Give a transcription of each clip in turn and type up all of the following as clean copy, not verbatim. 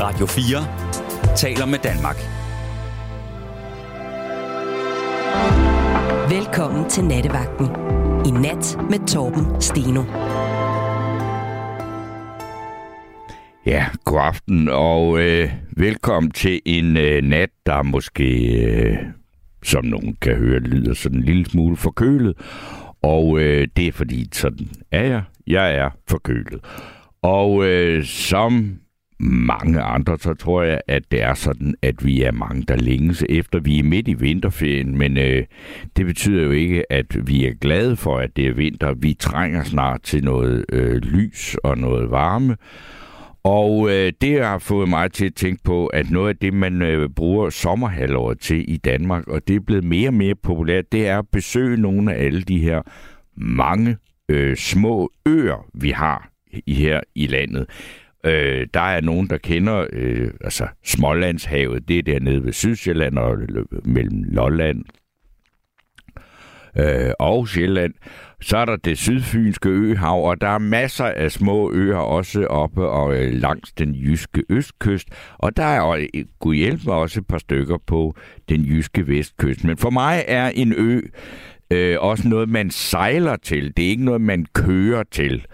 Radio 4 taler med Danmark. Velkommen til Nattevagten. I nat med Torben Steno. Ja, god aften og velkommen til en nat, der måske, som nogen kan høre, lyder sådan en lille smule forkølet. Og det er fordi, sådan er jeg. Jeg er forkølet. Og som mange andre, så tror jeg, at det er sådan, at vi er mange, der længes efter. Vi er midt i vinterferien, men det betyder jo ikke, at vi er glade for, at det er vinter. Vi trænger snart til noget lys og noget varme. Og det har fået mig til at tænke på, at noget af det, man bruger sommerhalvåret til i Danmark, og det er blevet mere og mere populært, det er at besøge nogle af alle de her mange små øer, vi har her i landet. Der er nogen, der kender altså Smålandshavet, det er dernede ved Sydsjælland og mellem Lolland og Sjælland. Så er der det sydfynske øhav, og der er masser af små øer også oppe og langs den jyske østkyst. Og der er Gud hjælp mig også et par stykker på den jyske vestkyst. Men for mig er en ø også noget, man sejler til. Det er ikke noget, man kører til.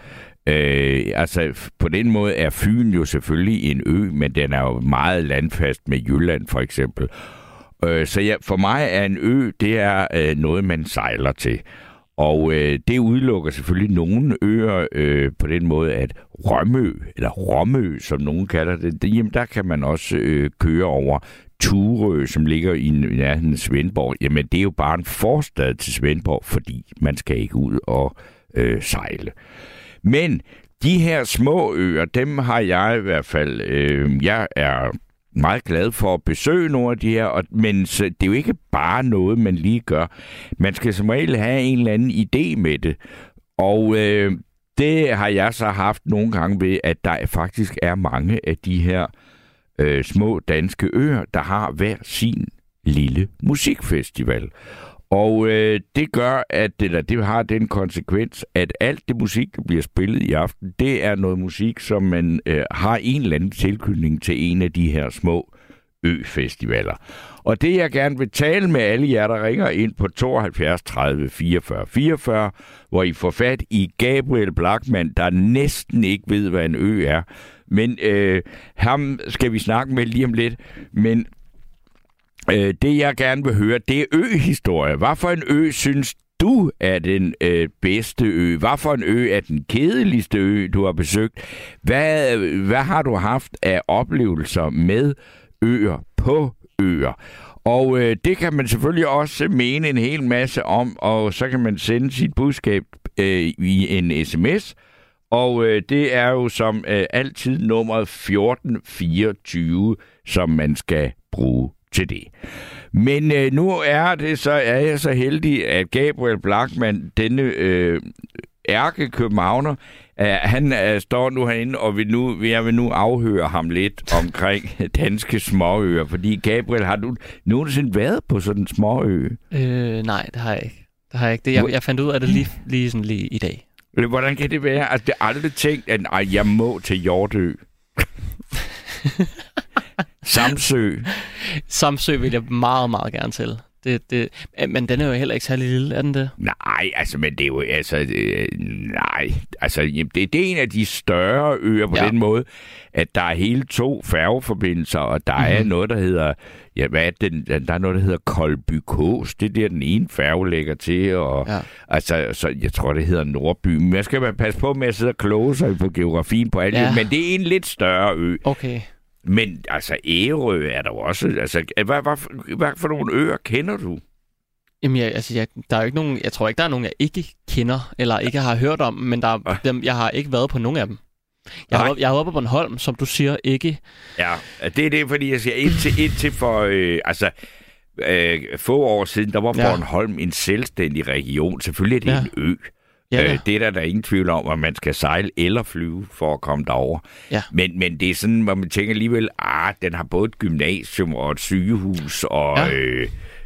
Altså på den måde er Fyn jo selvfølgelig en ø, men den er jo meget landfast med Jylland for eksempel. Så ja, for mig er en ø, det er noget, man sejler til. Og det udelukker selvfølgelig nogle øer på den måde, at Rømø, eller Romø, som nogen kalder det, jamen der kan man også køre over. Turø, som ligger i nærheden af Svendborg, jamen det er jo bare en forstad til Svendborg, fordi man skal ikke ud og sejle. Men de her små øer, dem har jeg i hvert fald, jeg er meget glad for at besøge nogle af de her, men det er jo ikke bare noget, man lige gør. Man skal som regel have en eller anden idé med det. Og det har jeg så haft nogle gange ved, at der faktisk er mange af de her små danske øer, der har hver sin lille musikfestival. Og det gør, at det har den konsekvens, at alt det musik, der bliver spillet i aften, det er noget musik, som man har en eller anden tilknytning til en af de her små øfestivaler. Og det, jeg gerne vil tale med alle jer, der ringer ind på 72 30 44 44, hvor I får fat i Gabriel Blachmann, der næsten ikke ved, hvad en ø er. Men ham skal vi snakke med lige om lidt. Men det, jeg gerne vil høre, det er øhistorie. Hvad for en ø synes du er den bedste ø? Hvad for en ø er den kedeligste ø, du har besøgt? Hvad har du haft af oplevelser med øer på øer? Og det kan man selvfølgelig også mene en hel masse om, og så kan man sende sit budskab i en sms. Og det er jo som altid nummeret 1424, som man skal bruge til det. Men nu er jeg så heldig, at Gabriel Blachmann, denne ærkekøbenhavner, han står nu herinde, og jeg vil nu afhøre ham lidt omkring danske småøer. Fordi Gabriel, har du nogensinde været på sådan en småø? Nej, det har jeg ikke. Jeg fandt ud af det lige i dag. Hvordan kan det være? Altså, det er aldrig tænkt, at jeg må til Hjortø. Samsø vil jeg meget, meget gerne til. Men den er jo heller ikke særlig lille, er den det? Nej, altså, men det er jo, nej. Altså, det er en af de større øer på den måde, at der er hele 2 færgeforbindelser, og der er noget, der hedder, der er noget, der hedder Koldbykås. Det er der, den ene færge lægger til, og altså, så jeg tror, det hedder Nordby. Men jeg skal passe på med at sidde og kloge sig på geografien på alt det, men det er en lidt større ø. Okay. Men altså, Ærø er der jo også. Altså, hvad for nogle øer kender du? Jamen, der er jo ikke nogen. Jeg tror ikke, der er nogen, jeg ikke kender, eller ikke har hørt om, men jeg har ikke været på nogen af dem. Jeg har været på Bornholm, som du siger, ikke. Ja, det er fordi, jeg siger, indtil for få år siden, der var Bornholm en selvstændig region. Selvfølgelig er det en ø. Ja. Det er der ingen tvivl om, at man skal sejle eller flyve for at komme derover. Ja. Men det er sådan, hvor man tænker alligevel, den har både et gymnasium og et sygehus, og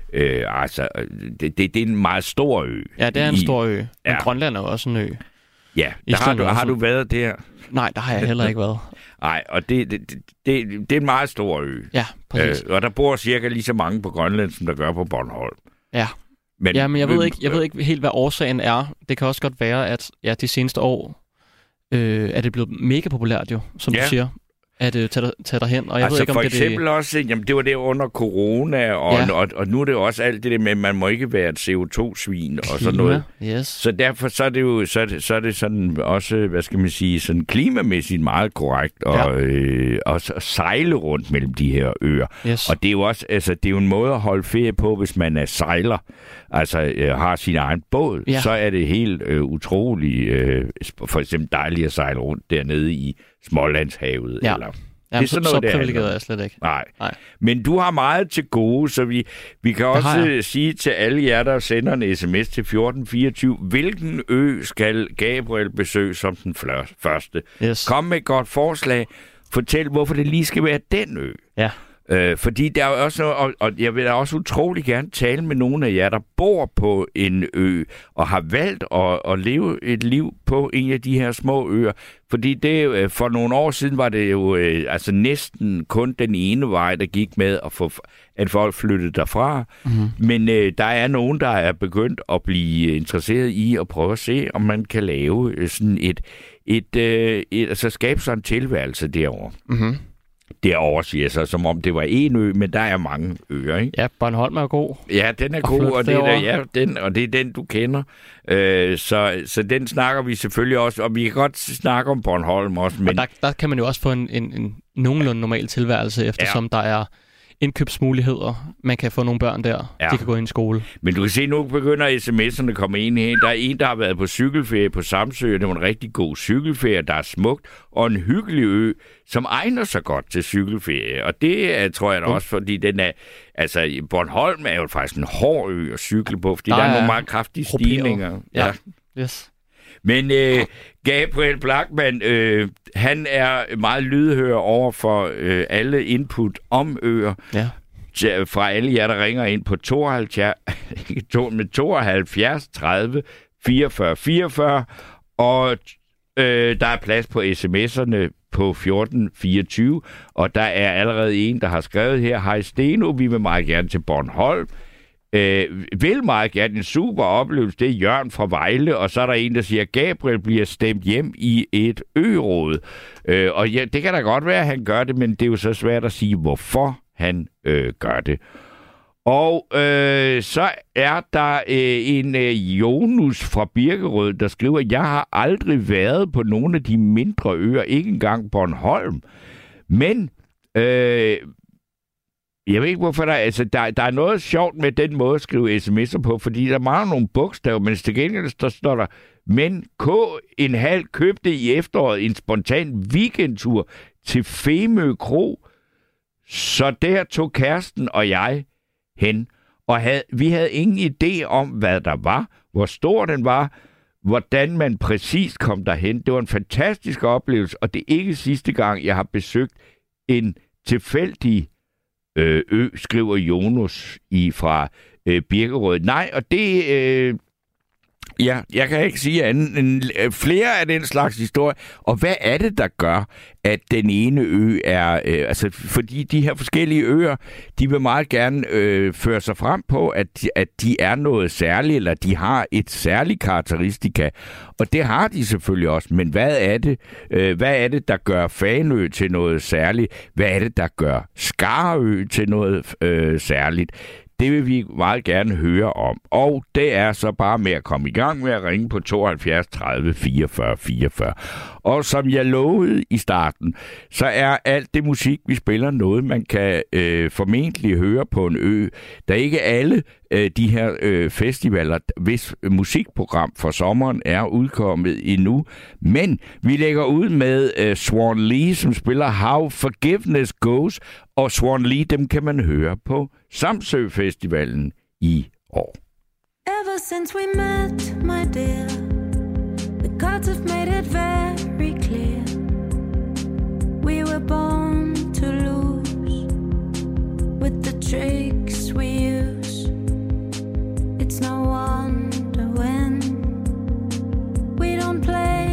altså, det er en meget stor ø. Ja, det er en stor ø. Men Grønland er også en ø. Ja, har du været der? Nej, der har jeg heller ikke været. Nej, og det er en meget stor ø. Ja, præcis. Og der bor cirka lige så mange på Grønland, som der gør på Bornholm. Ja. Men jeg ved ikke helt, hvad årsagen er. Det kan også godt være, at de seneste år er det blevet mega populært jo, som du siger. At tage derhen, og jeg ved ikke, om for eksempel også, jamen det var det under corona, og nu er det jo også alt det der med, at man må ikke være et CO2-svin og sådan noget. Yes. Så derfor så er det jo så er det sådan også, hvad skal man sige, sådan klimamæssigt meget korrekt og sejle rundt mellem de her øer. Yes. Og det er jo også, altså det er jo en måde at holde ferie på, hvis man er sejler, altså har sin egen båd, så er det helt utroligt, for eksempel dejligt at sejle rundt dernede i Smålandshavet. Ja. Eller Jamen, så privilegeret er jeg slet ikke. Nej. Men du har meget til gode, så vi kan også sige til alle jer, der sender en sms til 1424, hvilken ø skal Gabriel besøge som den første? Yes. Kom med et godt forslag. Fortæl, hvorfor det lige skal være den ø. Ja. Fordi der er også noget, og jeg vil da også utrolig gerne tale med nogle af jer, der bor på en ø, og har valgt at leve et liv på en af de her små øer. Fordi det for nogle år siden var det jo altså næsten kun den ene vej, der gik med at folk flyttede derfra. Mm-hmm. Men der er nogen, der er begyndt at blive interesseret i at prøve at se, om man kan lave sådan altså skabe sådan en tilværelse derovre. Mm-hmm. Derovre siger sig, som om det var en ø, men der er mange øer, ikke? Ja, Bornholm er god. Ja, den er god, og det er den, du kender. Så den snakker vi selvfølgelig også, og vi kan godt snakke om Bornholm også. Men og der kan man jo også få en nogenlunde normal tilværelse, eftersom der er indkøbsmuligheder. Man kan få nogle børn der. Ja. De kan gå ind i skole. Men du kan se, nu begynder sms'erne at komme ind her. Der er en, der har været på cykelferie på Samsø. Det var en rigtig god cykelferie, der er smukt. Og en hyggelig ø, som egner sig godt til cykelferie. Og det tror jeg da også, fordi den er... Altså, Bornholm er jo faktisk en hård ø at cykle på, fordi der er nogle meget kraftige stigninger. Ja. Yes. Men Gabriel Blachmann, han er meget lydhør over for alle input om øer. Ja. Fra alle jer, der ringer ind på 72 30 44 44. Og der er plads på sms'erne på 1424. Og der er allerede en, der har skrevet her: hej Steno, vi vil meget gerne til Bornholm. Vil meget gerne en super oplevelse. Det er Jørgen fra Vejle, og så er der en, der siger, at Gabriel bliver stemt hjem i et øråd. Og ja, det kan da godt være, at han gør det, men det er jo så svært at sige, hvorfor han gør det. Og så er der en Jonus fra Birkerød, der skriver, at jeg har aldrig været på nogle af de mindre øer, ikke engang Bornholm. Men jeg ved ikke, hvorfor der er noget sjovt med den måde at skrive sms'er på, fordi der mangler nogle bogstaver, men til gengæld står der, men K1,5 købte i efteråret en spontan weekendtur til Femø Kro, så der tog kæresten og jeg hen, og vi havde ingen idé om, hvad der var, hvor stor den var, hvordan man præcis kom derhen. Det var en fantastisk oplevelse, og det er ikke sidste gang, jeg har besøgt en tilfældig ø, skriver Jonas fra Birkerød. Nej, og det... jeg kan ikke sige andet end flere af den slags historier. Og hvad er det, der gør, at den ene ø er... fordi de her forskellige øer, de vil meget gerne føre sig frem på, at de er noget særligt, eller de har et særligt karakteristika. Og det har de selvfølgelig også. Men hvad er det? Hvad er det, der gør Fanø til noget særligt? Hvad er det, der gør Skarø til noget særligt? Det vil vi meget gerne høre om. Og det er så bare med at komme i gang med at ringe på 72 30 44 44. Og som jeg lovede i starten, så er alt det musik, vi spiller, noget, man kan formentlig høre på en ø. Der er ikke alle de her festivaler, hvis musikprogram for sommeren er udkommet endnu. Men vi lægger ud med Swan Lee, som spiller How Forgiveness Goes. Og Swan Lee, dem kan man høre på Samsø Festivalen i år. Ever since we met, my dear, the gods have made it very clear. We were born to lose with the tricks we use. It's no wonder when we don't play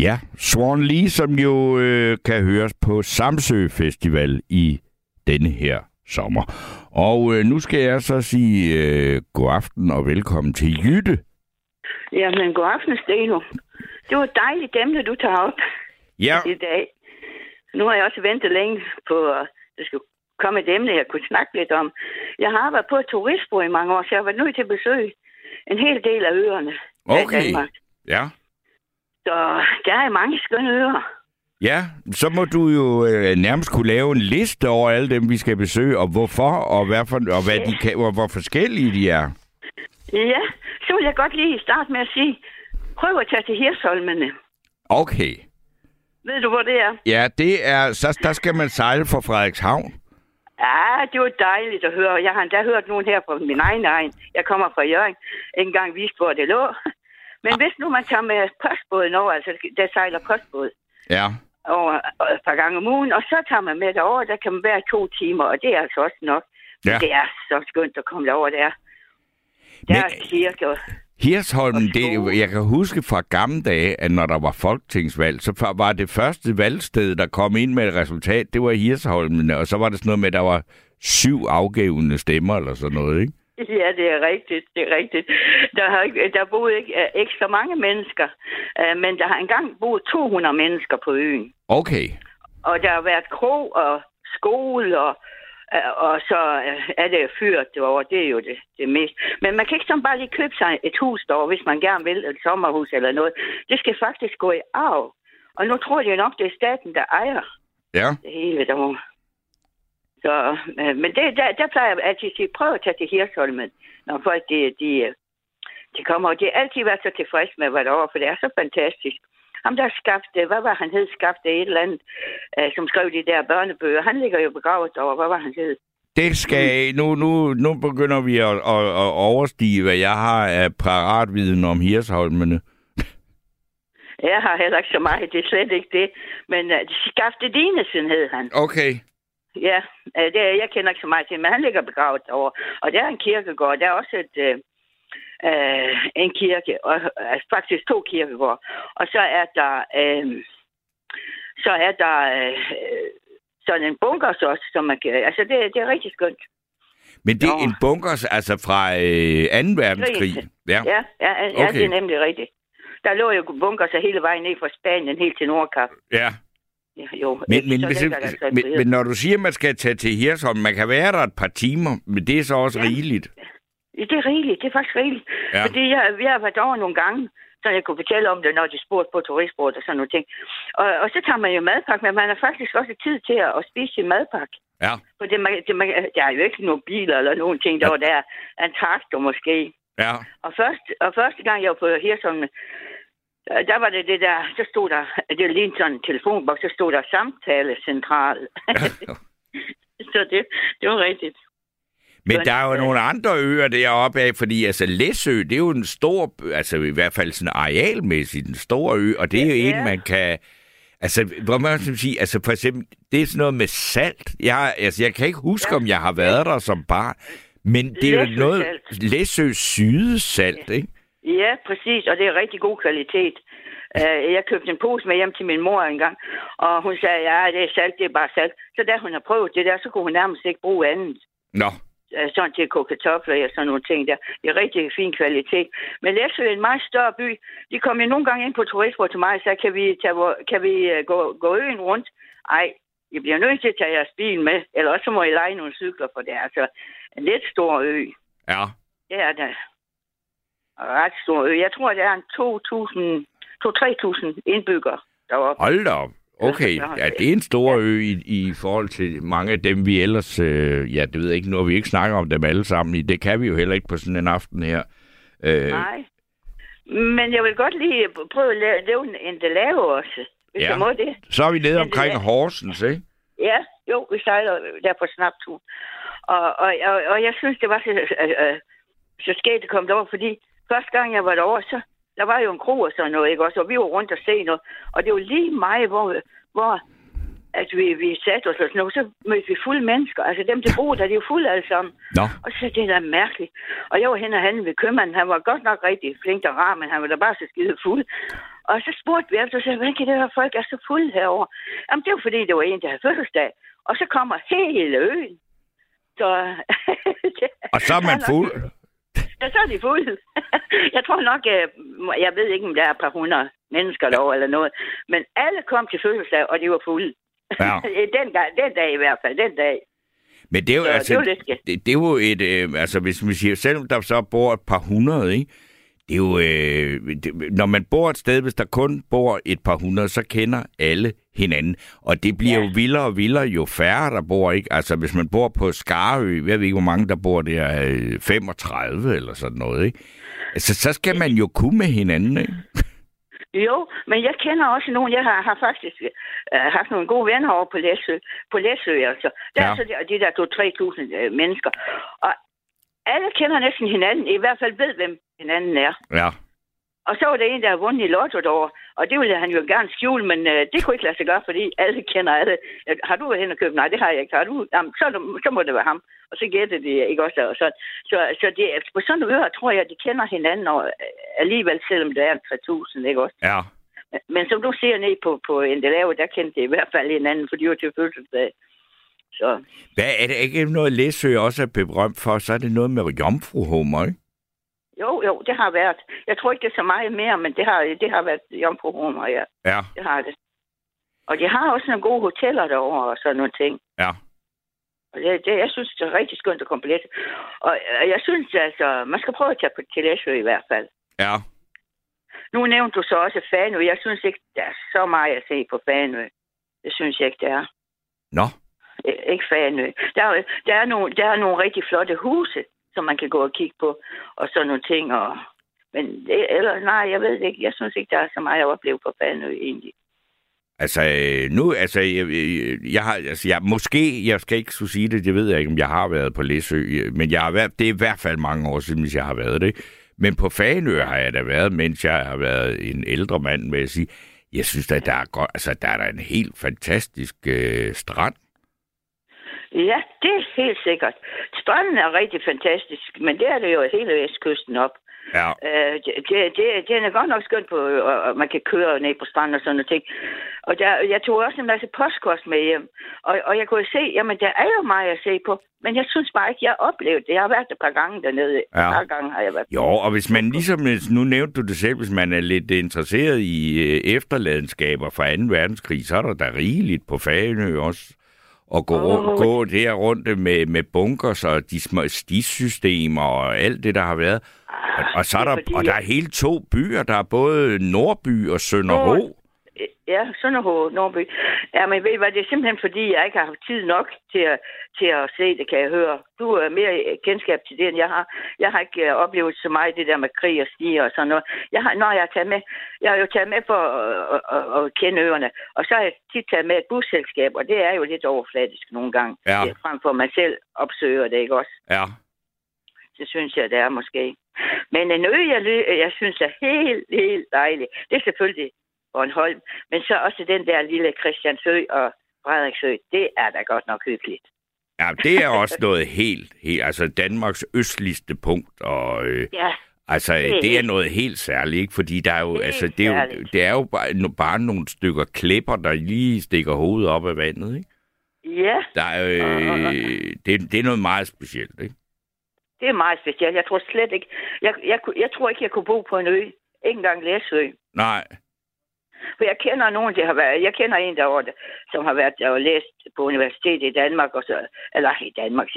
Ja, Swan Lee, som jo kan høres på Samsø Festival i denne her sommer. Og nu skal jeg så sige god aften og velkommen til Jytte. Jamen, god aften, Steno. Det var et dejligt emne, du tager op i dag. Nu har jeg også ventet længe på, at der skulle komme et emne, jeg kunne snakke lidt om. Jeg har arbejdet på et turistbureau i mange år, så jeg har været nødt til at besøge en hel del af øerne i Danmark. Ja. Så der er mange skønne øer. Ja, så må du jo nærmest kunne lave en liste over alle dem, vi skal besøge, og hvorfor, og hvad de kan, og hvor forskellige de er. Ja, så vil jeg godt lige starte med at sige, prøv at tage til Hirsholmene. Okay. Ved du, hvor det er? Ja, det er, så der skal man sejle fra Frederikshavn. Ja, det var dejligt at høre. Jeg har endda hørt nogen her fra min egen egen. Jeg kommer fra Hjørring. Ikke engang vist, hvor det lå. Men hvis nu man tager med postbåden over, altså der sejler postbåd. Ja. Over et par gange om ugen, og så tager man med derover, der kan man være 2 timer, og det er altså også nok. Ja. Det er så skønt at komme derover der. Der er kirke. Hirsholmen, jeg kan huske fra gamle dage, at når der var folketingsvalg, så var det første valgsted, der kom ind med et resultat, det var Hirsholmen, og så var det sådan noget med, at der var 7 afgivende stemmer eller sådan noget, ikke? Ja, det er rigtigt. Der boede ikke så mange mennesker, men der har engang boet 200 mennesker på øen. Okay. Og der har været krog og skole, og så er det fyret derovre. Det er jo det mest. Men man kan ikke sådan bare lige købe sig et hus derovre, hvis man gerne vil, et sommerhus eller noget. Det skal faktisk gå i arv. Og nu tror jeg nok, det er staten, der ejer det hele derovre. Så, men der plejer jeg altid at sige, prøv at tage til Hirsholmen, når folk de kommer. Og de har altid været så tilfredse med, hvad der var, for det er så fantastisk. Ham der skabte, hvad var han hed, skabte et eller andet, som skrev de der børnebøger. Han ligger jo begravet derovre. Hvad var han hed? Det skal, nu begynder vi at overstige, hvad jeg har af paratviden om Hirsholmene. Jeg har heller ikke så meget, det er slet ikke det. Men skabte Dinesen hed han. Okay. Ja, jeg kender ikke så meget til, men han ligger begravet derovre. Og der er en kirkegård, der er også en kirke, og faktisk 2 kirkegård. Og så er der sådan en bunkers også, som man kan... Altså, det er rigtig skønt. Men det er en bunkers, altså fra 2. verdenskrig? Ja, okay. Det er nemlig rigtigt. Der lå jo bunkers hele vejen ned fra Spanien, helt til Nordkap. Ja. Jo, men når du siger, at man skal tage til Hirsholm, man kan være der et par timer, men det er så også rigeligt. Det er rigeligt, det er faktisk rigeligt. Ja. Fordi vi har været over nogle gange, så jeg kunne fortælle om det, når de spurgte på turistbureauet og sådan nogle ting. Og så tager man jo madpakke, men man har faktisk også tid til at spise sin madpakke. Ja. For der er jo ikke nogen biler eller nogen ting, der er en traktor måske. Ja. Og første gang jeg var på Hirsholm, der var det der, så stod der, det lignede sådan en telefonboks, så stod der samtalecentral. Så det var rigtigt. Men der er jo nogle andre øer deroppe af, fordi altså Læsø, det er jo en stor, altså i hvert fald sådan arealmæssigt en stor ø, og det er jo en, man kan, altså, hvor man skal sige, altså for eksempel, det er sådan noget med salt. Jeg kan ikke huske, om jeg har været der som barn, men det er jo noget Læsø sydesalt, ikke? Ja, præcis, og det er rigtig god kvalitet. Jeg købte en pose med hjem til min mor engang, og hun sagde, det er salt, det er bare salt. Så da hun har prøvet det der, så kunne hun nærmest ikke bruge andet. Nå. Sådan til at koge kartofler og sådan nogle ting der. Det er rigtig fin kvalitet. Men Læsø er en meget større by. De kom jo nogle gange ind på turistbureauet til mig og sagde, kan vi gå øen rundt? Ej, I bliver nødt til at tage jeres bil med, eller også må I leje nogle cykler, for det er altså en lidt stor ø. Ja. Det er det. Ret stor ø. Jeg tror, det er en 2-3.000 indbyggere deroppe. Hold da op. Okay, ja, det er en stor ø i forhold til mange af dem, vi ellers... det ved jeg ikke, når vi ikke snakker om dem alle sammen. Det kan vi jo heller ikke på sådan en aften her. Nej. Men jeg vil godt lige prøve at lave en delave også, hvis jeg må det. Så er vi nede omkring Horsens, ikke? Ja, jo, vi sejler der på snaptur. Og jeg synes, det var så skægt at komme derover, fordi første gang jeg var derovre, så der var jo en kro og sådan noget, ikke også? Og vi var rundt og se noget. Og det var lige mig, hvor at vi satte os og sådan noget. Så mødte vi fulde mennesker. Altså dem, der boede der, de var fulde alle sammen. Nå. Og så det er da mærkeligt. Og jeg var hen og handle ved købmanden. Han var godt nok rigtig flink og rar, men han var da bare så skide fuld. Og så spurgte vi efter, hvordan kan det være, at folk er så fulde herovre? Jamen, det var fordi, det var en, der havde fødselsdag. Og så kommer hele øen. Så... og så er man fuld? Ja, så er de fulde. Jeg tror nok, jeg ved ikke, om der er et par hundrede mennesker derovre eller noget. Men alle kom til fødselsdag, og de var fulde. Ja. den dag i hvert fald, den dag. Men det er jo, så, altså, det er jo et, altså hvis man siger, selvom der så bor et par hundrede, ikke? Det er jo, når man bor et sted, hvis der kun bor et par hundrede, så kender alle hinanden. Og det bliver jo vildere og vildere, jo færre der bor, ikke? Altså hvis man bor på Skarø, jeg ved ikke, hvor mange der bor der, 35 eller sådan noget, ikke? Altså så skal man jo kunne med hinanden, ikke? Jo, men jeg kender også nogen. Jeg har faktisk haft nogle gode venner over på Læsø, altså. Der er så de der 2-3.000 mennesker. Og alle kender næsten hinanden, i hvert fald ved, hvem hinanden er. Ja. Og så var der en, der havde vundet i lotto derovre, og det ville han jo gerne skjule, men det kunne ikke lade sig gøre, fordi alle kender alle. Har du været hen og købt? Nej, det har jeg ikke. Har du? Jamen, så må det være ham. Og så gætter de ikke også. Og sådan. Så det, på sådan nogle ører, tror jeg, at de kender hinanden og alligevel, selvom det er 3.000, ikke også? Ja. Men som du ser ned på Endelave, der kendte de i hvert fald hinanden, for de var til fødselsdag. Så. Hvad er det ikke noget, Læsø også er berømt for? Så er det noget med jomfruhummer, ikke? Jo, det har været. Jeg tror ikke, det er så meget mere, men det har været jomfruhummer, ja. Ja. Det har det. Og de har også nogle gode hoteller derovre og sådan nogle ting. Ja. Og jeg synes, det er rigtig skønt at komme på Læsø. Og jeg synes altså, man skal prøve at tage til Læsø i hvert fald. Ja. Nu nævnte du så også Fanø. Jeg synes ikke, der er så meget at se på Fanø. Det synes jeg ikke, det er. Nå. Ikke Fanø. Der er nogle rigtig flotte huse, som man kan gå og kigge på, og sådan nogle ting. Jeg ved det ikke. Jeg synes ikke, der er så meget at opleve på Fanø egentlig. Altså, jeg skal ikke så sige det, jeg ved ikke, om jeg har været på Læsø, men det er i hvert fald mange år siden, hvis jeg har været det. Men på Fanø har jeg da været, mens jeg har været en ældre mand, vil jeg sige. Jeg synes, at der er der en helt fantastisk strand. Ja, det er helt sikkert. Stranden er rigtig fantastisk, men det er det jo hele vestkysten op. Ja. Det er godt nok skønt på, og man kan køre ned på stranden og sådan noget ting. Og jeg tog også en masse postkost med hjem. Og jeg kunne se, jamen der er jo meget at se på. Men jeg synes bare ikke, jeg har oplevet det. Jeg har været et par gange dernede. Ja. Et par gange har jeg været. Jo, og hvis man ligesom, nu nævnte du det selv, hvis man er lidt interesseret i efterladenskaber fra 2. verdenskrig, så er der da rigeligt på Fanø også. Og gå der rundt med bunkers og de små stisystemer og alt det, der har været. Og så er der er hele 2 byer. Der er både Nordby og Sønderho. Ja, Sønderho, Nordby. Ja, men ved I hvad, det er simpelthen fordi, jeg ikke har haft tid nok til at se det, kan jeg høre. Du har mere kendskab til det, end jeg har. Jeg har ikke oplevet så meget det der med krig og stiger og sådan noget. Jeg har jo taget med for at kende øerne. Og så har jeg tit taget med et busselskab, og det er jo lidt overfladisk nogle gange. Ja. Frem for man selv opsøger det, ikke også? Ja. Det synes jeg, det er måske. Men en ø, jeg synes er helt dejlig. Det er selvfølgelig Bornholm, men så også den der lille Christiansø og Frederiksø, det er da godt nok hyggeligt. Ja, det er også noget helt altså Danmarks østligste punkt, og altså det er noget helt særligt, ikke? Fordi der er jo, det er jo bare nogle stykker klipper, der lige stikker hovedet op af vandet, ikke? Ja. Der er det er noget meget specielt, ikke? Det er meget specielt. Jeg tror slet ikke, jeg tror ikke, jeg kunne bo på en ø. Ikke engang Læsø. Nej. For jeg kender nogen, jeg kender en derovre, som har været og læst på universitet i Danmark, eller i Danmark,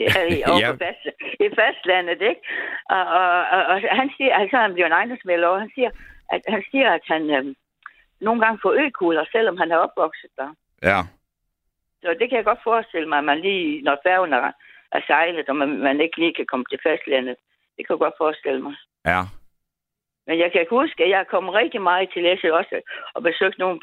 i fastlandet, ikke? Og han siger, altså han bliver en ejendomsmælder, og han siger, at han nogle gange får økugler, selvom han er opvokset der. Ja. Så det kan jeg godt forestille mig, at man lige, når færgen er sejlet, og man ikke lige kan komme til fastlandet. Det kan jeg godt forestille mig. Ja. Men jeg kan huske, at jeg kom rigtig meget til Læsø også, og besøgte nogen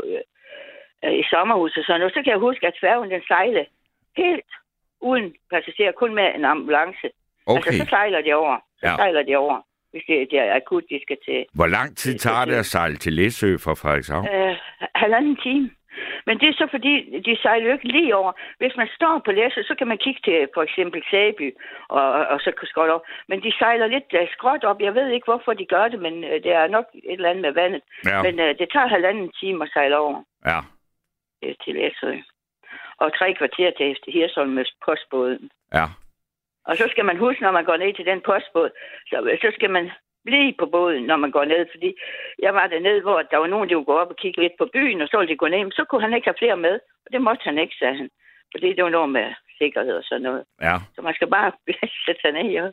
i sommerhuset og sådan noget. Så kan jeg huske, at færgen den sejlede helt uden passagerer, kun med en ambulance. Okay. Altså, så sejler de over. Hvis det er akut, de skal til. Hvor lang tid tager det at sejle til Læsø fra Frederikshavn? 1,5 time. Men det er så fordi, de sejler jo ikke lige over. Hvis man står på Læsø, så kan man kigge til for eksempel Sæby, og så kan skråt over. Men de sejler lidt skråt op. Jeg ved ikke, hvorfor de gør det, men det er nok et eller andet med vandet. Ja. Men det tager 1,5 time at sejle over. Ja. Til Læsø. Og 3 kvarter til Hirsholm med postbåden. Ja. Og så skal man huske, når man går ned til den postbåd, så skal man blive på båden, når man går ned. Fordi jeg var dernede, hvor der var nogen, der ville gå op og kigge lidt på byen, og så ville de gå ned. Så kunne han ikke have flere med, og det måtte han ikke, sagde han. Fordi det var noget med sikkerhed og sådan noget. Ja. Så man skal bare sætte sig ned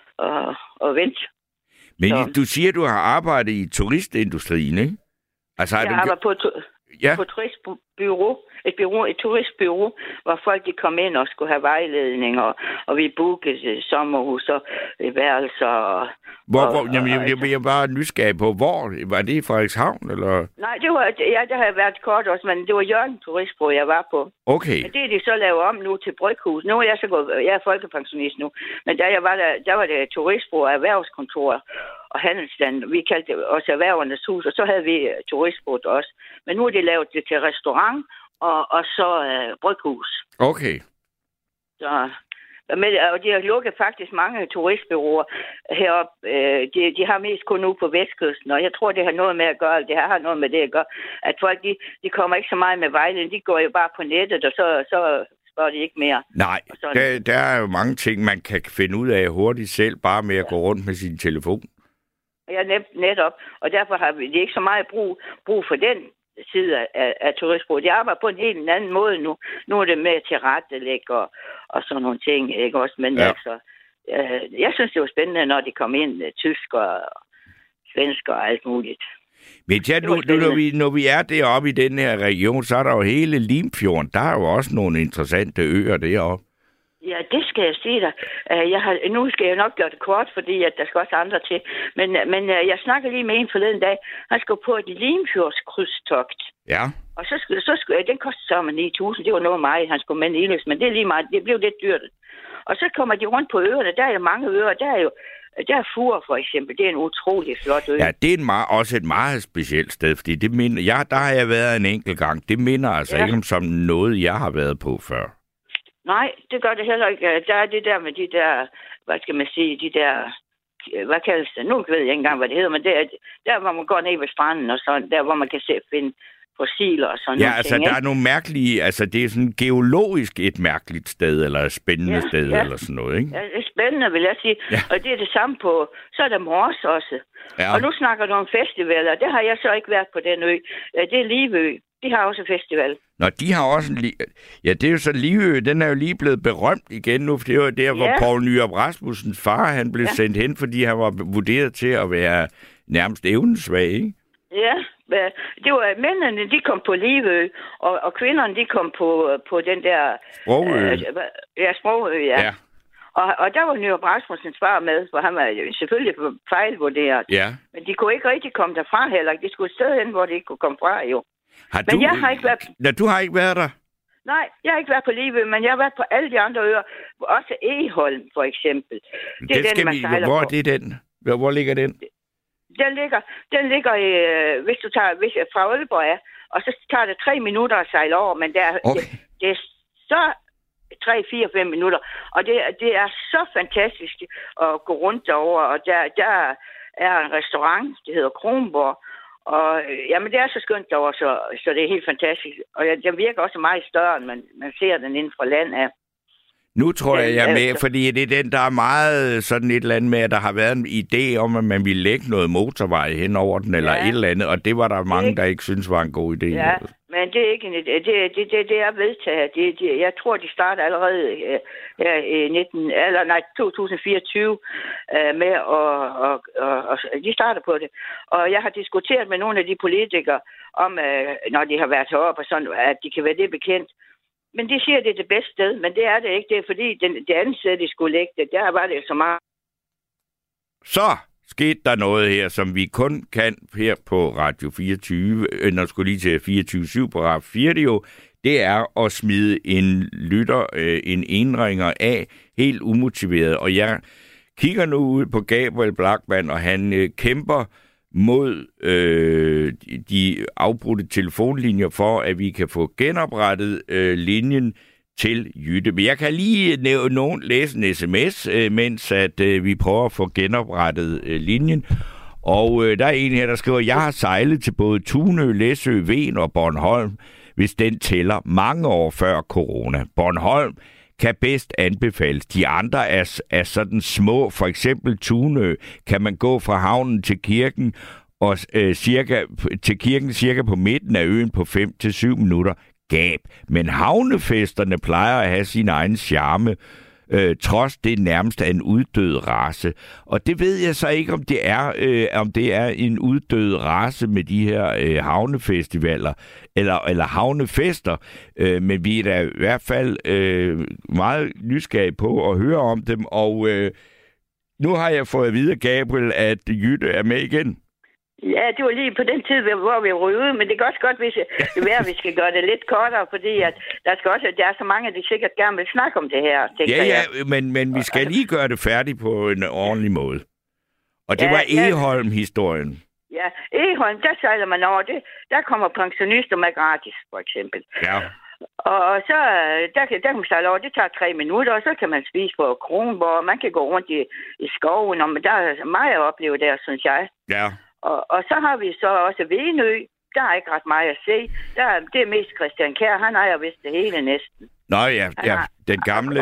og vente. Men du siger, du har arbejdet i turistindustrien, ikke? Altså, jeg arbejder på turistbureau, et turistbureau, hvor folk de kom ind og skulle have vejledning, og vi bookede sommerhus og værelser. Jeg er bare nysgerrig på, hvor? Var det i Frederikshavn, eller? Nej, det har været kort også, men det var Jørgen Turistbureau, jeg var på. Okay. Men det er de så lavet om nu til Bryghus. Nu er jeg er folkepensionist nu, men da jeg var der var det Turistbureau og erhvervskontor og handelsstand. Vi kaldte det også Erhververnes Hus, og så havde vi turistbureauet også. Men nu er det lavet det til restaurant og så Bryghus. Okay. Så, og de har lukket faktisk mange turistbureauer heroppe. De har mest kun nu på Vestkysten, og jeg tror, det har noget med at gøre, det har noget med det at gøre, at folk de kommer ikke så meget med vejledning, de går jo bare på nettet, og så spørger de ikke mere. Nej, der er jo mange ting, man kan finde ud af hurtigt selv, bare med at gå rundt med sin telefon. Ja, netop. Og derfor har vi ikke så meget brug for den side af turistbureauet. De arbejder på en helt anden måde nu. Nu er det med til rettelæg og sådan nogle ting, ikke også? Men altså, jeg synes, det var spændende, når de kom ind, tysker og svensker og alt muligt. Men ja, når vi er deroppe i den her region, så er der jo hele Limfjorden. Der er jo også nogle interessante øer deroppe. Ja, det skal jeg sige dig. Nu skal jeg nok gøre det kort, fordi at der skal også andre til. Men jeg snakker lige med en forleden dag. Han skulle på et Limfjordskrydstogt. Ja. Og så skulle den kostede så med 9.000. Det var noget meget, han skulle med en iløs, men det er lige meget. Det blev lidt dyrt. Og så kommer de rundt på øerne. Der er jo mange øer. Der er Fur, for eksempel. Det er en utrolig flot ø. Ja, det er også et meget specielt sted, fordi det minder... der har jeg været en enkelt gang. Det minder altså ikke om som noget, jeg har været på før. Nej, det gør det heller ikke. Der er det der med de der, hvad skal man sige, de der, hvad kaldes det? Nu ved jeg ikke engang, hvad det hedder, men det er der, hvor man går ned ved stranden og sådan, der, hvor man kan finde fossiler og sådan noget. Ja, altså, der er nogle mærkelige, altså, det er sådan geologisk et mærkeligt sted, eller et spændende sted, eller sådan noget, ikke? Ja, det er spændende, vil jeg sige. Ja. Og det er det samme på, så er der Mors også. Ja. Og nu snakker du om festivaler, det har jeg så ikke været på den ø. Det er Livø. De har også festival. Nå, de har også ja, det er jo så Livø, den er jo lige blevet berømt igen nu, for det var der, hvor Poul Nyrup Rasmussens far, han blev sendt hen, fordi han var vurderet til at være nærmest evnesvag, ikke? Ja, det var mændene, de kom på Livø, og kvinderne, de kom på den der... Sprogø. Sprogø, ja. Og der var Nyrup Rasmussens far med, for han var jo selvfølgelig fejlvurderet. Ja. Men de kunne ikke rigtig komme derfra heller. De skulle et sted hen, hvor de ikke kunne komme fra, jo. Men jeg har ikke været... Ja, du har ikke været der? Nej, jeg har ikke været på Livø, men jeg har været på alle de andre øer. Også Egholm, for eksempel. Det er den, man sejler på. Hvor er det den? Hvor ligger den? Den ligger hvis du tager fra Aalborg af, og så tager det 3 minutter at sejle over, men det er så 3-4-5 minutter, og det er så fantastisk at gå rundt derover, og der er en restaurant, det hedder Kronborg, og jamen det er så skønt derovre, så det er helt fantastisk, og den virker også meget større, end man ser den inden fra land af. Nu tror jeg er med, fordi det er den, der er meget sådan et eller andet med, at der har været en idé om, at man ville lægge noget motorvej hen over den, eller et eller andet, og det var der mange, der ikke synes var en god idé. Ja, men det er ikke en idé. Det er vedtaget. Jeg tror, de starter allerede her i 2024 med, og de starter på det. Og jeg har diskuteret med nogle af de politikere om, når de har været heroppe, og sådan, at de kan være det bekendt. Men de siger, at det er det bedste sted, men det er det ikke. Det er fordi, det andet sted, de skulle lægge det, der var det så meget. Så skete der noget her, som vi kun kan her på Radio 24, når skulle lige til 24/7 på Radio 4, det er at smide en lytter, en enringer af, helt umotiveret. Og jeg kigger nu ud på Gabriel Blachmann, og han kæmper mod de afbrudte telefonlinjer, for at vi kan få genoprettet linjen til Jytte. Men jeg kan lige læse en sms, mens at vi prøver at få genoprettet linjen. Og der er en her, der skriver, jeg har sejlet til både Tunø, Læsø, Hven og Bornholm, hvis den tæller mange år før corona. Bornholm kan bedst anbefales. De andre er sådan små. For eksempel Tunø kan man gå fra havnen til kirken og cirka på midten af øen på 5 til 7 minutter gab. Men havnefesterne plejer at have sin egen charme, trods det nærmest er en uddød race. Og det ved jeg så ikke, om det er en uddød race med de her havnefestivaler eller havnefester. Men vi er da i hvert fald meget nysgerrige på at høre om dem. Og nu har jeg fået at vide, Gabriel, at Jytte er med igen. Ja, det var lige på den tid, hvor vi var ude, men det kan også godt, hvis vi skal gøre det lidt kortere, fordi at der er så mange, der sikkert gerne vil snakke om det her. Ja, men vi skal lige gøre det færdigt på en ordentlig måde. Og det var Egholm-historien. Ja, Egholm, der sejler man over det. Der kommer pensionister med gratis, for eksempel. Ja. Og så, der kan man sejle over, det tager 3 minutter, og så kan man spise på Kronborg, man kan gå rundt i skoven, og der er meget at opleve der, synes jeg. Ja. Og så har vi så også Venø. Der er ikke ret meget at se. Det er mest Christian Kjær. Han ejer vist det hele næsten. Nå ja, den gamle,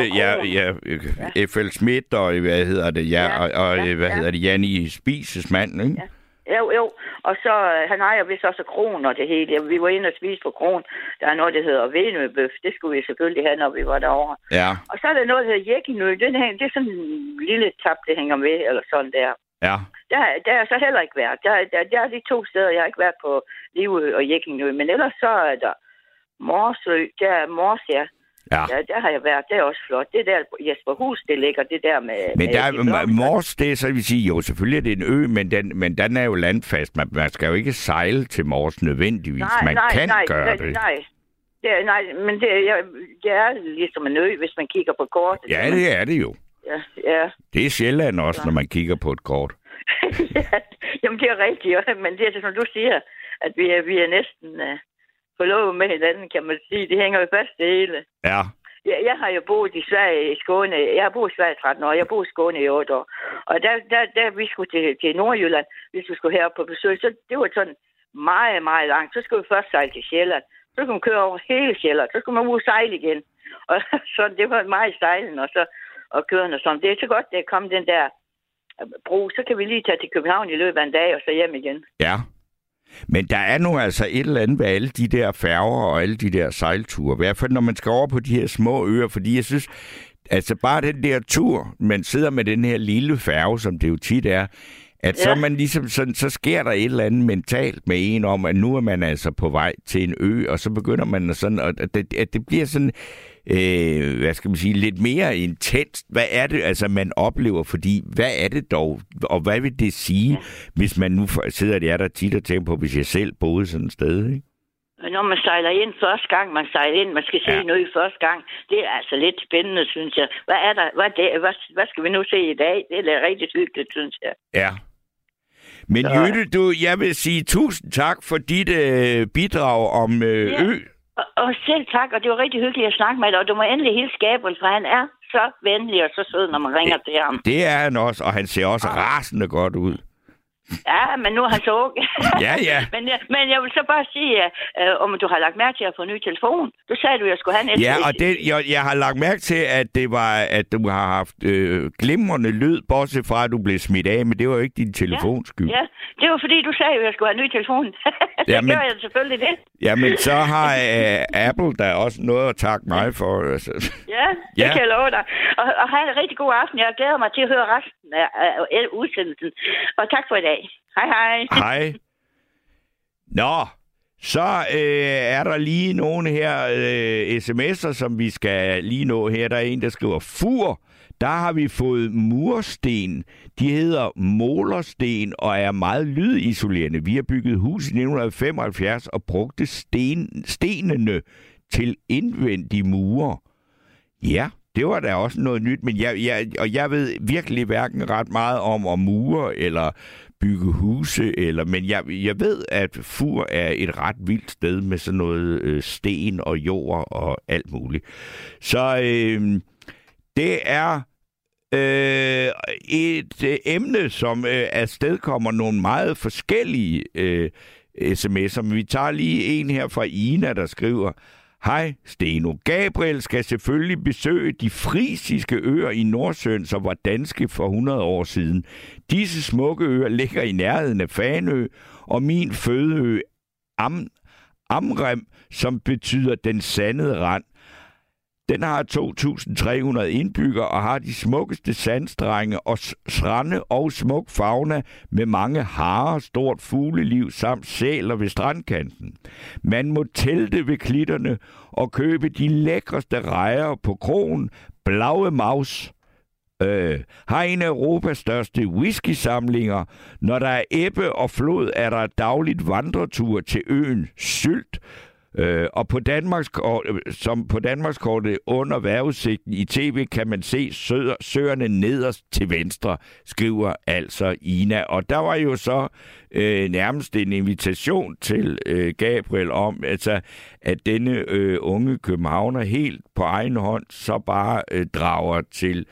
F.L. Schmidt og hvad hedder det, hedder det, Janni Spisesmand, ikke? Ja. Jo. Og så, han ejer vist også Kron og det hele. Vi var inde og spise på Kron. Der er noget, der hedder Venøbøf. Det skulle vi selvfølgelig have, når vi var derovre. Ja. Og så er der noget, der hedder Jekkenø. Det er sådan en lille tap, det hænger med, eller sådan der. Ja. Der er så heller ikke været. Der er de 2 steder, jeg har ikke været på Livø og Jekkenø. Men ellers så er der Morsø. Der er Mors, ja. Der har jeg været. Det er også flot. Det der Jesperhus, det ligger det der med... Men der er Mors, det er så, vil sige, jo, selvfølgelig er det en ø, men den er jo landfast. Man skal jo ikke sejle til Mors nødvendigvis. Man kan gøre det. Nej, men det er ligesom en ø, hvis man kigger på kortet. Ja, det er det jo. Ja. Det er Sjælland også, når man kigger på et kort. Jamen, det er rigtigt, men det er som du siger, at vi er næsten forlovet med hinanden, kan man sige. Det hænger jo fast det hele. Ja. Jeg har jo boet i Sverige, i Skåne. Jeg har boet i Sverige 13 år. Jeg har boet i Skåne i 8 år. Og der vi skulle til Nordjylland, hvis vi skulle herop på besøg, så det var sådan meget, meget langt. Så skulle vi først sejle til Sjælland. Så skulle man køre over hele Sjælland. Så skulle man ud og sejle igen. Og så det var meget sejlen, og kørende og sådan. Det er så godt, det er kommet den der bro. Så kan vi lige tage til København i løbet af en dag, og så hjem igen. Ja. Men der er nu altså et eller andet ved alle de der færger og alle de der sejlture. I hvert fald, når man skal over på de her små øer. Fordi jeg synes, altså bare den der tur, man sidder med den her lille færge, som det jo tit er, at så man ligesom sådan, så sker der et eller andet mentalt med en om, at nu er man altså på vej til en ø, og så begynder man sådan, at det bliver sådan, hvad skal man sige, lidt mere intenst. Hvad er det, altså man oplever, fordi hvad er det dog, og hvad vil det sige, hvis man nu sidder der tit og tænker på, hvis jeg selv boede sådan et sted, ikke? Når man sejler ind første gang, man skal se en ø første gang, det er altså lidt spændende, synes jeg. Hvad er der? Hvad skal vi nu se i dag? Det er rigtig hyggeligt, synes jeg. Ja. Men Jytte, jeg vil sige 1000 tak for dit bidrag om ø. Og selv tak, og det var rigtig hyggeligt at snakke med dig, og du må endelig hilse Gabriel, for han er så venlig og så sød, når man ringer til ham. Det er han også, og han ser også rasende godt ud. Ja, men nu er han så ung. Ja. Men jeg vil så bare sige, om du har lagt mærke til at få en ny telefon. Du sagde, at jeg skulle have en Ja, og jeg har lagt mærke til, at du har haft glimrende lyd, bortset fra, at du blev smidt af, men det var jo ikke din telefonskyld. Ja, det var fordi, du sagde, at jeg skulle have en ny telefon. Så gør jeg selvfølgelig det. Jamen, så har Apple da også noget at takke mig for. Altså. Ja, det kan jeg love dig. Og have en rigtig god aften. Jeg glæder mig til at høre resten af udsendelsen. Og tak for i dag. Hej. Hej. Nå, så er der lige nogle her sms'er, som vi skal lige nå her. Der er en, der skriver, Fur, der har vi fået mursten. De hedder molersten og er meget lydisolerende. Vi har bygget hus i 1975 og brugte stenene til indvendige mure. Ja, det var da også noget nyt, men jeg ved virkelig hverken ret meget om mure eller bygge huse, men jeg ved, at Fur er et ret vildt sted med sådan noget sten og jord og alt muligt. Så det er et emne, som afstedkommer nogle meget forskellige sms'er. Men vi tager lige en her fra Ina, der skriver: Hej Steno. Gabriel skal selvfølgelig besøge de frisiske øer i Nordsøen, som var danske for 100 år siden. Disse smukke øer ligger i nærheden af Fanø, og min fødeø Amrem, som betyder den sandede rand. Den har 2.300 indbyggere og har de smukkeste sandstrenge og strande og smuk fauna med mange harer, stort fugleliv samt sæler ved strandkanten. Man må telte ved klitterne og købe de lækreste rejer på krogen. Blaue Maus har en af Europas største whisky-samlinger. Når der er ebbe og flod, er der dagligt vandretur til øen Sylt. Og på Danmarkskortet under vejrudsigten i tv kan man se søerne nederst til venstre, skriver altså Ina. Og der var jo så nærmest en invitation til Gabriel om, altså, at denne unge københavner helt på egen hånd så bare drager til...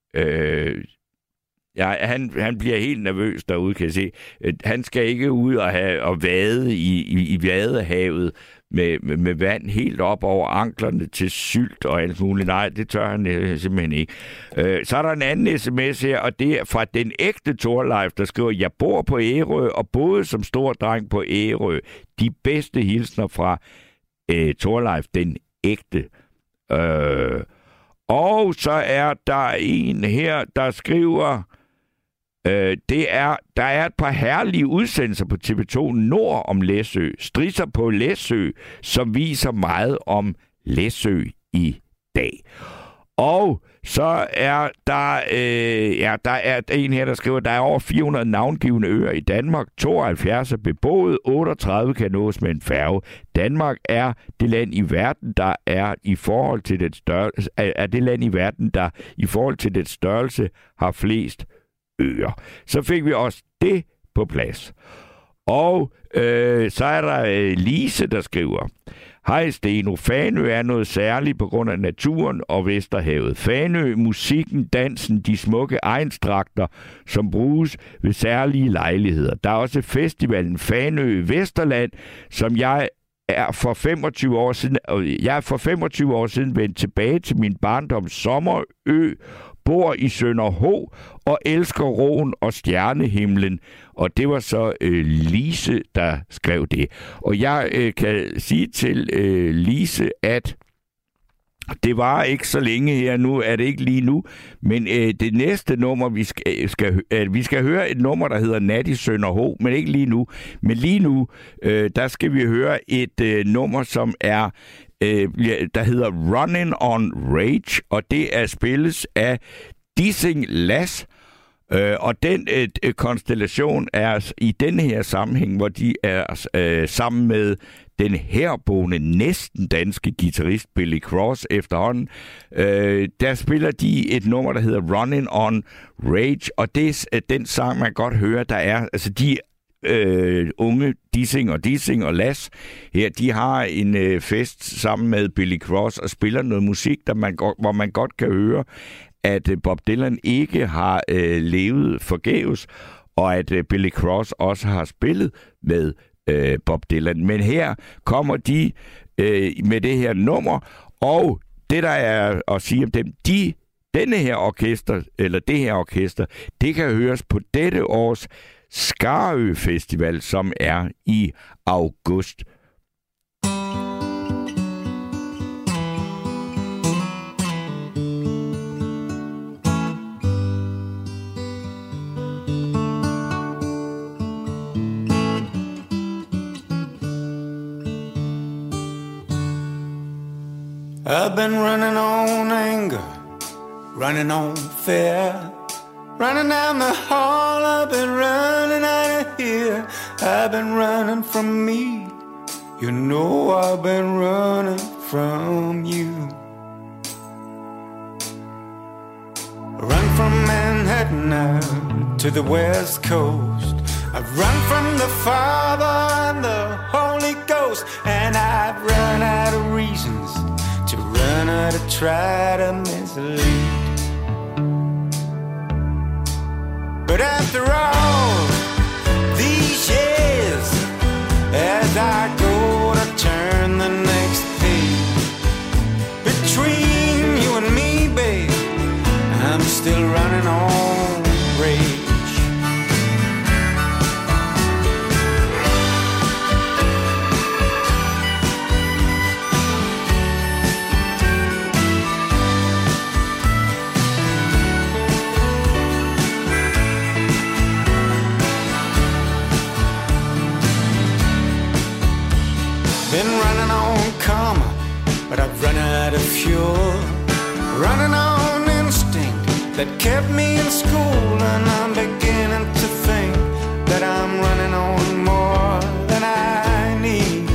Han bliver helt nervøs derude, kan jeg se. Han skal ikke ud og vade i Vadehavet med vand helt op over anklerne til Sylt og alt muligt. Nej, det tør han simpelthen ikke. Så er der en anden sms her, og det er fra den ægte Thorleif, der skriver: Jeg bor på Ærø og boede som stor dreng på Ærø. De bedste hilsner fra Thorleif, den ægte. Og så er der en her, der skriver... der er et par herlige udsendelser på TV2 Nord om Læsø. Strisser på Læsø, som viser meget om Læsø i dag. Og så er der, der er en her, der skriver, der er over 400 navngivende øer i Danmark. 72 er beboet, 38 kan nås med en færge. Danmark er det land i verden, der i forhold til dets størrelse har flest øer. Så fik vi også det på plads. Og så er der Lise, der skriver: Hej Steno, Fanø er noget særligt på grund af naturen og Vesterhavet. Fanø, musikken, dansen, de smukke egenstragter, som bruges ved særlige lejligheder. Der er også festivalen Fanø Vesterland, som jeg er for 25 år siden vendt tilbage til min barndoms sommerø, bor i Sønderho og elsker roen og stjernehimlen. Og det var så Lise, der skrev det. Og jeg kan sige til Lise, at det var ikke så længe her nu, er det ikke lige nu, men det næste nummer, vi skal høre et nummer, der hedder Nat i Sønderho, men ikke lige nu. Men lige nu, der skal vi høre et nummer, som er der hedder Running on Rage, og det er spilles af Dissing Lass, og den konstellation er i denne her sammenhæng, hvor de er sammen med den herboende næsten danske guitarist Billy Cross efterhånden. Der spiller de et nummer, der hedder Running on Rage, og det er den sang, man godt hører, der er, altså de unge Dissing og Lass her, de har en fest sammen med Billy Cross og spiller noget musik, hvor man godt kan høre, at Bob Dylan ikke har levet forgæves, og at Billy Cross også har spillet med Bob Dylan. Men her kommer de med det her nummer, og det der er at sige om dem, det her orkester, det kan høres på dette års Skarø Festival, som er i august. I've been running on anger, running on fear, running down the hall, I've been running out of here. I've been running from me, you know I've been running from you. Run from Manhattan out to the West Coast, I've run from the Father and the Holy Ghost, and I've run out of reasons to run or to try to mislead. But after all these years, as I go to turn the next page, between you and me, babe, I'm still running on rage. Been running on karma, but I've run out of fuel. Running on instinct that kept me in school, and I'm beginning to think that I'm running on more than I need.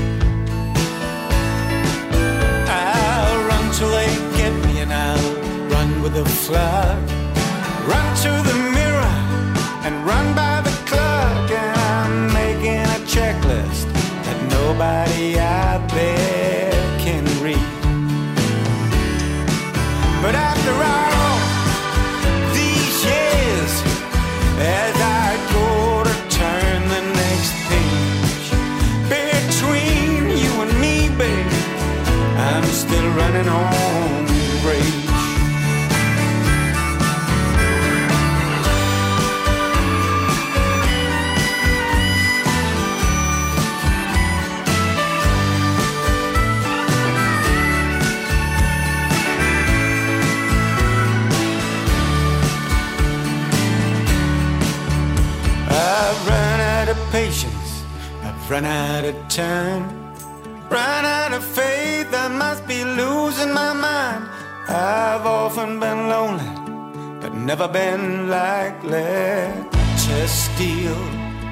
I'll run till they get me, and I'll run with the flood. Run to the mirror and run by the clock, and I'm making a checklist that nobody out there can read. But after all these years, as I go to turn the next page, between you and me, babe, I'm still running on rage. Patience, I've run out of time, run out of faith, I must be losing my mind. I've often been lonely, but never been likely to steal.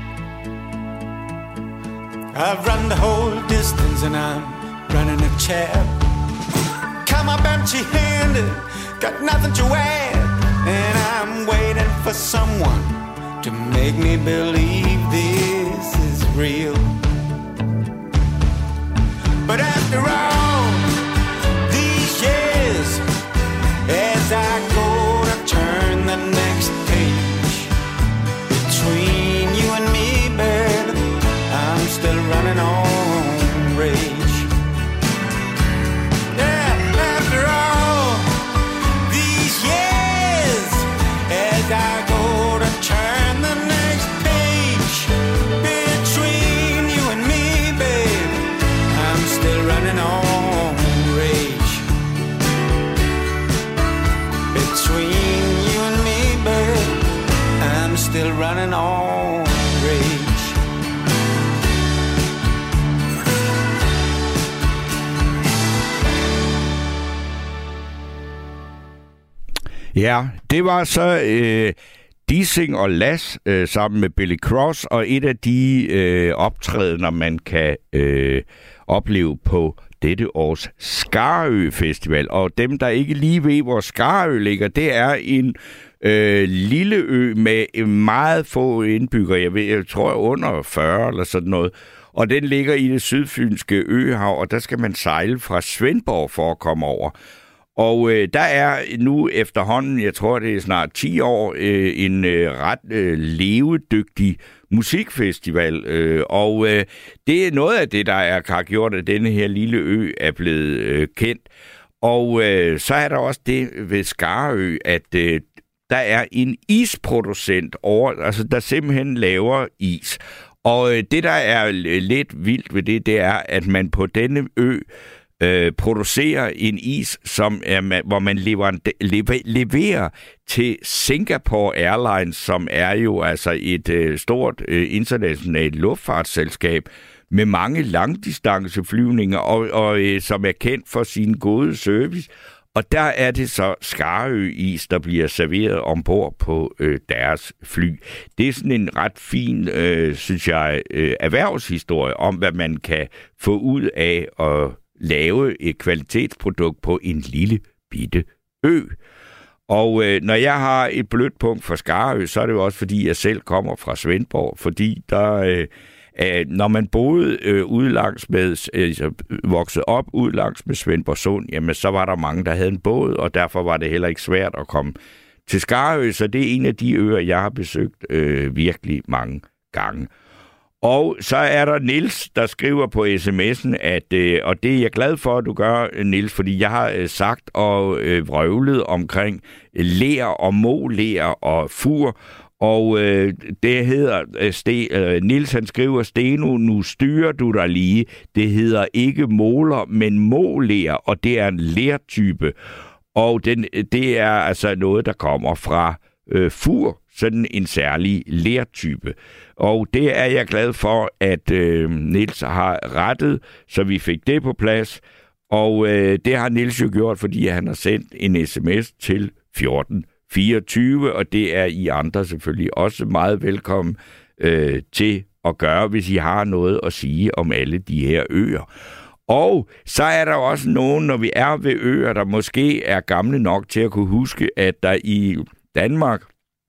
I've run the whole distance and I'm running a tab. Come up empty-handed, got nothing to add, and I'm waiting for someone to make me believe this is real. But after all these years, as I go to turn the next page, between you and me, babe, I'm still running on rage. Yeah, after all these years, as I go to turn the next page, between you and me, babe, I'm still running on rage. Between you and me, babe, I'm still running on rage. Ja, det var så Dissing og Lass sammen med Billy Cross, og et af de optrædener, man kan opleve på dette års Skarø Festival. Og dem, der ikke lige ved, hvor Skarø ligger, det er en lille ø med meget få indbyggere. Jeg tror under 40 eller sådan noget. Og den ligger i det sydfynske øhav, og der skal man sejle fra Svendborg for at komme over. Og der er nu efterhånden, jeg tror det er snart 10 år, en ret levedygtig musikfestival. Og det er noget af det, der har gjort, at denne her lille ø er blevet kendt. Og så er der også det ved Skarø, at der er en isproducent altså der simpelthen laver is. Og det, der er lidt vildt ved det, det er, at man på denne ø producerer en is, som hvor man leverer til Singapore Airlines, som er jo altså et stort internationalt luftfartsselskab med mange langdistanceflyvninger, og som er kendt for sin gode service. Og der er det så Skarø-is, der bliver serveret ombord på deres fly. Det er sådan en ret fin, synes jeg, erhvervshistorie om, hvad man kan få ud af at lave et kvalitetsprodukt på en lille bitte ø. Og når jeg har et blødt punkt for Skarø, så er det jo også, fordi jeg selv kommer fra Svendborg, fordi der... når man boede ude langs med, voksede op ude langs med Svendborg Sund, jamen så var der mange, der havde en båd, og derfor var det heller ikke svært at komme til Skarø, så det er en af de øer, jeg har besøgt virkelig mange gange. Og så er der Niels, der skriver på sms'en, at, og det er jeg glad for, at du gør, Niels, fordi jeg har sagt og vrøvlet omkring ler og moler og fur, og det hedder, Niels han skriver, Steno, nu styrer du dig lige. Det hedder ikke moler, men moler, og det er en lertype. Og det er altså noget, der kommer fra fur, sådan en særlig lertype. Og det er jeg glad for, at Niels har rettet, så vi fik det på plads. Og det har Niels jo gjort, fordi han har sendt en sms til 1424, og det er I andre selvfølgelig også meget velkommen til at gøre, hvis I har noget at sige om alle de her øer. Og så er der også nogen, når vi er ved øer, der måske er gamle nok til at kunne huske, at der i Danmark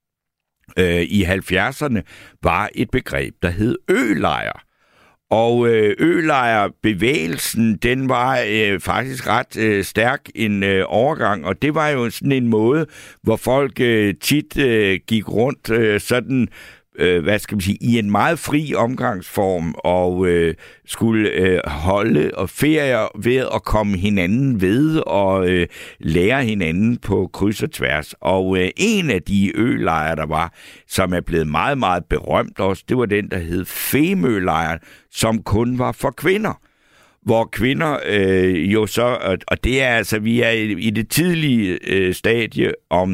i 70'erne var et begreb, der hed ølejr. Og ølejrbevægelsen, den var faktisk ret stærk en overgang, og det var jo sådan en måde, hvor folk tit gik rundt sådan, hvad skal man sige, i en meget fri omgangsform og skulle holde og ferier ved at komme hinanden ved og lære hinanden på kryds og tværs. Og en af de ølejre, der var, som er blevet meget, meget berømt også, det var den, der hed Femølejren, som kun var for kvinder. Hvor kvinder jo så, og det er altså, vi er i det tidlige stadie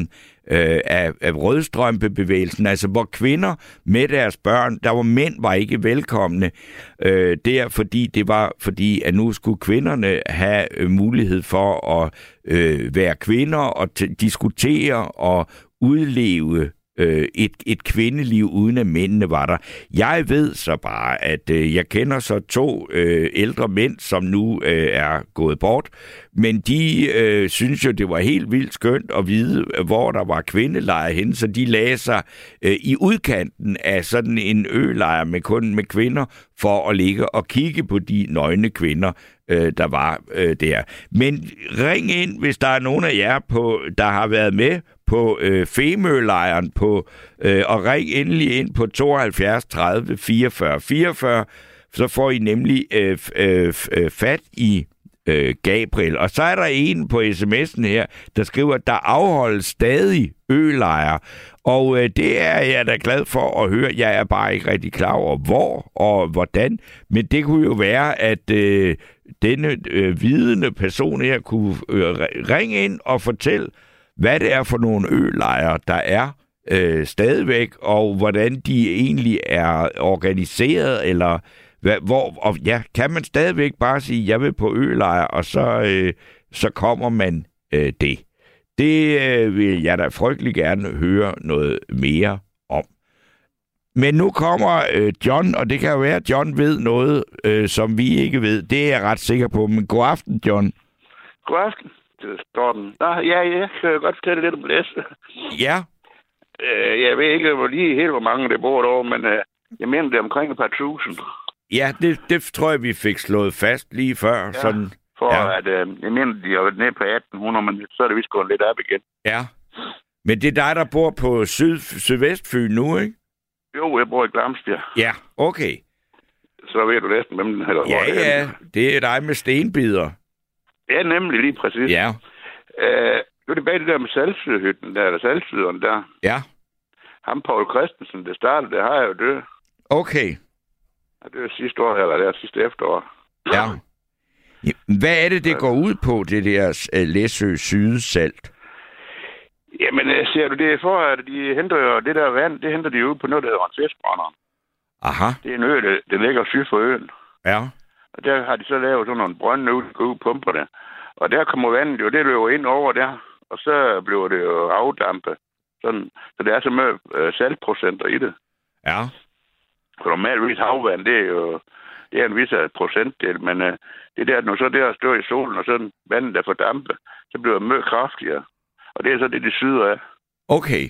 af rødstrømpebevægelsen, altså hvor kvinder med deres børn, der var mænd, var ikke velkomne der, fordi at nu skulle kvinderne have mulighed for at være kvinder og diskutere og udleve et kvindeliv, uden at mændene var der. Jeg ved så bare, at jeg kender så 2 ældre mænd, som nu er gået bort, men de synes jo, det var helt vildt skønt at vide, hvor der var kvindelejre henne, så de lagde sig i udkanten af sådan en ølejr med kun med kvinder, for at ligge og kigge på de nøgne kvinder, der var der. Men ring ind, hvis der er nogen af jer, der har været med på Femølejren, og ring endelig ind på 72 30 44 44, så får I nemlig fat i Gabriel. Og så er der en på sms'en her, der skriver, at der afholdes stadig ølejre. Og det er jeg da glad for at høre. Jeg er bare ikke rigtig klar over, hvor og hvordan. Men det kunne jo være, at denne vidende person her kunne ringe ind og fortælle, hvad det er for nogle ølejre, der er stadigvæk, og hvordan de egentlig er organiseret, eller kan man stadigvæk bare sige, jeg vil på ølejre, og så kommer man det. Det vil jeg da frygtelig gerne høre noget mere om. Men nu kommer John, og det kan jo være, at John ved noget, som vi ikke ved. Det er jeg ret sikker på. Men god aften, John. God aften. Det står den. Jeg kan godt fortælle lidt om Læsø. Ja. Jeg ved ikke lige helt, hvor mange der bor derovre, men jeg mener, det er omkring et par tusind. Ja, det tror jeg, vi fik slået fast lige før. Ja, sådan, at jeg mener, de har været nede på 1800, men så er det vist gået lidt op igen. Ja. Men det er dig, der bor på Sydvestfyn nu, ikke? Jo, jeg bor i Glamsbjerg. Ja, okay. Så ved du næsten, hvem den hedder. Ja, det er dig med stenbider. Ja, nemlig lige præcis. Ja. Nu er det bag det der med Saltsøhytten, eller Saltsøderen der. Ja. Ham, Paul Christensen, det startede, det har jeg jo død. Okay. Ja, det var sidste år, eller det er sidste efterår. Ja. Hvad er det går ud på, det der Læsø Sydsalt? Jamen, ser du, det er for, at de henter jo det der vand, det henter de ud på noget, der hedder Rensesbrænderen. Aha. Det er en ø, der ligger syd for øen. Ja. Og der har de så lavet sådan nogle brønde ud, der går ud pumper der. Og der kommer vandet jo, det løber ind over der, og så bliver det jo afdampet. Sådan, så det er så med saltprocenter i det. Ja. For normalvis havvand, det er en vis procentdel, men det der, når så der står i solen, og sådan vandet er fordampet, så bliver det meget kraftigere. Og det er så det, de syder af. Okay.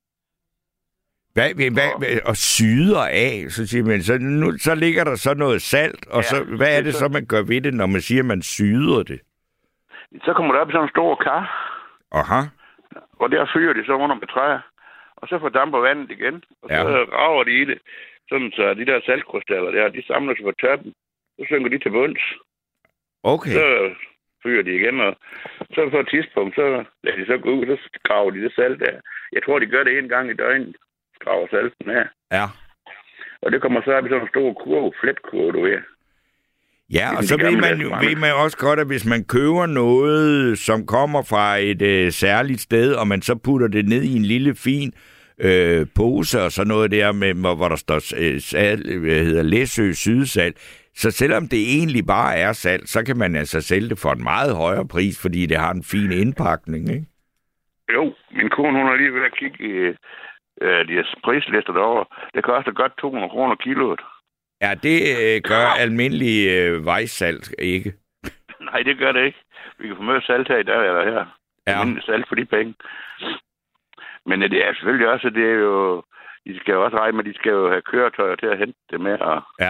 Hvad, og syder af, så siger man, så ligger der så noget salt, og så, hvad er det så, man gør ved det, når man siger, man syder det? Så kommer der op i sådan en stor kar. Aha. Og der fyrer de så under med træer. Og så fordamper vandet igen. Og så rager de i det. Sådan så de der saltkrystaller der, de samler sig på toppen. Så synker de til bunds. Okay. Så fyrer de igen, og så på et tidspunkt, så lader de så gå ud, så graver de det salt der. Jeg tror, de gør det en gang i døgnet. Graver salten her. Ja. Og det kommer så op i sådan en stor kurv, fletkurv, du ved. Ja, og så ved man også godt, at hvis man køber noget, som kommer fra et særligt sted, og man så putter det ned i en lille fin pose og sådan noget der, med, hvor der står Læsø sydsalt, så selvom det egentlig bare er salt, så kan man altså sælge det for en meget højere pris, fordi det har en fin indpakning, ikke? Jo, min kone, hun har lige ved at kigge i de her prislister derovre. Det koster godt 200 kroner kiloet. Ja, det gør almindelig vejsalt ikke. Nej, det gør det ikke. Vi kan få mere salt her i dag eller her. Ja. Almindelig salt for de penge. Men det er selvfølgelig også, det er jo... De skal jo også regne med, de skal jo have køretøjer til at hente det med.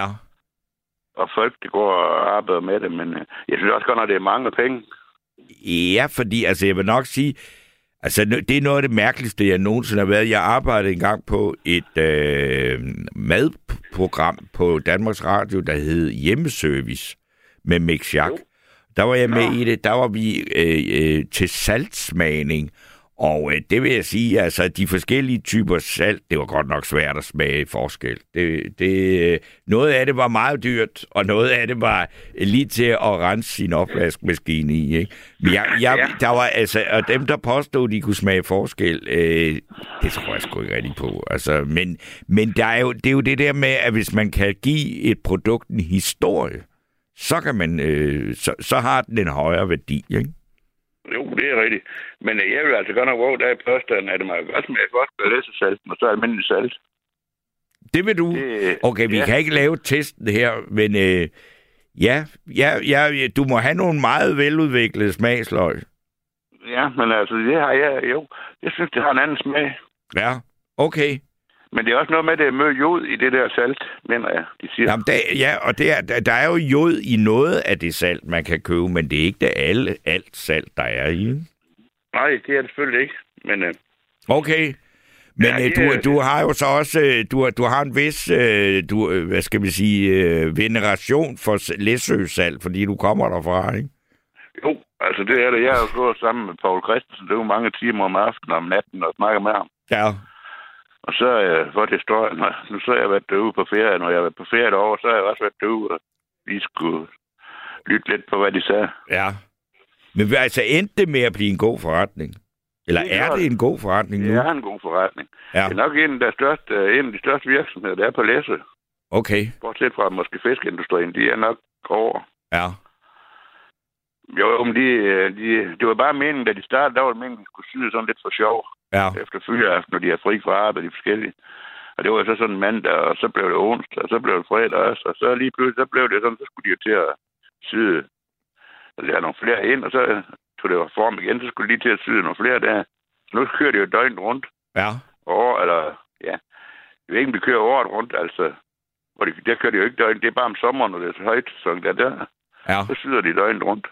Og folk, det går og arbejder med det. Men jeg synes også godt, når det er mange penge. Ja, fordi altså, jeg vil nok sige... Altså, det er noget af det mærkeligste, jeg nogensinde har været. Jeg arbejdede engang på et madprogram på Danmarks Radio, der hed Hjemmeservice med Mick Schack. Der var jeg med i det. Der var vi til saltsmagning. Og det vil jeg sige, altså de forskellige typer salt, det var godt nok svært at smage forskel. Noget af det var meget dyrt, og noget af det var lige til at rense sin opvaskemaskine i. Ikke? Men der var altså, og dem der påstod, de kunne smage forskel, det tror jeg sgu ikke rigtig på. Altså, men det er jo det der med, at hvis man kan give et produkt en historie, så kan man, så har den en højere værdi, ikke? Jo, det er rigtigt. Men jeg vil altså godt nok våge, der i påstanden, at det må godt smage godt med læsesalt, og så almindelig salt. Det vil du? Okay, vi kan ikke lave testen her, men du må have nogle meget veludviklede smagsløg. Ja, men altså, det har jeg jo. Jeg synes, det har en anden smag. Ja, okay. Men det er også noget med, at det er mød jod i det der salt, mener jeg, de siger. Jamen, og der er jo jod i noget af det salt, man kan købe, men det er ikke det alt salt, der er i. Nej, det er det selvfølgelig ikke, men... Okay, men du har jo så også, du har en vis, hvad skal vi sige, veneration for Læsø-salt, fordi du kommer derfra, ikke? Jo, altså det er det. Jeg har jo gået sammen med Poul Christensen, det er jo mange timer om aftenen og om natten og snakker med ham. Ja. Og så for det står, nu så har jeg været derude på ferie, når jeg har været på ferie derovre, så har jeg også været derude, og vi skulle lytte lidt på, hvad de sagde. Ja. Men altså endte det med at blive en god forretning? Eller er det en god forretning nu? Det er en god forretning. Ja. Det er nok en af de største virksomheder, der er på Læsø. Okay. Bortset fra måske fiskeindustrien, de er nok over. Ja. Jo, men det var bare meningen, da de startede, der var det meningen, de skulle syde sådan lidt for sjov. Ja. Efter fyreaften, når de er fri fra arbejde, de forskellige. Og det var så sådan mandag, og så blev det onsdag, og så blev det fredag også. Og så lige pludselig, så blev det sådan, så skulle de jo til at syde. Og der er nogle flere ind, og så tog det jo form igen, så skulle de lige til at syde nogle flere der. Så nu kører de jo døgnet rundt. Ja. Jeg ved ikke, om de kører året rundt, altså. Og der kører de jo ikke døgnet, det er bare om sommeren, når det er så højt, så der. Ja. Så syder de døgnet rundt.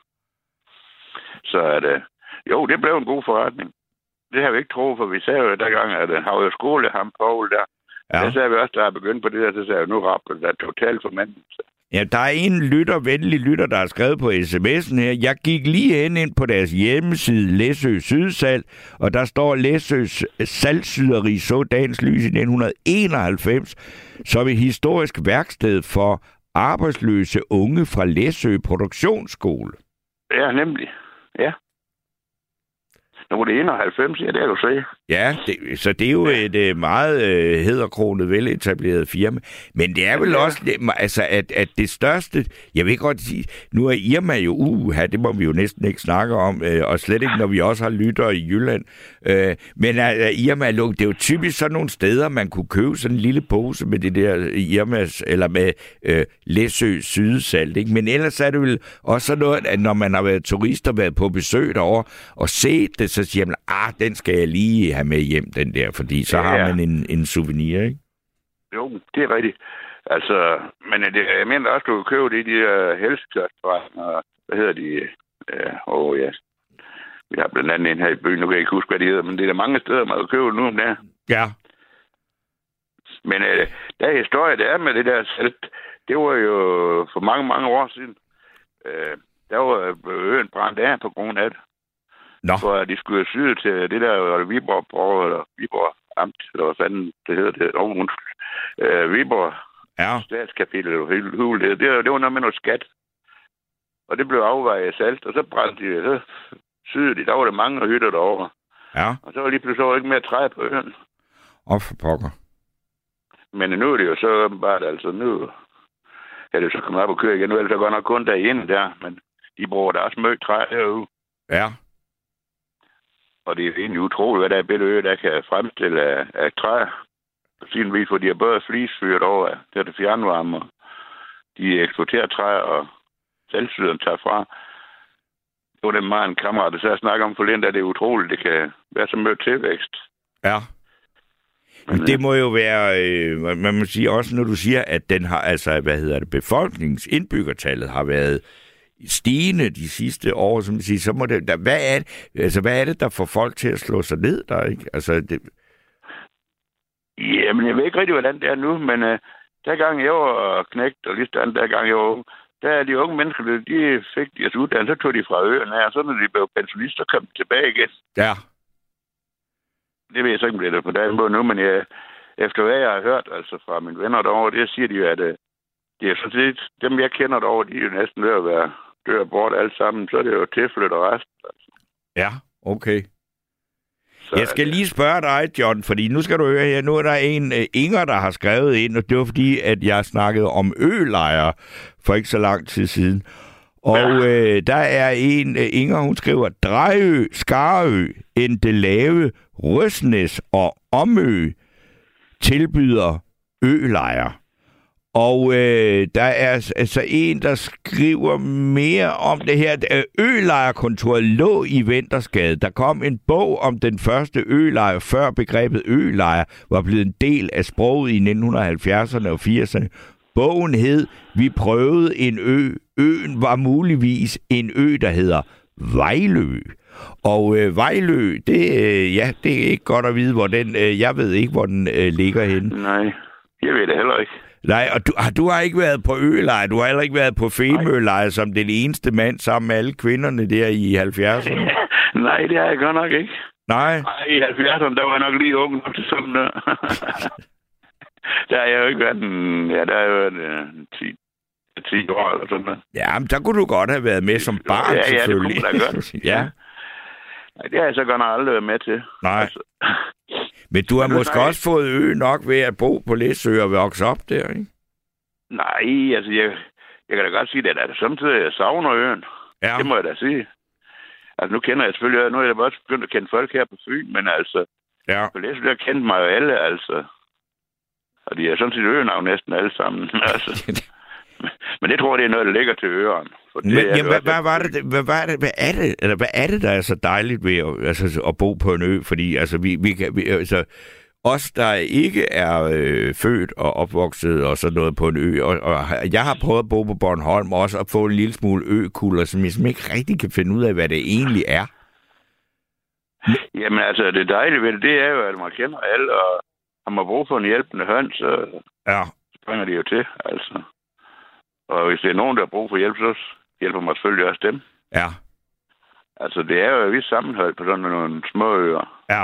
Så er det... Jo, det blev en god forretning. Det har vi ikke troet, for vi sagde jo dengang, at han var jo skole, ham Poul der. Ja. Der sagde vi også, der er begyndt på det der, så sagde jeg, nu rapper det totalt formandelse. Ja, der er en venlig lytter, der har skrevet på sms'en her. Jeg gik lige ind på deres hjemmeside, Læsø Sydsalt, og der står Læsøs saltsyderi så dagens lys i 1991 som et historisk værksted for arbejdsløse unge fra Læsø Produktionsskole. Ja, nemlig. Ja. Nu er det 91, ja, det kan du se. Ja, så det er jo et meget hæderkronet, veletableret firma. Men det er vel også, altså, at det største... Jeg vil godt sige, nu er Irma jo det må vi jo næsten ikke snakke om, og slet ikke, når vi også har lyttere i Jylland. Men Irma det er jo typisk sådan nogle steder, man kunne købe sådan en lille pose med det der Irmas, eller med Læsø sydsalt, ikke? Men ellers er det vel også sådan noget, at når man har været turist og været på besøg derovre, og set det, så siger man, den skal jeg lige have med hjem, den der, fordi så har man en souvenir, ikke? Jo, det er rigtigt. Altså, men jeg mener også, du kan købe det i de der helsekostforretninger, hvad hedder de? Vi har blandt andet en her i byen, nu kan jeg ikke huske, hvad de hedder, men det er der mange steder, man kan købe nu om det. Ja. Men der historie, der er med det der salt, det var jo for mange, mange år siden. Der var øen brændt af på grund af det. Nå. For at de skulle syde til det der Viborg eller Viborg Amt, eller hvad fanden det hedder det. Viborg statskapitel, det var noget med noget skat. Og det blev afvejet af salt, og så brændte de, så syede de. Der var der mange hytter derovre. Ja. Og så var lige pludselig ikke mere træ på øen. For pokker. Men nu er det jo så åbenbart, altså nu er det så kommet op og køre igen. Nu er det så godt nok kun derinde der, men de bruger der også mødt træ herude. Ja. Og det er egentlig utroligt, hvad der er Billø, der kan fremstille af træ. På sin vis, for de har både flisfyret over til fjernvarme, og de eksporterer træ, og salgsyderen tager fra. Det var det meget en kammerat, der så snakker om forleden, at det er utroligt, det kan være så mødt tilvækst. Ja. Men det må jo være, man må sige også, når du siger, at den har, altså, befolkningsindbyggertallet har været stigende de sidste år, som man siger, så må det, hvad er det, der får folk til at slå sig ned der, ikke? Altså, det... Jamen, jeg ved ikke rigtig, hvordan det er nu, men der gang jeg var knægt, og lige sådan, der gang jeg var ung, der er de unge mennesker, de fik deres uddannelse, så tog de fra øen her, og så når de blev pensionister, kom de tilbage igen. Ja. Det ved jeg så ikke, om det er på den måde nu, men efter hvad jeg har hørt altså fra mine venner derovre, det siger de jo, at det er sådan set, dem jeg kender derovre, de er jo næsten ved at være dør bort alt sammen, så er det jo tilflyt og rest. Altså. Ja, okay. Så, jeg skal lige spørge dig, John, fordi nu skal du høre her, nu er der en Inger, der har skrevet ind, og det var fordi, at jeg snakkede om ølejre for ikke så lang tid siden. Og der er en, Inger, hun skriver, Drejø, Skarø, Endelave, Røsnæs og Omø tilbyder ølejre. Og der er altså en, der skriver mere om det her. Ølejrekontoret lå i Ventersgade. Der kom en bog om den første ølejre, før begrebet ølejre var blevet en del af sproget i 1970'erne og 80'erne. Bogen hed Vi prøvede en ø. Øen var muligvis en ø, der hedder Vejlø. Og Vejlø, det er ikke godt at vide, hvor den... jeg ved ikke, hvor den ligger henne. Nej, jeg ved det heller ikke. Nej, og du har ikke været på ølejre, du har heller ikke været på Femølejre som den eneste mand sammen med alle kvinderne der i 70'erne. Nej, det har jeg godt nok ikke. Nej? Nej, i 70'erne, der var jeg nok lige ung nok til sådan der. Der har jeg jo ikke været der er jo 10 år eller sådan noget. Ja, men der kunne du godt have været med som barn, selvfølgelig. Ja, det kunne man da godt. Ja. Nej, det har jeg så godt nok aldrig været med til. Nej. Altså. Men du har måske også fået ø nok ved at bo på Læsø og vokse op der, ikke? Nej, altså jeg kan da godt sige, at samtidig jeg savner øen. Ja. Det må jeg da sige. Altså nu kender jeg selvfølgelig, nu er jeg da også begyndt at kende folk her på Fyn, men altså, på Læsø, der kendte mig jo alle, altså. Og de er sådan set øgenavn næsten alle sammen, altså. Men det tror jeg, det er noget, der ligger til øren. Hvad er det, der er så dejligt ved at bo på en ø? Fordi altså, vi kan, os, der ikke er født og opvokset og sådan noget på en ø, og jeg har prøvet at bo på Bornholm også, og få en lille smule økulder, som jeg ikke rigtig kan finde ud af, hvad det egentlig er. Jamen altså, det dejlige ved det er jo, at man kender alle, og har man brug for en hjælpende hånd, så springer de jo til, altså. Og hvis det er nogen, der har brug for hjælp, så hjælper man selvfølgelig også dem. Ja. Altså, det er jo et vist sammenhold på sådan nogle små øer. Ja.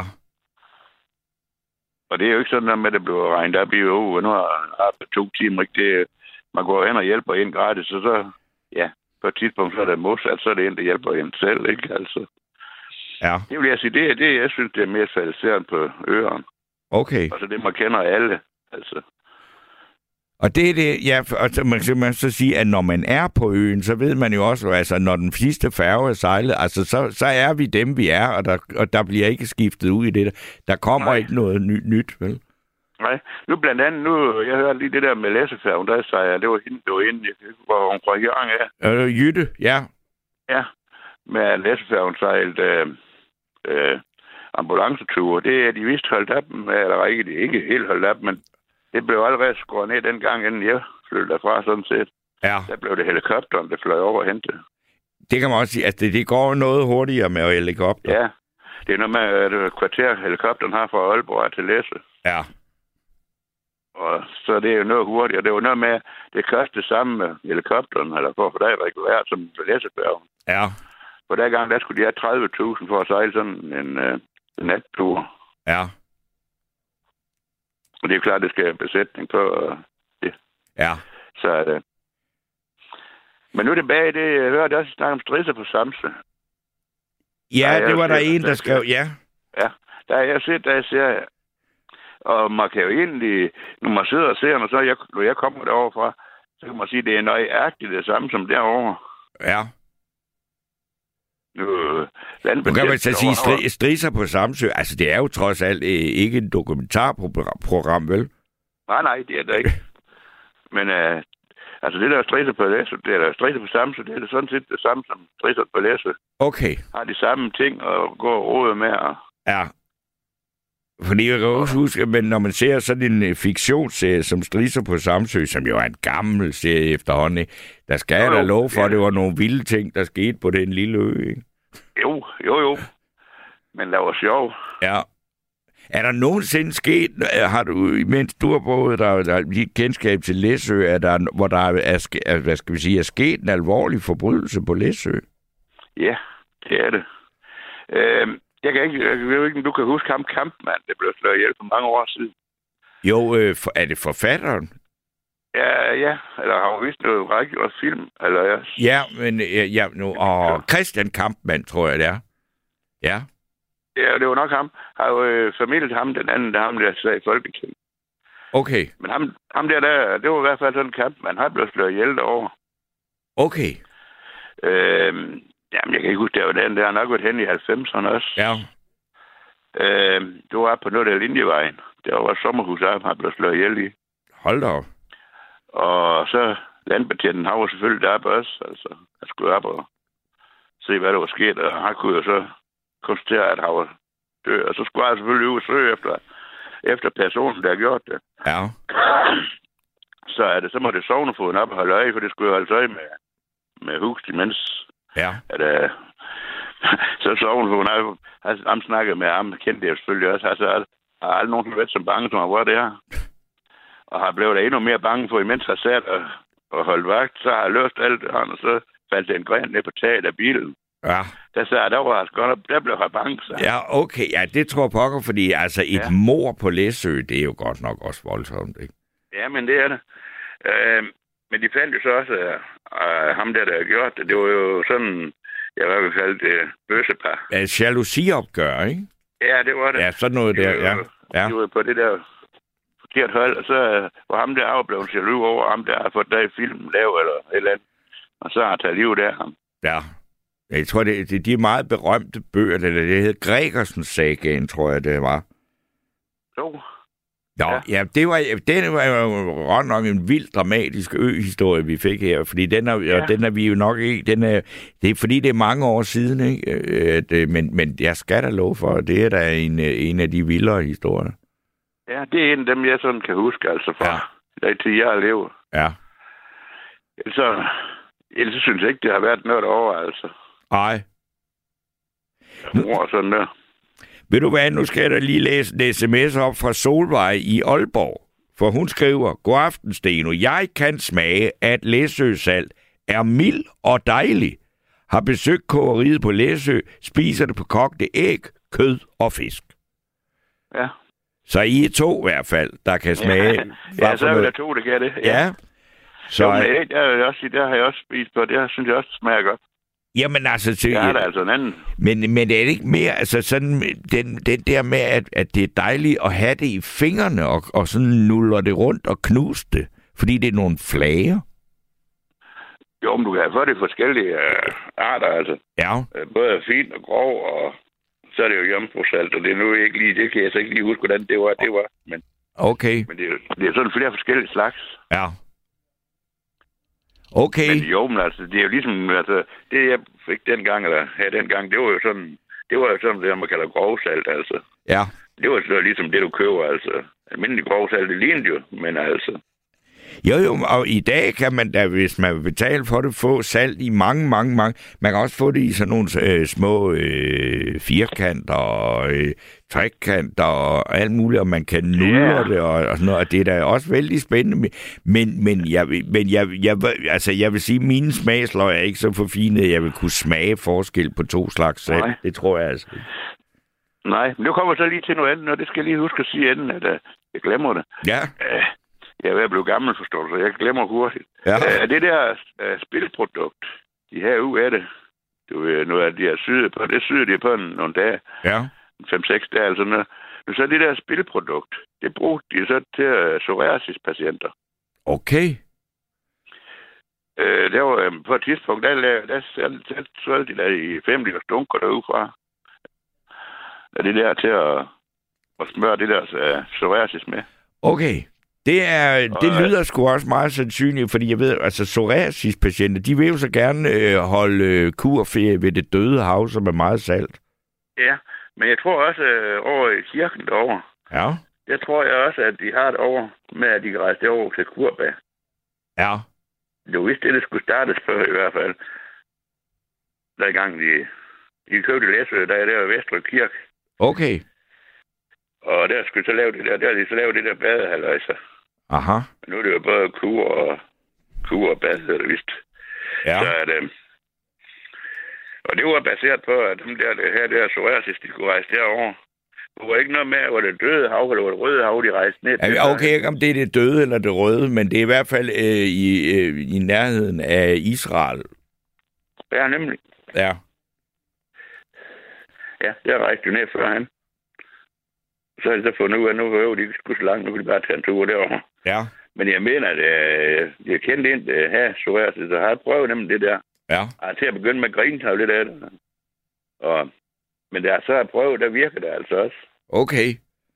Og det er jo ikke sådan, at det bliver regnet op i øje. Nu har jeg 2 timer, ikke? Man går hen og hjælper en gratis, og så, på et tidspunkt, så er det modsat, så er det en, der hjælper en selv, ikke? Altså. Ja. Det vil jeg sige, det jeg synes, det er mere kvalificeret på øerne. Okay. Og så det, man kender alle, altså. Og det er det, og man så sige, at når man er på øen, så ved man jo også, altså når den sidste færge er sejlet, altså så er vi dem, vi er, og der bliver ikke skiftet ud i det. Der kommer ikke noget nyt, vel? Nej. Nu blandt andet, jeg hørte lige det der med læsefærgen, der sagde jeg, det var hende, hvor hun fra Hjørring af. Jytte, ja. Ja, med læsefærgen sejlet ambulanceture. Det er de vist holdt op med, eller ikke helt holdt op, men det blev allerede skåret ned den gang, inden jeg flyttede derfra, sådan set. Ja. Der blev det helikopteren, der fløj over og hentede. Det kan man også sige. Altså, det går noget hurtigere med helikopter. Ja. Det er noget med, at kvarter helikopteren har fra Aalborg til Læsø. Ja. Og så det er jo noget hurtigere. Det er jo noget med, det koster det samme med helikopteren, eller for at få det regulært som Læsøfærgen. Ja. For der gang, der skulle de have 30.000 for at sejle sådan en nattur. Ja. Og det er jo klart, det skal have besætning på det. Ja. Så er det. Men nu tilbage, det jeg hørte også snakke om strisser på Samsø. Ja, det var der en, der skrev, ja. Ja, der har jeg set, der ser. Og man kan jo egentlig, når man sidder og ser, når jeg kommer derovre fra, så kan man sige, at det er nøjagtigt det samme som derovre. Ja. Nu kan man så sige, strisser på Samsø, altså det er jo trods alt ikke et dokumentarprogram, vel? Nej, det er det ikke. Men altså det der strisser på Læsø, det der strisser på Samsø, det er sådan set det samme som strisser på Læsø. Okay. Har de samme ting at gå og rode med. Ja. Fordi jeg kan også huske, men når man ser sådan en fiktionsserie som Strisser på Samsø, som jo er en gammel serie efterhånden, der skal jeg da love for, at det var nogle vilde ting, der skete på den lille ø, ikke? Jo. Men det var sjov. Ja. Er der nogensinde sket, har du, mens du har boet der kendskab til Læsø, hvor der er, hvad skal vi sige, er sket en alvorlig forbrydelse på Læsø? Ja, det er det. Jeg ved ikke, om du kan huske ham Kampmann, der blev slået ihjel for mange år siden. Jo, er det forfatteren? Ja, eller har jo vist noget række film, eller ja. Ja, men Christian Kampmann, tror jeg det er. Ja. Ja, det var nok ham. Har jo familiet ham, den anden, der sad i Folketinget. Okay. Men ham der, det var i hvert fald sådan en Kampmann. Han blev slået ihjel derovre. Okay. Jamen, jeg kan ikke huske, det var den. Der har nok været hen i 90'erne også. Ja. Det var på noget af Linjevejen. Der var et sommerhus, han blev slået ihjel i. Hold da op. Og så landbetjenten har jo selvfølgelig deroppe også. Altså, han skulle op og se, hvad der var sket. Og han kunne jo så konstatere, at han var død. Og så skulle han selvfølgelig ud og søge efter personen, der har gjort det. Ja. Så må det sognefoden op og holde øje, for det skulle jo holde øje med hus imens. Ja. Så sognefoden har snakket med ham, kendte jeg selvfølgelig også. Altså, har aldrig nogen været så bange, som han var der. Og har blevet endnu mere bange for, imens jeg sat og holdt vagt, så har jeg løst alt det her, og så faldt en gren ned på taget af bilen. Ja. Der sagde jeg, der blev jeg bange. Så. Ja, okay. Ja, det tror jeg pokker, fordi altså et mord på Læsø, det er jo godt nok også voldsomt, ikke? Ja, men det er det. Men de fandt jo så også ham der har gjort det. Det var jo sådan, jeg vil kalde det bøssepar. Ja, jalousiopgør, ikke? Ja, det var det. Ja, sådan noget der, ja. Det var på det der forkert hold, og så var ham der blevet jaloux over ham, der har fået der i filmen lavet eller et eller andet. Og så har han taget livet af ham. Ja. Jeg tror, det er de meget berømte bøger, det hedder Gregersens sagaen, tror jeg, det var. Jo. Ja, det var jo ret nok en vild dramatisk ø-historie, vi fik her, fordi den er vi jo nok ikke, det er fordi, det er mange år siden, ikke? Men jeg skal da love for, det er da en af de vildere historier. Ja, det er en af dem, jeg sådan kan huske, altså fra den tid, jeg har levet. Ja. Ellers synes jeg ikke, det har været noget over, altså. Nej. Mor sådan der. Ved du hvad, nu skal jeg da lige læse en sms op fra Solvej i Aalborg. For hun skriver, god aften, Steno. Jeg kan smage, at Læsø-salt er mild og dejlig. Har besøgt kogeriet på Læsø, spiser det på kogte æg, kød og fisk. Ja. Så I er to i hvert fald, der kan smage. Ja, så er der to, der kan det. Ja. Så æg, der har jeg også spist på. Det synes jeg også smager godt. Jamen altså... Ja, der er altså en anden. Men det er ikke mere, altså sådan, den der med, at det er dejligt at have det i fingrene, og sådan nuller det rundt og knuse det, fordi det er nogle flager. Jo, men du kan få det forskellige arter, altså. Ja. Både fint og grov, og så er det jo jomfrusalt, og det er nu ikke lige, det kan jeg så ikke lige huske, hvordan det var. Men, okay. Men det er sådan flere forskellige slags. Ja. Okay. Men jo, men altså, det er jo ligesom, altså, det jeg fik dengang, det var jo sådan det var jo sådan det, man kalder grovsalt, altså. Ja. Det var så ligesom det, du køber, altså. Almindelig grovsalt, det lignede jo, men altså... Jo, og i dag kan man da, hvis man vil betale for det, få salt i mange. Man kan også få det i sådan nogle små firkanter og trekanter og alt muligt, og man kan nudre det og sådan noget, og det er da også vældig spændende. Men jeg vil sige, at mine smagsløg er ikke så forfinede, jeg vil kunne smage forskel på 2 slags salt. Nej. Det tror jeg altså. Nej, men nu kommer så lige til noget andet, og det skal jeg lige huske at sige inden, at jeg glemmer det. Ja. Jeg er ved at blive gammel, forstår du, så jeg glemmer hurtigt. Ja. Det der spilprodukt, de her uge af det, du ved, noget af de her syde på, det syder de på nogle dage. Ja. 5-6 dage, altså noget. Så det der spilprodukt, det brugte de så til psoriasispatienter. Okay. Der var på et tidspunkt, der solgte de der i 5 liter stunker derudefra. Det der til at smøre det der psoriasis med. Okay. Det lyder sgu også meget sandsynligt, fordi jeg ved, altså psoriasispatienter, de vil jo så gerne holde kurferie ved Det Døde Hav, som er meget salt. Ja, men jeg tror også over i kirken derovre. Ja. Jeg tror jeg også, at de har det over med, at de kan rejse derover til Kurbag. Ja. Det var vist det skulle startes før i hvert fald. Der i gang de købte Læsø, der er der ved Vesterø Kirke. Okay. Og der skulle så lave det der, de så lave det der badehalløjser. Aha. Men nu er det jo både kur og bad, hedder det vist. Ja. Så og det var baseret på, at dem der psoriasis, de kunne rejse derover. Det var ikke noget med, hvor det døde hav, eller hvor det røde hav, de rejste ned. Okay, ikke om det er det døde eller det røde, men det er i hvert fald i nærheden af Israel. Ja, nemlig. Ja. Ja, jeg rejste jo ned før han. Så har de så fundet ud af, at nu var de ikke så langt, nu kan de bare tage en tur derovre. Ja. Men jeg mener, at jeg kendte ind her, psoriasis, så har jeg prøvet nemlig det der. Ja. Og til at begynde med at grine lidt af det. Men der så har jeg prøvet, der virker det altså også. Okay.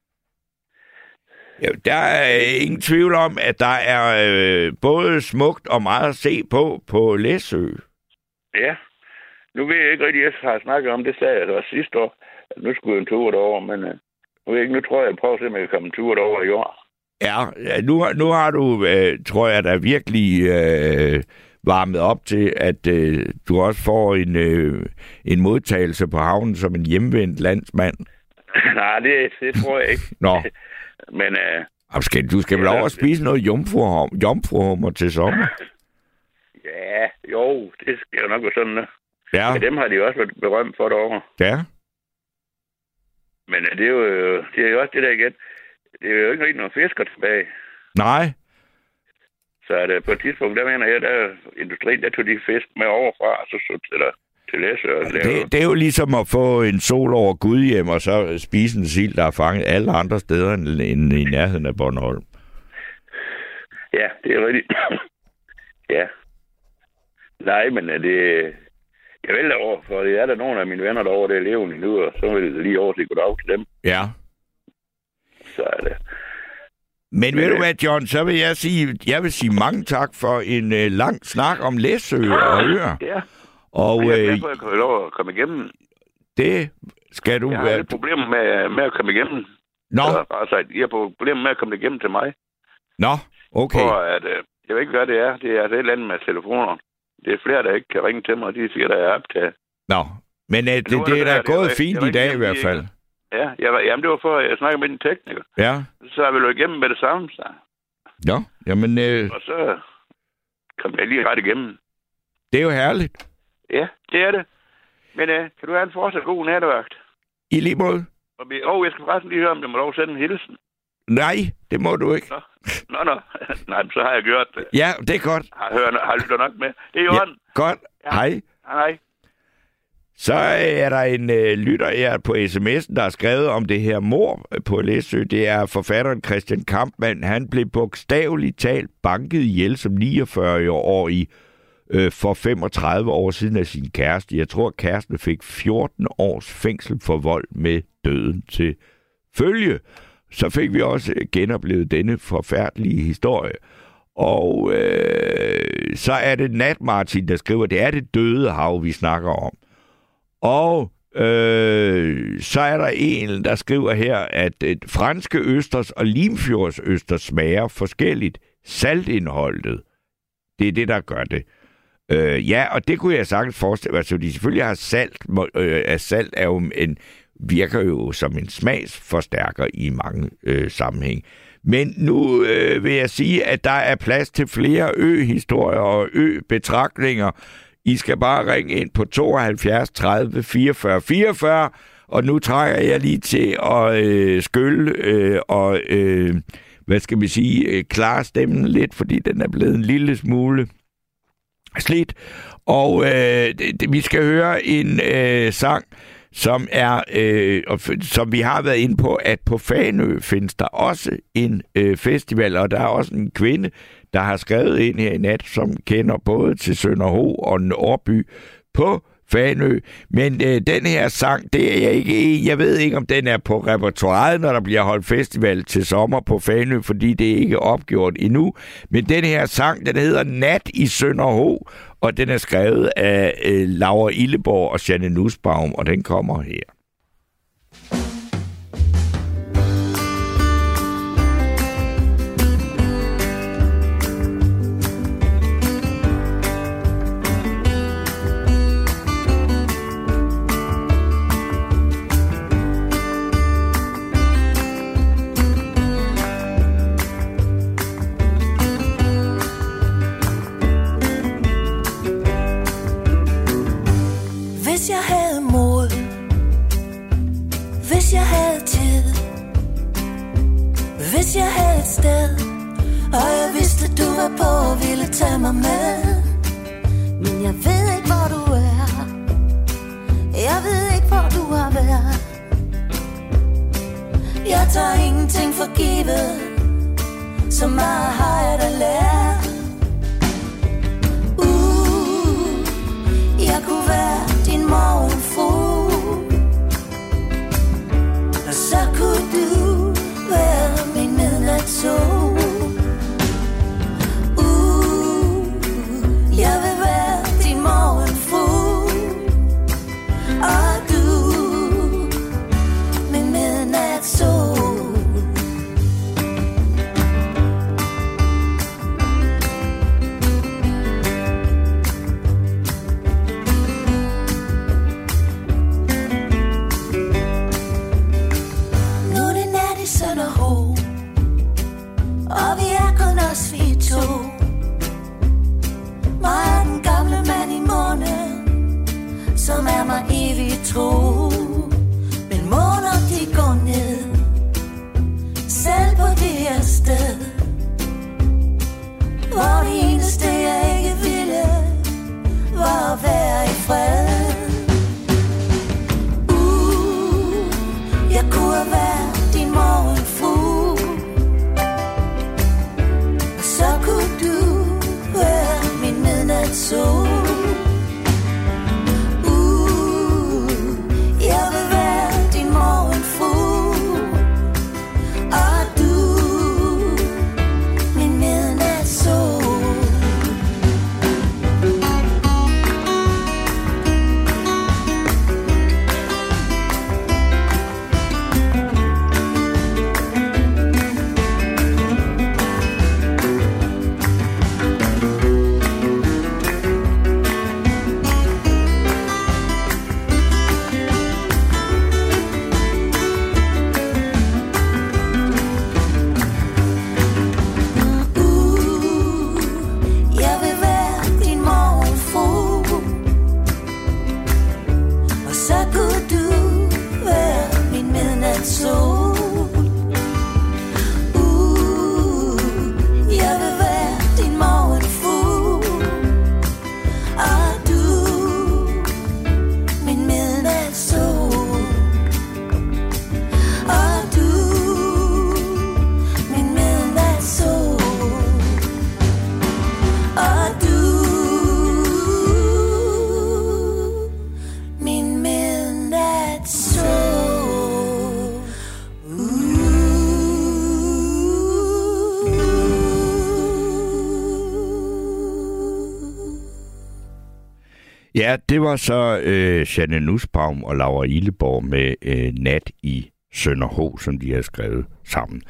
Ja, der er ingen tvivl om, at der er både smukt og meget at se på Læsø. Ja. Nu ved jeg ikke rigtig, at jeg har snakket om det, sagde jeg også sidste år, at nu skulle jeg en tur derover, men nu tror jeg, at prøve at se, om jeg kan komme en tur derover i år. Ja, nu har du, tror jeg, der virkelig varmet op til, at du også får en modtagelse på havnen som en hjemvendt landsmand. Nej, det tror jeg ikke. Nå. Men du skal vel over og spise noget jomfruhummer til sommer? Ja, jo, det skal jo nok være sådan. Ja. Men dem har de jo også været berømt for derovre. Ja. Men det er jo også det der igen. Det er jo ikke rigtig nogen fisker tilbage. Nej. Så er det på et tidspunkt, der mener jeg, der industrien, der tog de fisk med overfra, og så til Læsø. Det er jo ligesom at få en sol over Gudhjem, og så spise en sild, der er fanget alle andre steder end i nærheden af Bornholm. Ja, det er rigtigt. Ja. Nej, men det... Jeg vil derovre, for det er der nogle af mine venner derovre, der er levende nu, og så vil jeg lige over til goddag til dem. Ja. Så er det... Men ved du hvad, John, så vil jeg vil sige mange tak for en lang snak om Læsø og øer. Ja. Og jeg er glad for, at jeg kan lov at komme igennem. Det skal du... Jeg har lidt problemer med at komme igennem. Nå. Altså, jeg har problemer med at komme igennem til mig. Nå, okay. For at, jeg ved ikke, hvad det er. Det er et eller andet med telefoner. Det er flere, der ikke kan ringe til mig, og de siger, der er optaget. Nå, men det er da gået fint i dag i hvert fald. Ja, jamen det var for, at jeg snakkede med en tekniker. Ja. Så er vi jo igennem med det samme, så. Ja, jamen... Og så kom jeg lige ret igennem. Det er jo herligt. Ja, det er det. Men kan du have en fortsat god nattevagt? I lige måde. Og jeg skal forresten lige høre, om jeg må lov at sende en hilsen. Nej, det må du ikke. Nå. Nej, så har jeg gjort det. Ja, det er godt. Har lyttet nok med. Det er jo ja, godt. Ja. Hej. Hej. Så er der en lytter her på sms'en, der har skrevet om det her mord på Læsø. Det er forfatteren Christian Kampmann. Han blev bogstaveligt talt banket ihjel som 49-årig for 35 år siden af sin kæreste. Jeg tror, kæresten fik 14 års fængsel for vold med døden til følge. Så fik vi også genoplevet denne forfærdelige historie. Og så er det Nat Martin, der skriver, det er Det Døde Hav, vi snakker om. Og Så er der en, der skriver her, at franske østers og limfjordsøsters smager forskelligt. Saltindholdet, det er det, der gør det. Ja, og det kunne jeg sagtens forestille mig. Altså, de selvfølgelig har salt. Salt er jo virker jo som en smagsforstærker i mange sammenhæng. Men nu vil jeg sige, at der er plads til flere ø-historier og ø-betragtninger. I skal bare ringe ind på 72 30 44 44, og nu trækker jeg lige til at skylle og hvad skal vi sige, klare stemmen lidt, fordi den er blevet en lille smule slidt. Og vi skal høre en sang, som er, som vi har været inde på, at på Fanø findes der også en festival, og der er også en kvinde, der har skrevet ind her i nat, som kender både til Sønderho og Nørreby på Fanø. Men den her sang, det er jeg ikke. Jeg ved ikke, om den er på repertoiret, når der bliver holdt festival til sommer på Fanø, fordi det er ikke opgjort endnu. Men den her sang, den hedder Nat i Sønderho, og den er skrevet af Laura Illeborg og Janne Nussbaum, og den kommer her. Hvis jeg havde mod, hvis jeg havde tid, hvis jeg havde et sted, og jeg vidste du var på og ville tage mig med. Men jeg ved ikke hvor du er, jeg ved ikke hvor du har været. Jeg tager ingenting for givet, så meget har jeg da lært. Jeg kunne være din morgenfugl, og så kunne du være min midnatssol. Jeg vil være din morgenfugl, og du min midnatssol. Ja, det var så Jeanne Nussbaum og Laura Illeborg med Nat i Sønderho, som de har skrevet sammen.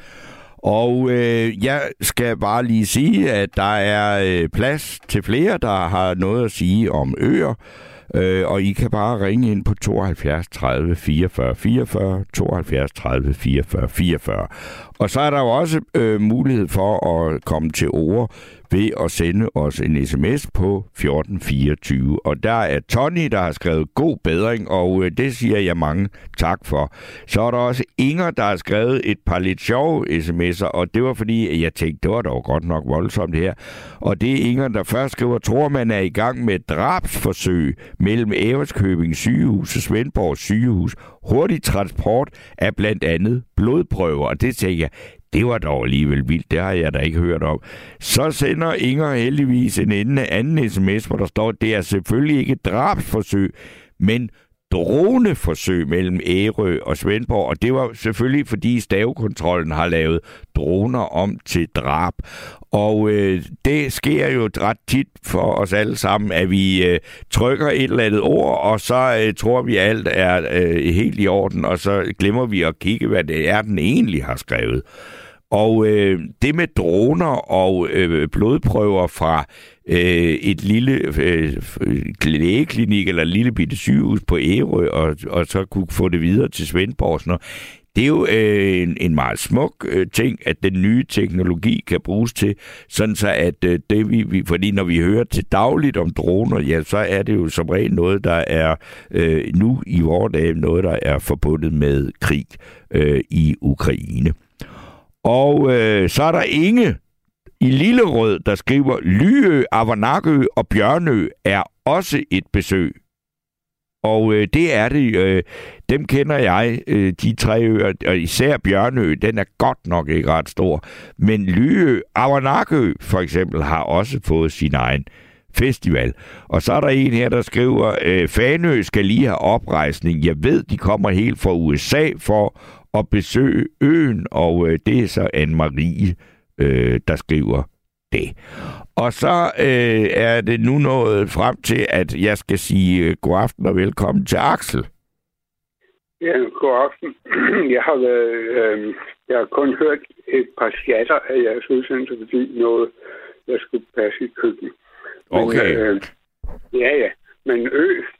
Og jeg skal bare lige sige, at der er plads til flere, der har noget at sige om øer. Og I kan bare ringe ind på 72 30 44 44, 72 30 44 44. Og så er der jo også mulighed for at komme til ord ved at sende os en sms på 1424. Og der er Tony, der har skrevet god bedring, og det siger jeg mange tak for. Så er der også Inger, der har skrevet et par lidt sjove sms'er, og det var fordi, jeg tænkte, det var dog godt nok voldsomt det her. Og det er Inger, der først skriver, tror man er i gang med et drabsforsøg mellem Ærøskøbing sygehus og Svendborg sygehus. Hurtig transport af blandt andet blodprøver, og det tænker jeg, det var dog alligevel vildt, det har jeg da ikke hørt om. Så sender Inger heldigvis en anden sms, hvor der står, det er selvfølgelig ikke drabsforsøg, men droneforsøg mellem Ærø og Svendborg, og det var selvfølgelig, fordi stavekontrollen har lavet droner om til drab. Og det sker jo ret tit for os alle sammen, at vi trykker et eller andet ord, og så tror vi, alt er helt i orden, og så glemmer vi at kigge, hvad det er, den egentlig har skrevet. Og det med droner og blodprøver fra et lille lægeklinik eller et lille bitte sygehus på Ærø, og så kunne få det videre til Svendborg. Sådan noget. Det er jo en meget smuk ting, at den nye teknologi kan bruges til, sådan så at det fordi når vi hører til dagligt om droner, ja, så er det jo som regel noget, der er nu i vores dage noget, der er forbundet med krig i Ukraine. Og så er der Inge i Lillerød, der skriver, Lyø, Avernakø og Bjørnø er også et besøg. Og det er det. Dem kender jeg, de tre øer, og især Bjørnø, den er godt nok ikke ret stor. Men Lyø, Avernakø for eksempel, har også fået sin egen festival. Og så er der en her, der skriver, Fanø skal lige have oprejsning. Jeg ved, de kommer helt fra USA for at besøge øen, og det er så Anne-Marie, der skriver det. Og så er det nu nået frem til, at jeg skal sige god aften og velkommen til Axel. Ja, god aften. Jeg har kun hørt et par skatter af jeres udsendelse, fordi noget, jeg skulle passe i køkken. Okay. Ja. Men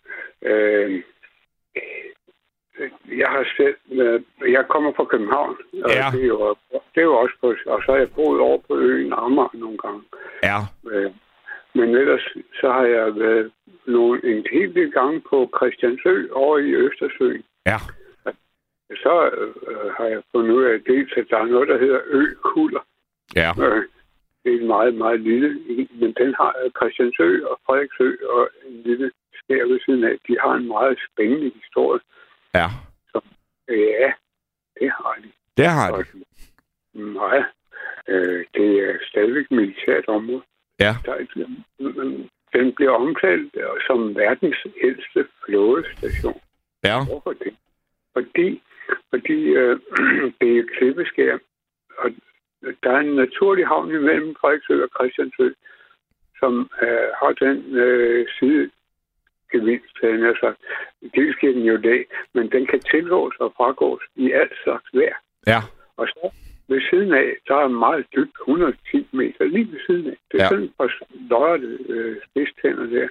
jeg kommer fra København, og ja. det er jo også på, og så har jeg boet over på øen Amager nogle gange. Ja. Men ellers så har jeg været en hel del gange på Christiansø over i Østersøen. Ja. Så har jeg fundet ud af dels, at der er noget, der hedder Økuller. Ja. Det er en meget, meget lille, men den har Christiansø og Frederiksø og en lille skær ved siden af. De har en meget spændende historie. Ja. Så, ja, det har de. Det har de. Nej, det er stadigvæk militært område. Ja. Den bliver omtalt som verdens ældste flådestation. Ja. Hvorfor det? Fordi det er klippeskær, og der er en naturlig havn imellem Frederiksø og Christiansø, som har den sidegevinst, altså, det sker den jo det, men den kan tilgås og fragås i alt slags vejr. Ja. Og så ved siden af, der er meget dybt, 110 meter lige ved siden af. Det er sådan et par løjrede spidstænder der.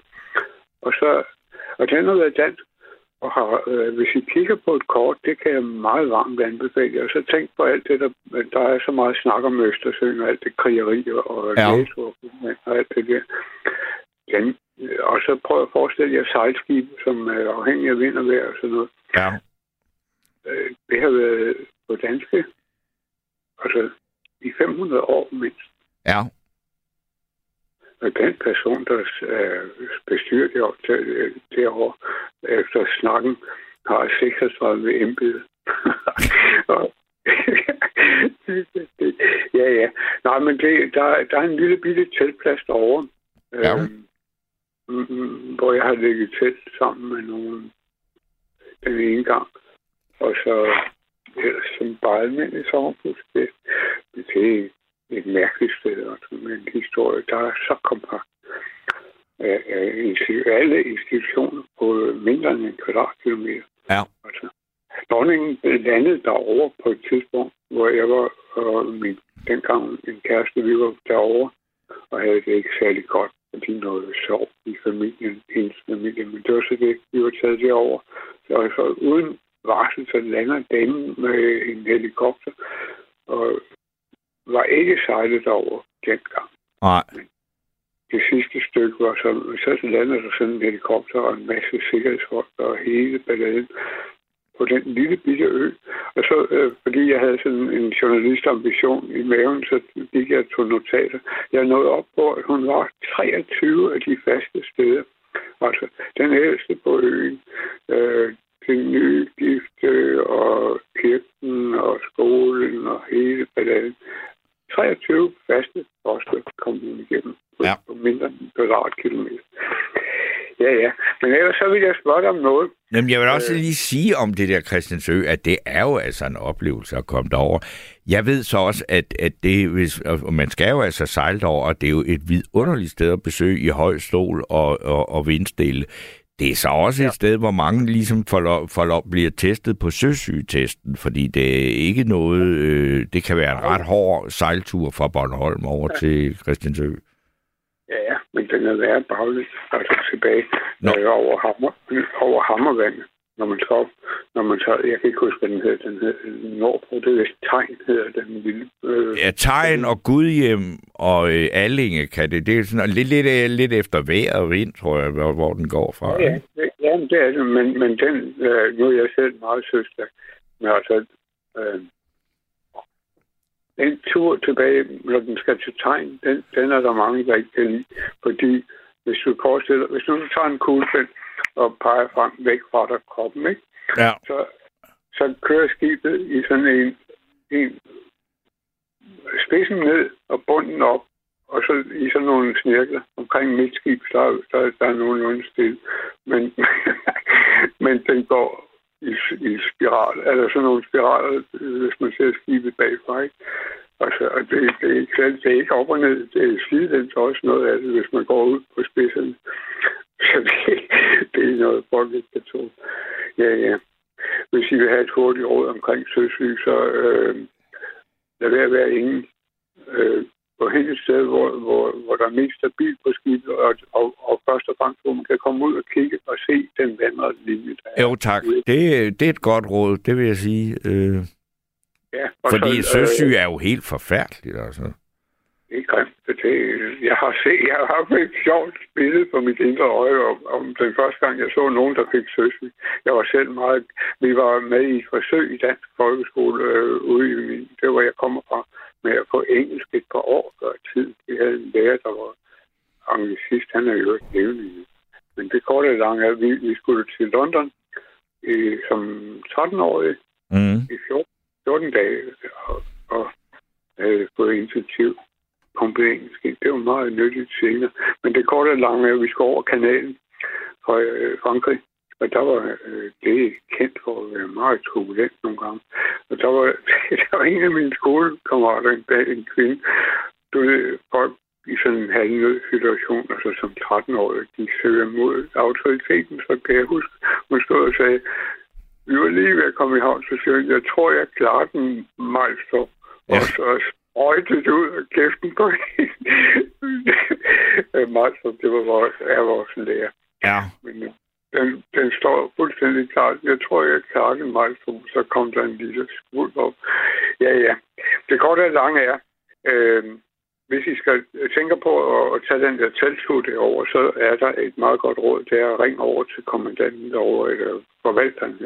Og den har været dansk. Og hvis I kigger på et kort, det kan jeg meget varmt anbefale. Og så tænk på alt det, der er så meget snak om Østersøen og alt det krigeri og NATO og alt det der. Og så prøv at forestille jer sejlskibe, som er afhængige af vind og vejr og sådan noget. Ja. Det har været på danske, altså i 500 år mindst. Ja. Og den person, der bestyrer derovre, efter snakken, har 36 embeder. Ja. Nej, men der er en lille bitte teltplads derovre, hvor jeg har ligget telt sammen med nogen den ene gang. Og så ellers som bare almindelig sommerhus. Det er et mærkeligt sted, med en historie, der er så kompakt. alle institutioner på mindre end en kvadratkilometer. Ja. Altså, dronningen landede derovre på et tidspunkt, hvor jeg var og dengang en kæreste, vi var derovre, og havde det ikke særlig godt, fordi noget sov i familien, hendes familie, men det var så det, vi var taget derover. Så altså, uden varsel, så lander damen med en helikopter, og var ikke sejlet derover dengang. Nej. Det sidste stykke var så landede der sådan en helikopter og en masse sikkerhedsfolk og hele balladen på den lille bitte ø. Og så, fordi jeg havde sådan en journalistambition i maven, så gik jeg til notater. Jeg nåede op på, at hun var 23 af de faste steder. Altså, den ældste på øen, den nye gifte og kirken og skolen og hele balladen. 23 faste poster kom hun igennem på mindre end kvadratkilometer. Ja. Men ellers så vil jeg spørge dig om noget. Jamen, jeg vil også lige sige om det der Christiansø, at det er jo altså en oplevelse at komme derover. Jeg ved så også, at det, og man skal jo altså sejle derover, og det er jo et vidunderligt sted at besøge i høj stol og vindstille. Det er så også et sted, hvor mange ligesom bliver testet på søsygetesten, fordi det er ikke noget, det kan være en ret hård sejltur fra Bornholm over til Christiansø. Ja, men den er været bagligt, altså tilbage over Hammervandet, når man skal op. Når man tager, jeg kan ikke huske, hvad den hedder nordpå, det er vist Tegn, hedder den lille. Ja, Tegn og Gudhjem og Allinge kan det. Det er sådan lidt efter vejr og vind, tror jeg, hvor den går fra. Ja, det er det, men den, nu er jeg selv meget søstærk, men altså, den tur tilbage, når den skal til Tegn, den er der mange, der ikke kan lide. Fordi hvis du tager en kuglepen og peger frem væk fra dig kroppen, ikke? Ja. Så kører skibet i sådan en spidsen ned og bunden op, og så i sådan nogle snirkler omkring midtskib, der er nogenlunde stille. Men den går i spiral, eller sådan nogle spiraler, hvis man ser skibet bagfra, ikke? Altså, og det er ikke op og ned, det er slidens også noget af det, hvis man går ud på spidserne. Så det er noget folkeligt, jeg tror. Ja. Hvis I vil have et hurtigt råd omkring søsyg, så lad være ingen på hele et sted, hvor der er mest stabilt på skibet, og først og fremmest, hvor man kan komme ud og kigge og se den vandrede linje, der er. Jo, tak. Det er et godt råd, det vil jeg sige. Ja, fordi søsyg er jo helt forfærdeligt, altså. Det er grimt. Jeg har haft et sjovt billede på mit indre øje om den første gang, jeg så nogen, der fik søsyg. Jeg var selv meget... Vi var med i et forsøg i dansk folkeskole ude i min... Det var jeg kommer fra med at få engelsk et par år før tid. Vi havde en lærer, der var anglicist. Han er jo ikke levende. Men det korte og lange er, at vi skulle til London som 13-årige i 14 dage og havde fået initiativ på engelsk. Det var meget nyttigt senere. Men det korte og lange er, at vi skulle over kanalen fra Frankrig. Og der var det kendt for at være meget turbulent nogle gange. Og der var en af mine skolekammerater, en kvinde, du ved, folk i sådan en halvnød situation, altså som 13-årig, de søger mod autoriteten, så kan jeg huske, hun stod og sagde, vi var lige ved at komme i havn, så siger jeg tror, jeg klarer den Majstrup. Ja. Og så sprøjtede ud af kæften på hende. Majstrup, det var vores lærer. Ja. Men den står fuldstændig klart. Jeg tror, jeg klarer den Majstrup, så kom der en lille skuld op. Ja. Det korte og lange er, hvis I skal tænke på at tage den der telttur derovre, så er der et meget godt råd, det er at ringe over til kommandanten derovre, eller forvalteren,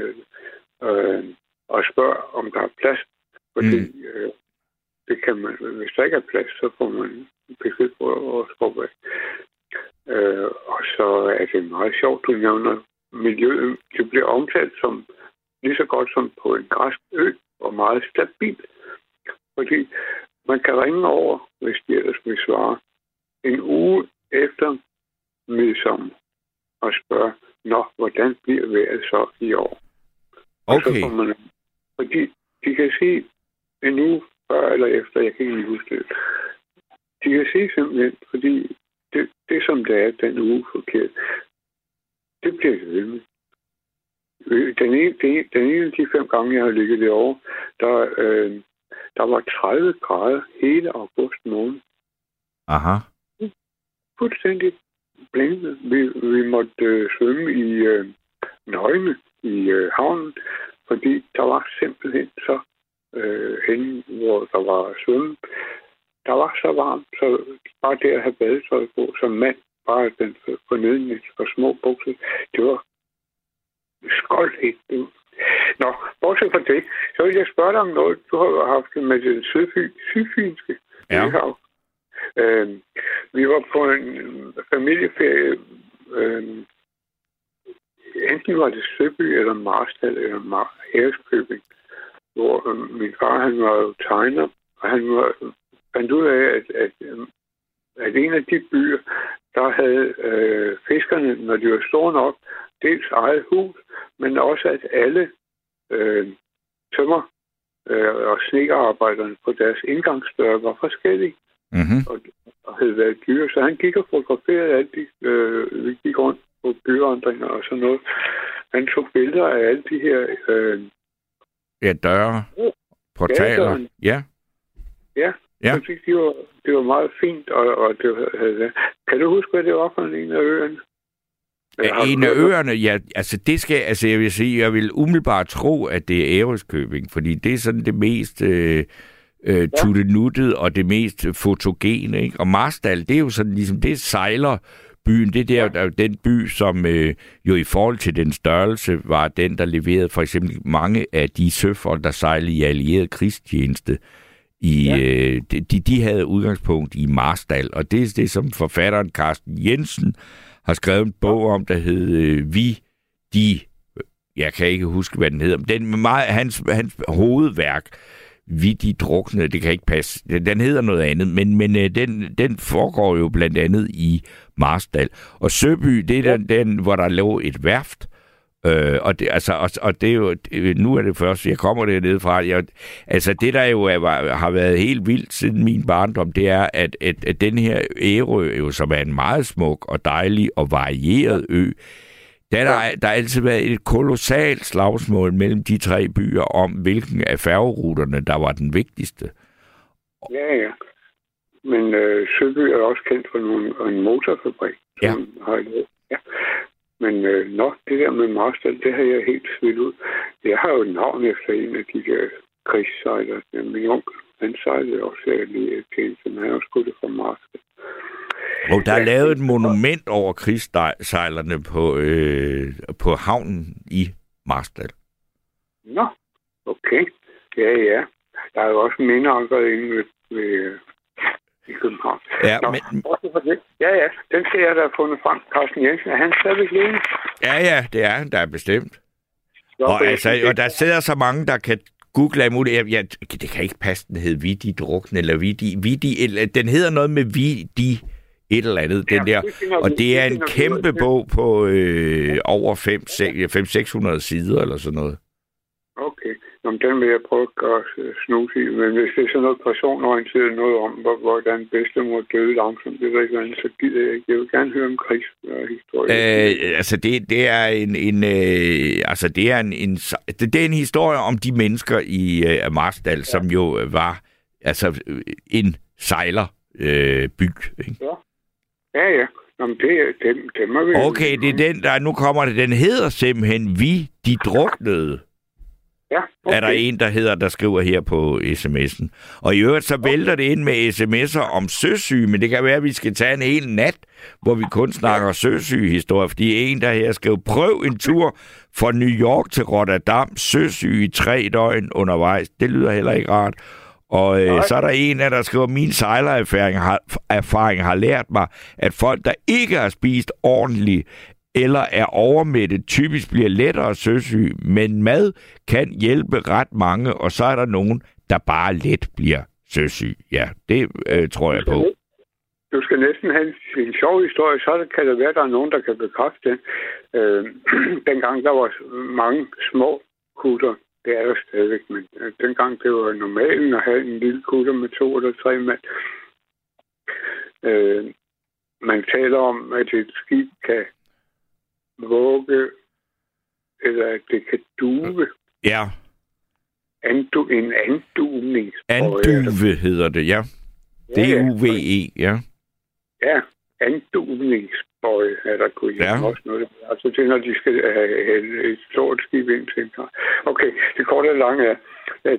og spørge, om der er plads. Fordi det kan man, hvis der ikke er plads, så får man besked på at skubbe af. Og så er det meget sjovt, du nævner miljøet. Det bliver omtalt som lige så godt som på en græsk ø, og meget stabilt. Fordi man kan ringe over, hvis de ellers vil svare, en uge efter midsommer og spørge, hvordan bliver vejret så i år? Okay. Og så får man, fordi de kan sige en uge før eller efter, jeg kan ikke huske det. De kan sige simpelthen, fordi det det som det er den uge forkert. Det bliver det ved med. Den ene af de 5 gange, jeg har ligget derovre, der var 30 grader hele august måned. Aha. Fuldstændig blændende. Vi måtte svømme i nøgne i havnen, fordi der var simpelthen så henne, hvor der var svømme. Der var så varmt, så bare det at have badetøj på som mand, bare den på neden og små bukser, det var skoldt helt. Nå, bortset fra det, så vil jeg spørge dig om noget, du har haft med den sydfynske øhav. Vi var på en familieferie, enten var det Søby eller Marstal eller Æreskøbing, hvor min far, han var jo tegner, og han fandt ud af, at en af de byer, der havde fiskerne, når de var store nok, dels eget hus, men også at alle tømmer og snedkerarbejderne på deres indgangsdøre var forskellige. Mm-hmm. Og havde været dyre. Så han gik og fotograferede alt de, vi gik rundt på byvandringer og sådan noget. Han tog billeder af alle de her døre, portaler. Ja. Det var meget fint, og kan du huske, hvad det var for en af øerne? En af øerne, ja, altså jeg vil sige, jeg vil umiddelbart tro, at det er Æreskøbing, fordi det er sådan det mest tuttenuttede og det mest fotogene, ikke? Og Marstal, det er jo sådan ligesom, det sejler byen, det der den by, som jo i forhold til den størrelse var den, der leverede for eksempel mange af de søfolk, der sejlede i allieret krigstjeneste. De havde udgangspunkt i Marstal, og det er det, som forfatteren Carsten Jensen har skrevet en bog om, der hed jeg kan ikke huske, hvad den hedder, hans hovedværk, Vi de druknede, det kan ikke passe, den hedder noget andet, men den foregår jo blandt andet i Marstal. Og Søby, det er den, hvor der lå et værft, og det er jo, nu er det først, jeg kommer dernede fra, det der jo har været helt vildt siden min barndom, det er, at den her Ærø, jo, som er en meget smuk og dejlig og varieret ø, der har altid været et kolossalt slagsmål mellem de 3 byer om, hvilken af færgeruterne, der var den vigtigste. Ja. Men Søby er også kendt for en motorfabrik, som har lavet. Ja. Men det der med Marstal, det har jeg helt svidt ud. Jeg har jo et navn efter en af de der krigssejlere. Min onkel, han sejlede også lige til, så han har også skudt fra Marstal. Og der er lavet et monument over krigssejlerne på havnen i Marstal. Nå, okay. Ja. Der er jo også mindeanker inde ved i København. Ja, Ja, den skal jeg da have fundet frem. Carsten Jensen, er han stadigvæk levende? Ja, det er han, der er bestemt. Og der sidder så mange, der kan google af muligt. Det kan ikke passe, den hedder Vi de drukne, eller den hedder noget med Vi de et eller andet, den der. Og det er en kæmpe bog på over 500-600 sider, eller sådan noget. Okay. Den vil jeg prøve at gøre snus i. Men hvis det er sådan noget personorienteret noget om, hvordan bedstemor døde langsomt, det ved ikke, hvordan, så gider jeg ikke. Jeg vil gerne høre om krigshistorie. Det er en historie om de mennesker i Marstal, som jo var en sejlerby. Ja. Jamen, det må vi... Okay, det er den, der nu kommer det. Den hedder simpelthen Vi de druknede. Ja, okay. Er der en, der skriver her på sms'en. Og i øvrigt, så vælter det ind med sms'er om søsyge, men det kan være, at vi skal tage en hel nat, hvor vi kun snakker søsygehistorie, fordi en, der her skrev, prøv en tur fra New York til Rotterdam, søsyge i 3 døgn undervejs. Det lyder heller ikke rart. Og så er der en, der skriver, min sejlererfaring har lært mig, at folk, der ikke har spist ordentligt, eller er overmættet, typisk bliver lettere søsyge, men mad kan hjælpe ret mange, og så er der nogen, der bare let bliver søsyge. Ja, det tror jeg på. Du skal næsten have en sjov historie, så kan det være, at der er nogen, der kan bekræfte den. Dengang der var mange små kutter, det er der stadigvæk, men dengang det var normalt at have en lille kutter med 2 eller 3 mand. man taler om, at et skib kan vugge, eller at det kan duve. Ja. En anduvningsbøje. Anduve hedder det, ja. D-U-V-E, ja. Ja, anduvningsbøje er der også noget. Altså det er, når de skal have et stort skib ind til. Okay, det korte og lange er, at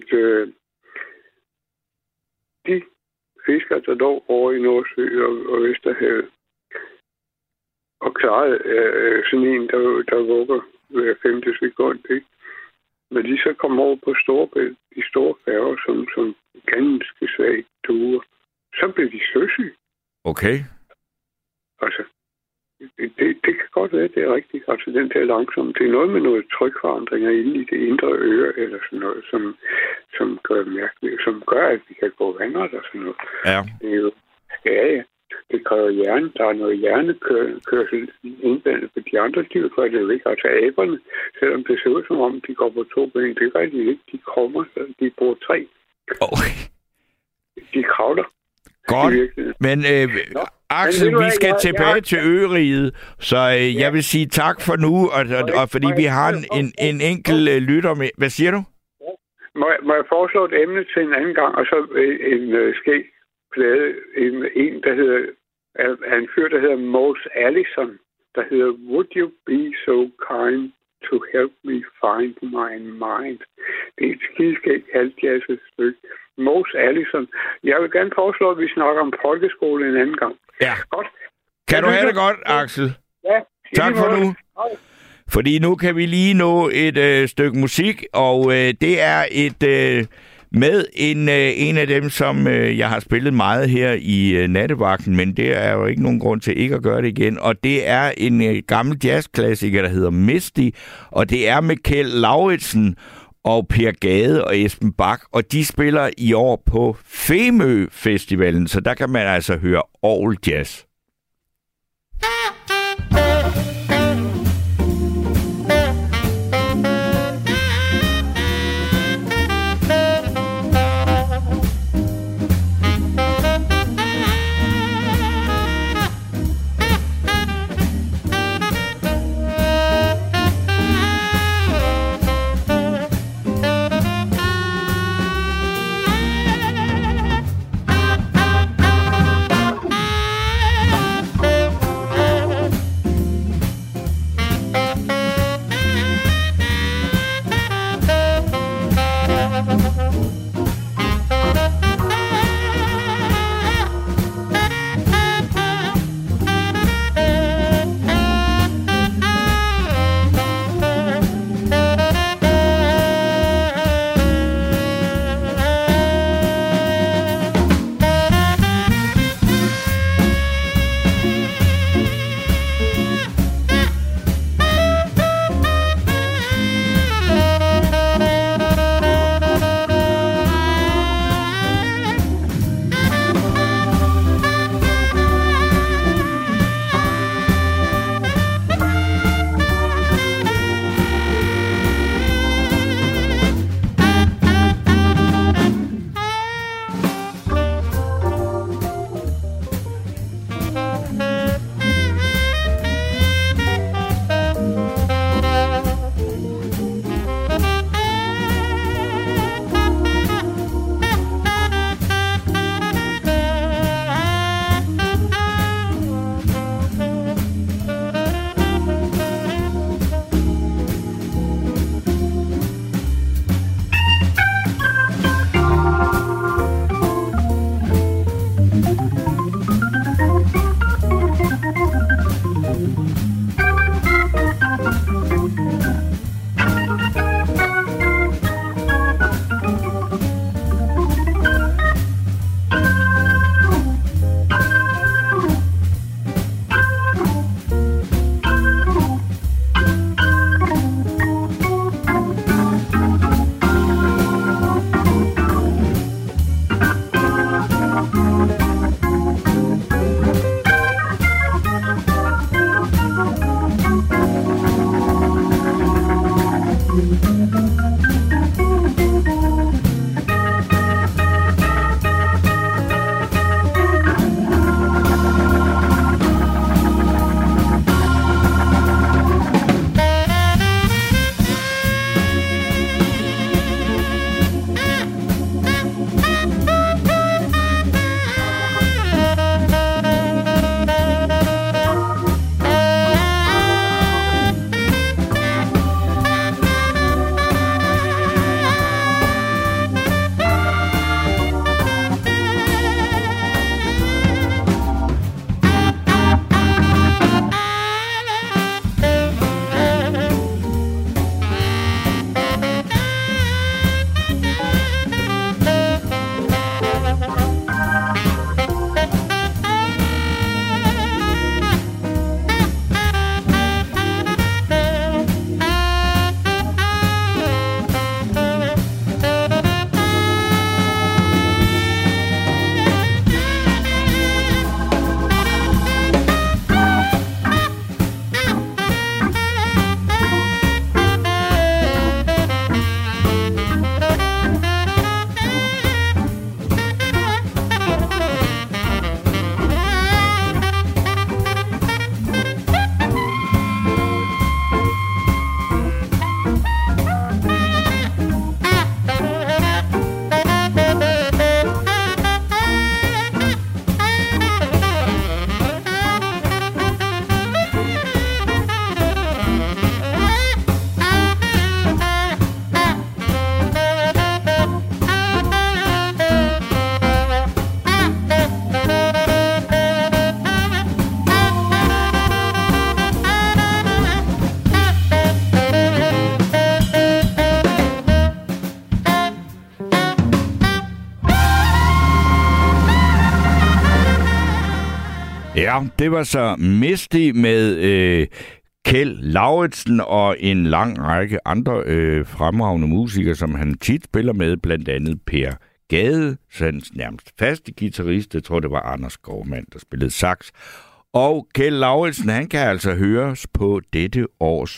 de fisker, der lå over i Nordsø og Vesterhavet, og klarede sådan en, der vugger hver 5. sekund, ikke? Men de så kommer over på Storebælt, de store færger, som ganske svagt duer, så bliver de søsyge. Okay. Altså, det kan godt være, det er rigtigt. Altså, den der langsomt. Det er noget med noget trykforandringer inde i det indre øre, eller sådan noget, som gør mærkeligt, som gør, at vi kan gå vandret og sådan noget. Ja. Det er jo, ja. Det kræver hjerne. Der er noget hjernekørsel indblandet på de andre dyr, for det jo ikke. Altså aberne, selvom det ser ud som om, de går på 2 ben, det gør de ikke. De krummer, de bruger 3. Okay. De kravler. Godt, men Axel, vi skal tilbage til øriget, så jeg vil sige tak for nu, og fordi vi har en enkelt lytter med. Hvad siger du? Må jeg foreslå et emne til en anden gang, og så en skæg plade, en der hedder, en fyr, der hedder Mose Allison, der hedder Would You Be So Kind to Help Me Find My Mind. Det er et skideskægt halvjazzet stykke. Mose Allison. Jeg vil gerne foreslå, at vi snakker om folkeskole en anden gang. Ja. Godt. Kan du have det godt, Axel? Ja. Tak for nu. Fordi nu kan vi lige nå et stykke musik, og det er med en af dem, som jeg har spillet meget her i nattevagten, men det er jo ikke nogen grund til ikke at gøre det igen. Og det er en gammel jazzklassiker, der hedder Misty, og det er med Kjeld Lauritsen og Per Gade og Esben Bach, og de spiller i år på Femø Festivalen, så der kan man altså høre all jazz. Ja, det var så Misty med Kjeld Lauritsen og en lang række andre fremragende musikere, som han tit spiller med, blandt andet Per Gade, hans nærmest faste guitarist. Jeg tror, det var Anders Skovmand, der spillede sax. Og Kjeld Lauritsen, han kan altså høres på dette års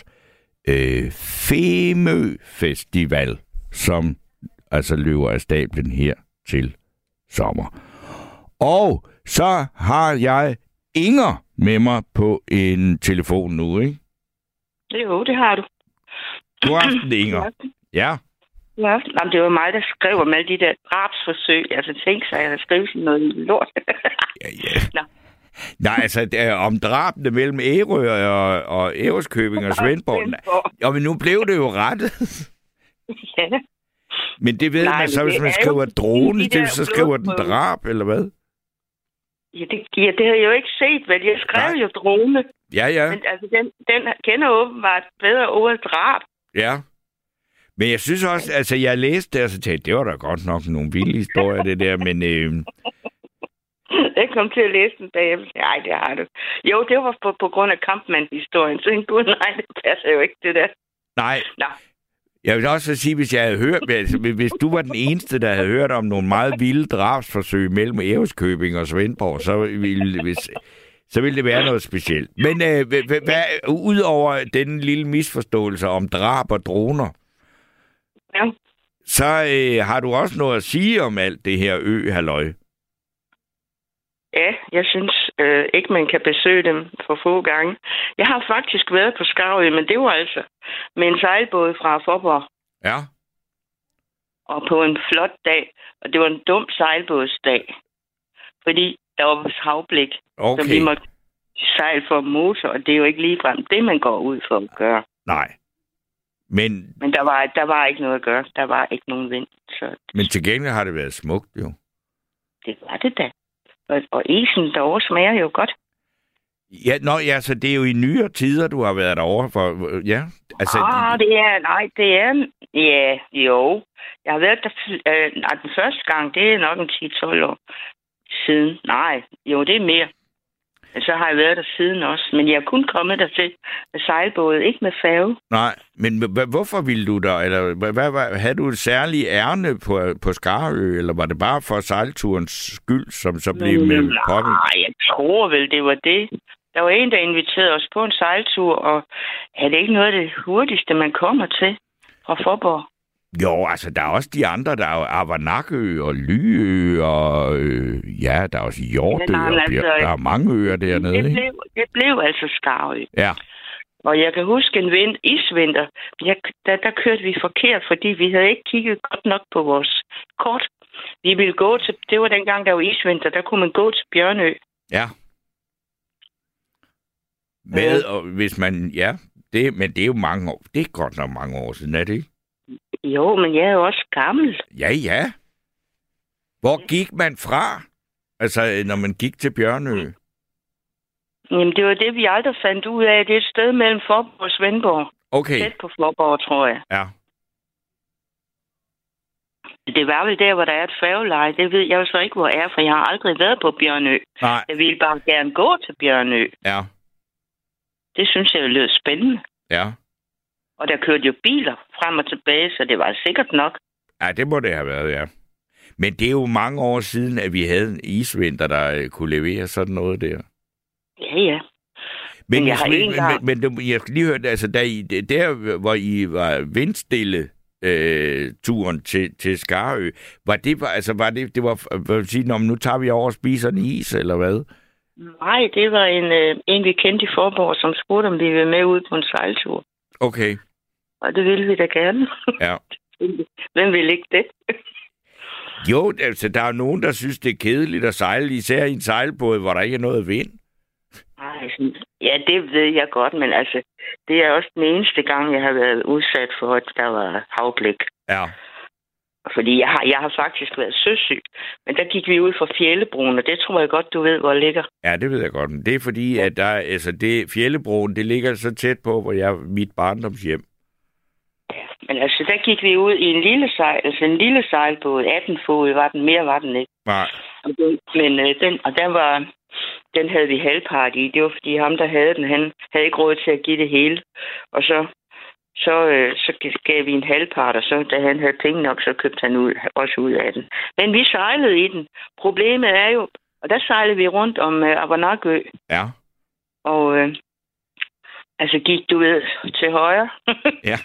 Femø Festival, som altså løber af stablen her til sommer. Og så har jeg Inger med mig på en telefon nu, ikke? Jo, det har du. God aften, Inger. Ja. Ja, jamen, det var mig, der skrev om alle de der drabsforsøg. Altså, tænk sig, at jeg har skrevet sådan noget lort. Ja. Nå. Nej, altså, om drabene mellem Ærø og Ærøskøbing og Svendborg. Og men nu blev det jo rettet. Ja. Men det ved man så, hvis man skriver drone, så skriver den drab, eller hvad? Ja, det har jeg jo ikke set, vel? Jeg skrev jo drone. Ja. Men altså, den kender åbenbart bedre ordet drab. Ja. Men jeg synes også, altså, jeg læste det, og så tænkte, det var da godt nok nogle vilde historier, det der, men... Jeg kom til at læse den bagefter. Nej, det har du. Jo, det var på grund af kampmandshistorien, så en gud, nej, det passer jo ikke, det der. Nej. Nå. Jeg vil også sige, hvis jeg havde hørt, hvis du var den eneste, der havde hørt om nogle meget vilde drabsforsøg mellem Ærøskøbing og Svendborg, så ville det være noget specielt. Men udover den lille misforståelse om drab og droner, ja, så har du også noget at sige om alt det her halløj. Ja, jeg synes ikke, man kan besøge dem for få gange. Jeg har faktisk været på Skarø, men det var altså med en sejlbåd fra Fåborg. Ja. Og på en flot dag. Og det var en dum sejlbådsdag. Fordi der var havblik. Okay. Så vi måtte sejle for motor, og det er jo ikke ligefrem det, man går ud for at gøre. Nej. Men der var ikke noget at gøre. Der var ikke nogen vind. Så... Men til gengæld har det været smukt, jo. Det var det da. Og isen derovre smager jo godt. Ja, så det er jo i nyere tider, du har været derovre for, ja. Altså, jo. Jeg har været der, den første gang, det er nok en 10-12 år siden. Nej, jo, det er mere. Så har jeg været der siden også. Men jeg er kun kommet der til med sejlbåd, ikke med færge. Nej, men hvorfor ville du der? Eller havde du et særligt ærne på Skarø, eller var det bare for sejlturens skyld, som så blev med påvirkning? Nej, jeg tror vel, det var det. Der var en, der inviterede os på en sejltur, og er det ikke noget af det hurtigste, man kommer til fra Fåborg? Jo, altså, der er også de andre, der er Avernakø og Lyø, og der er også Hjortø, der er mange øer dernede, ikke? Det blev altså Skarø. Ja. Og jeg kan huske en isvinter, der kørte vi forkert, fordi vi havde ikke kigget godt nok på vores kort. Vi ville gå til, det var dengang, der var isvinter, der kunne man gå til Bjørnø. Ja. Og hvis man, men det er jo mange år, det er godt nok mange år siden, er det ikke? Jo, men jeg er jo også gammel. Ja. Hvor gik man fra? Altså, når man gik til Bjørnø? Jamen, det var det, vi aldrig fandt ud af. Det er et sted mellem Fåborg og Svendborg. Okay. Tæt på Fåborg, tror jeg. Ja. Det var vel der, hvor der er et færgeleje. Det ved jeg jo så ikke, hvor er, for jeg har aldrig været på Bjørnø. Nej. Jeg ville bare gerne gå til Bjørnø. Ja. Det synes jeg jo lød spændende. Ja. Og der kørte jo biler frem og tilbage, så det var sikkert nok. Ja, det må det have været, ja. Men det er jo mange år siden, at vi havde en isvinter, der kunne levere sådan noget der. Ja. Men jeg skal lige høre, altså der hvor I var vindstille turen til Skarø, var det nu tager vi over og spiser en is, eller hvad? Nej, det var en vi kendte i Fåborg, som spurgte, om vi ville med ud på en sejltur. Okay. Og det ville vi da gerne. Ja. Hvem vil ikke det? Jo, altså der er nogen, der synes, det er kedeligt at sejle, især i en sejlbåd, hvor der ikke er noget vind. Ja, det ved jeg godt, men altså, det er også den eneste gang, jeg har været udsat for, at der var havblik. Ja. Fordi jeg har faktisk været søsyg, men der gik vi ud for Fjellebroen, og det tror jeg godt, du ved, hvor det ligger. Ja, det ved jeg godt. Det er fordi, at Fjellebroen, det ligger så tæt på, hvor jeg er mit barndomshjem. Ja, men altså, der gik vi ud i en lille sejlbåd, 18 fod var den, mere var den ikke. Nej. Men den havde vi halvpart i. Det var fordi ham, der havde den, han havde ikke råd til at give det hele. Og så gav vi en halvpart, og så da han havde penge nok, så købte han også ud af den. Men vi sejlede i den. Problemet er jo, og der sejlede vi rundt om Avernakø. Ja. Og altså gik du ved til højre. Ja.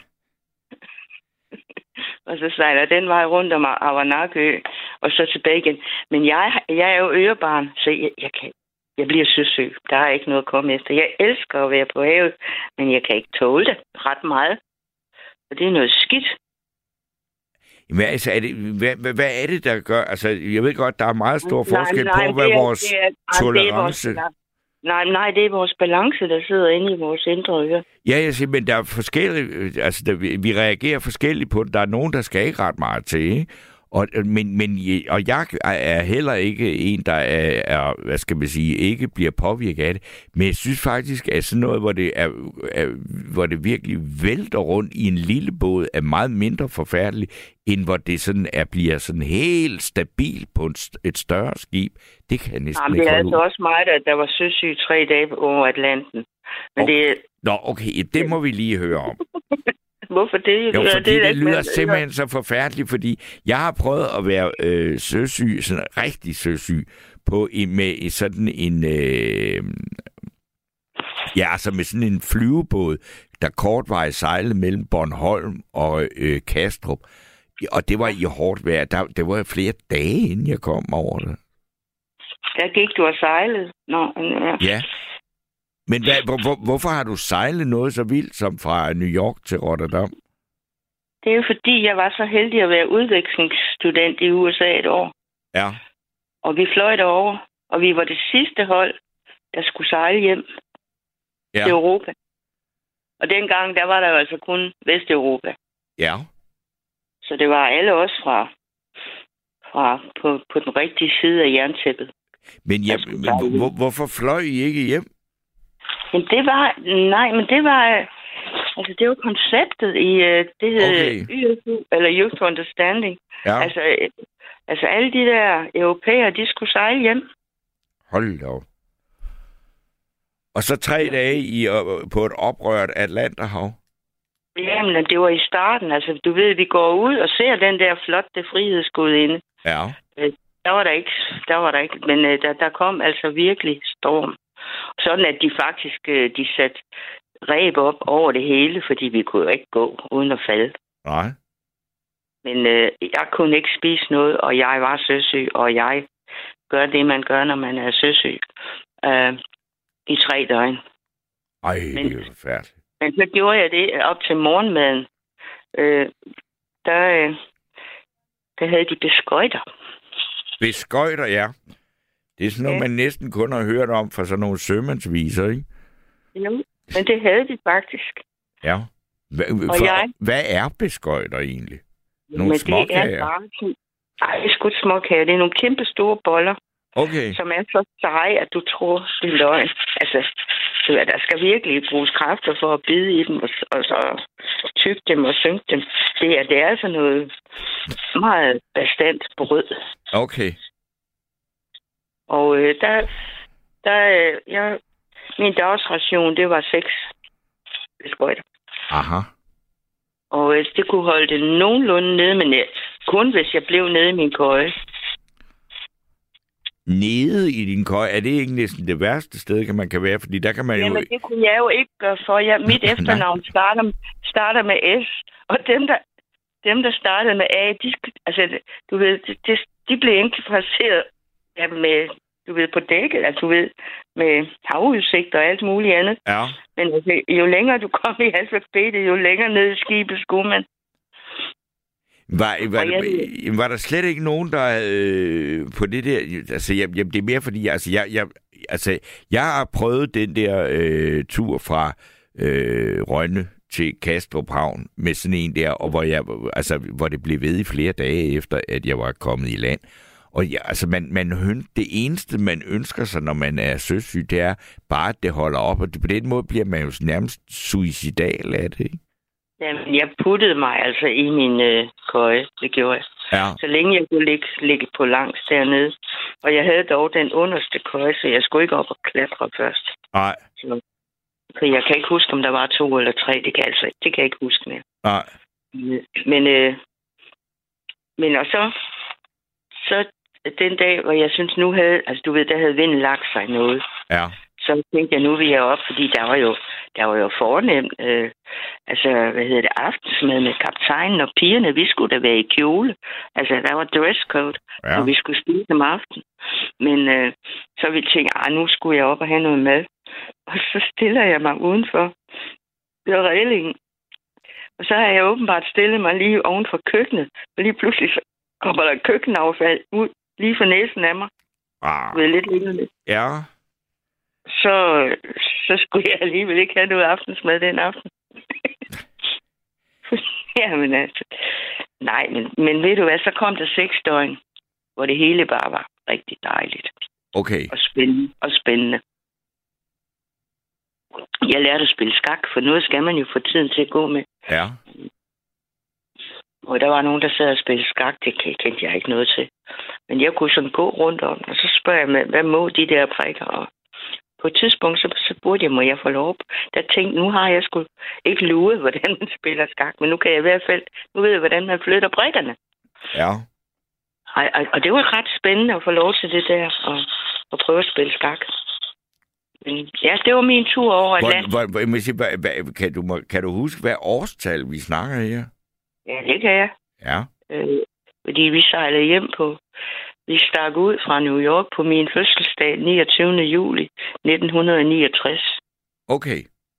Og så sejler den vej rundt om Avernakø, og så tilbage igen. Men jeg er jo ørebarn, så jeg bliver søsyg. Der er ikke noget at komme efter. Jeg elsker at være på havet, men jeg kan ikke tåle det ret meget. Og det er noget skidt. Men altså, hvad er det, der gør? Altså, jeg ved godt, der er meget stor forskel på, hvad vores tolerance... Nej, det er vores balance, der sidder inde i vores indre øre. Ja, jeg siger, men der er forskellige... Altså, vi reagerer forskelligt på det. Der er nogen, der skal ikke ret meget til, ikke? Og jeg er heller ikke en, der er, hvad skal man sige, ikke bliver påvirket af det. Men jeg synes faktisk, at sådan noget, hvor det virkelig vælter rundt i en lille båd, er meget mindre forfærdeligt, end hvor det sådan bliver sådan helt stabilt på et større skib. Det kan jeg næsten ikke holde ud. Det er altså ud. også mig, der var søsyg 3 dage over Atlanten. Men okay. Okay, det må vi lige høre om. Hvorfor det? Jo, fordi det lyder simpelthen så forfærdeligt, fordi jeg har prøvet at være søsyg, sådan rigtig søsyg, med sådan en... altså med sådan en flyvebåd, der kortvarigt sejlede mellem Bornholm og Kastrup. Og det var i hårdt vejr. Det var flere dage, inden jeg kom over det. Der gik du og sejlede? Ja. Men hvorfor har du sejlet noget så vildt som fra New York til Rotterdam? Det er jo fordi, jeg var så heldig at være udvekslingsstudent i USA et år. Ja. Og vi fløj derover, og vi var det sidste hold, der skulle sejle hjem til Europa. Og dengang, der var der jo altså kun Vesteuropa. Ja. Så det var alle os fra på den rigtige side af jerntæppet. Men hvorfor fløj I ikke hjem? Men det var konceptet i det hed YFU, eller Youth for Understanding. Ja. Altså alle de der europæere, de skulle sejle hjem. Hold da op. Og så 3 dage på et oprørt Atlanterhav? Jamen, det var i starten. Altså, du ved, vi går ud og ser den der flotte frihedsgudinde. Ja. Der var der ikke. Men der kom altså virkelig storm. Sådan at de faktisk de satte reb op over det hele, fordi vi kunne jo ikke gå uden at falde. Nej. Men jeg kunne ikke spise noget, og jeg var søsyg, og jeg gør det, man gør, når man er søsyg. I 3 døgn. Ej, det er jo forfærdeligt. Men så gjorde jeg det op til morgenmaden. Der havde de beskøjter. Beskøjter, ja. Det er sådan noget, man næsten kun har hørt om fra sådan nogle sømandsviser, ikke? Jo, men det havde de faktisk. Ja. Hvad er beskøjter egentlig? Nogle småkager? Det er sgu et småkager. Det er nogle kæmpe store boller. Okay. Som er så seje, at du tror, det er løgn. Altså, der skal virkelig bruges kræfter for at bide i dem, og så tygge dem og synke dem. Det er altså noget meget bastant brød. Okay. Og min dagsration, det var 6 beskøjter. Aha. Og det kunne holde det nogenlunde nede, men kun hvis jeg blev nede i min køje. Nede i din køje? Er det ikke næsten det værste sted, man kan være? Fordi der kan man jo... Jamen, det kunne jeg jo ikke gøre for. Mit efternavn starter med S, og dem, der startede med A, de blev ikke placeret med, på dækket, med havudsigt og alt muligt andet. Ja. Men jo længere du kom i alfabetet, jo længere ned i skibet skulle man. Var der slet ikke nogen, der på det der... Altså, det er mere fordi... Jeg har prøvet den der tur fra Rønne til Kastrup Havn med sådan en der, og hvor det blev ved i flere dage efter, at jeg var kommet i land. Og det eneste, man ønsker sig, når man er søsyg, det er bare, at det holder op. Og på den måde bliver man jo nærmest suicidal af det, ikke? Jamen, jeg puttede mig altså i min køje. Det gjorde jeg. Ja. Så længe jeg kunne ligge på langs dernede. Og jeg havde dog den underste køje, så jeg skulle ikke op og klatre først. Nej. Så jeg kan ikke huske, om der var 2 eller 3. Det kan jeg ikke huske mere. Nej. Men og så den dag, hvor jeg synes nu havde, altså du ved, der havde vinden lagt sig noget. Ja. Så tænkte jeg, nu vil jeg op, fordi der var jo fornemt, aftensmad med kaptajnen og pigerne. Vi skulle da være i kjole. Altså, der var dresscode, og vi skulle spise om aftenen. Men så vi tænkte, nu skulle jeg op og have noget mad. Og så stiller jeg mig udenfor ved reglingen. Og så har jeg åbenbart stillet mig lige oven for køkkenet. Og lige pludselig så kommer der køkkenaffald ud lige for næsen af mig. Ved lidt længere. Ja. Så skulle jeg alligevel ikke have noget aftensmad den aften. Jamen altså. Nej, men ved du hvad, så kom der 6 døgn, hvor det hele bare var rigtig dejligt. Okay. Og spændende. Jeg lærte at spille skak, for noget skal man jo få tiden til at gå med. Ja. Og der var nogen, der sad og spillede skak. Det kendte jeg ikke noget til. Men jeg kunne sådan gå rundt om, og så spørger jeg, hvad må de der prikker? Og på et tidspunkt, så spurgte jeg, må jeg få lov? Der tænkte, nu har jeg sgu ikke luet, hvordan man spiller skak, men nu kan jeg i hvert fald, nu ved jeg, hvordan man flytter prikkerne. Ja. Og det var ret spændende at få lov til det der, og prøve at spille skak. Men ja, det var min tur over Atlanten. Kan du huske, hvad årstal vi snakker her? Ja, det kan jeg. Ja. Fordi vi sejlede hjem vi stak ud fra New York på min fødselsdag 29. juli 1969. Okay.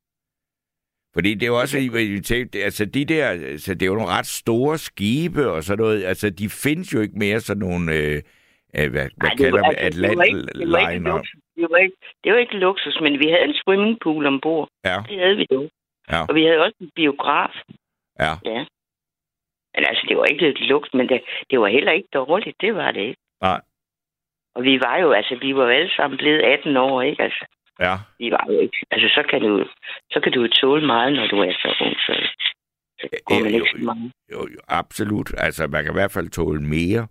Fordi det er jo også, altså de der, altså det er jo nogle ret store skibe og sådan noget, altså de findes jo ikke mere sådan nogle, hvad kalder vi, Atlantliner. Det var ikke luksus, men vi havde en swimmingpool ombord. Ja. Det havde vi jo. Ja. Og vi havde også en biograf. Ja. Men altså, det var ikke lidt lugt, men det var heller ikke dårligt. Det var det ikke. Nej. Og vi var jo alle sammen blevet 18 år, ikke? Altså, ja. Vi var jo ikke. Altså, så kan du jo tåle meget, når du er så ung, så går man ikke så meget. Jo, absolut. Altså, man kan i hvert fald tåle mere.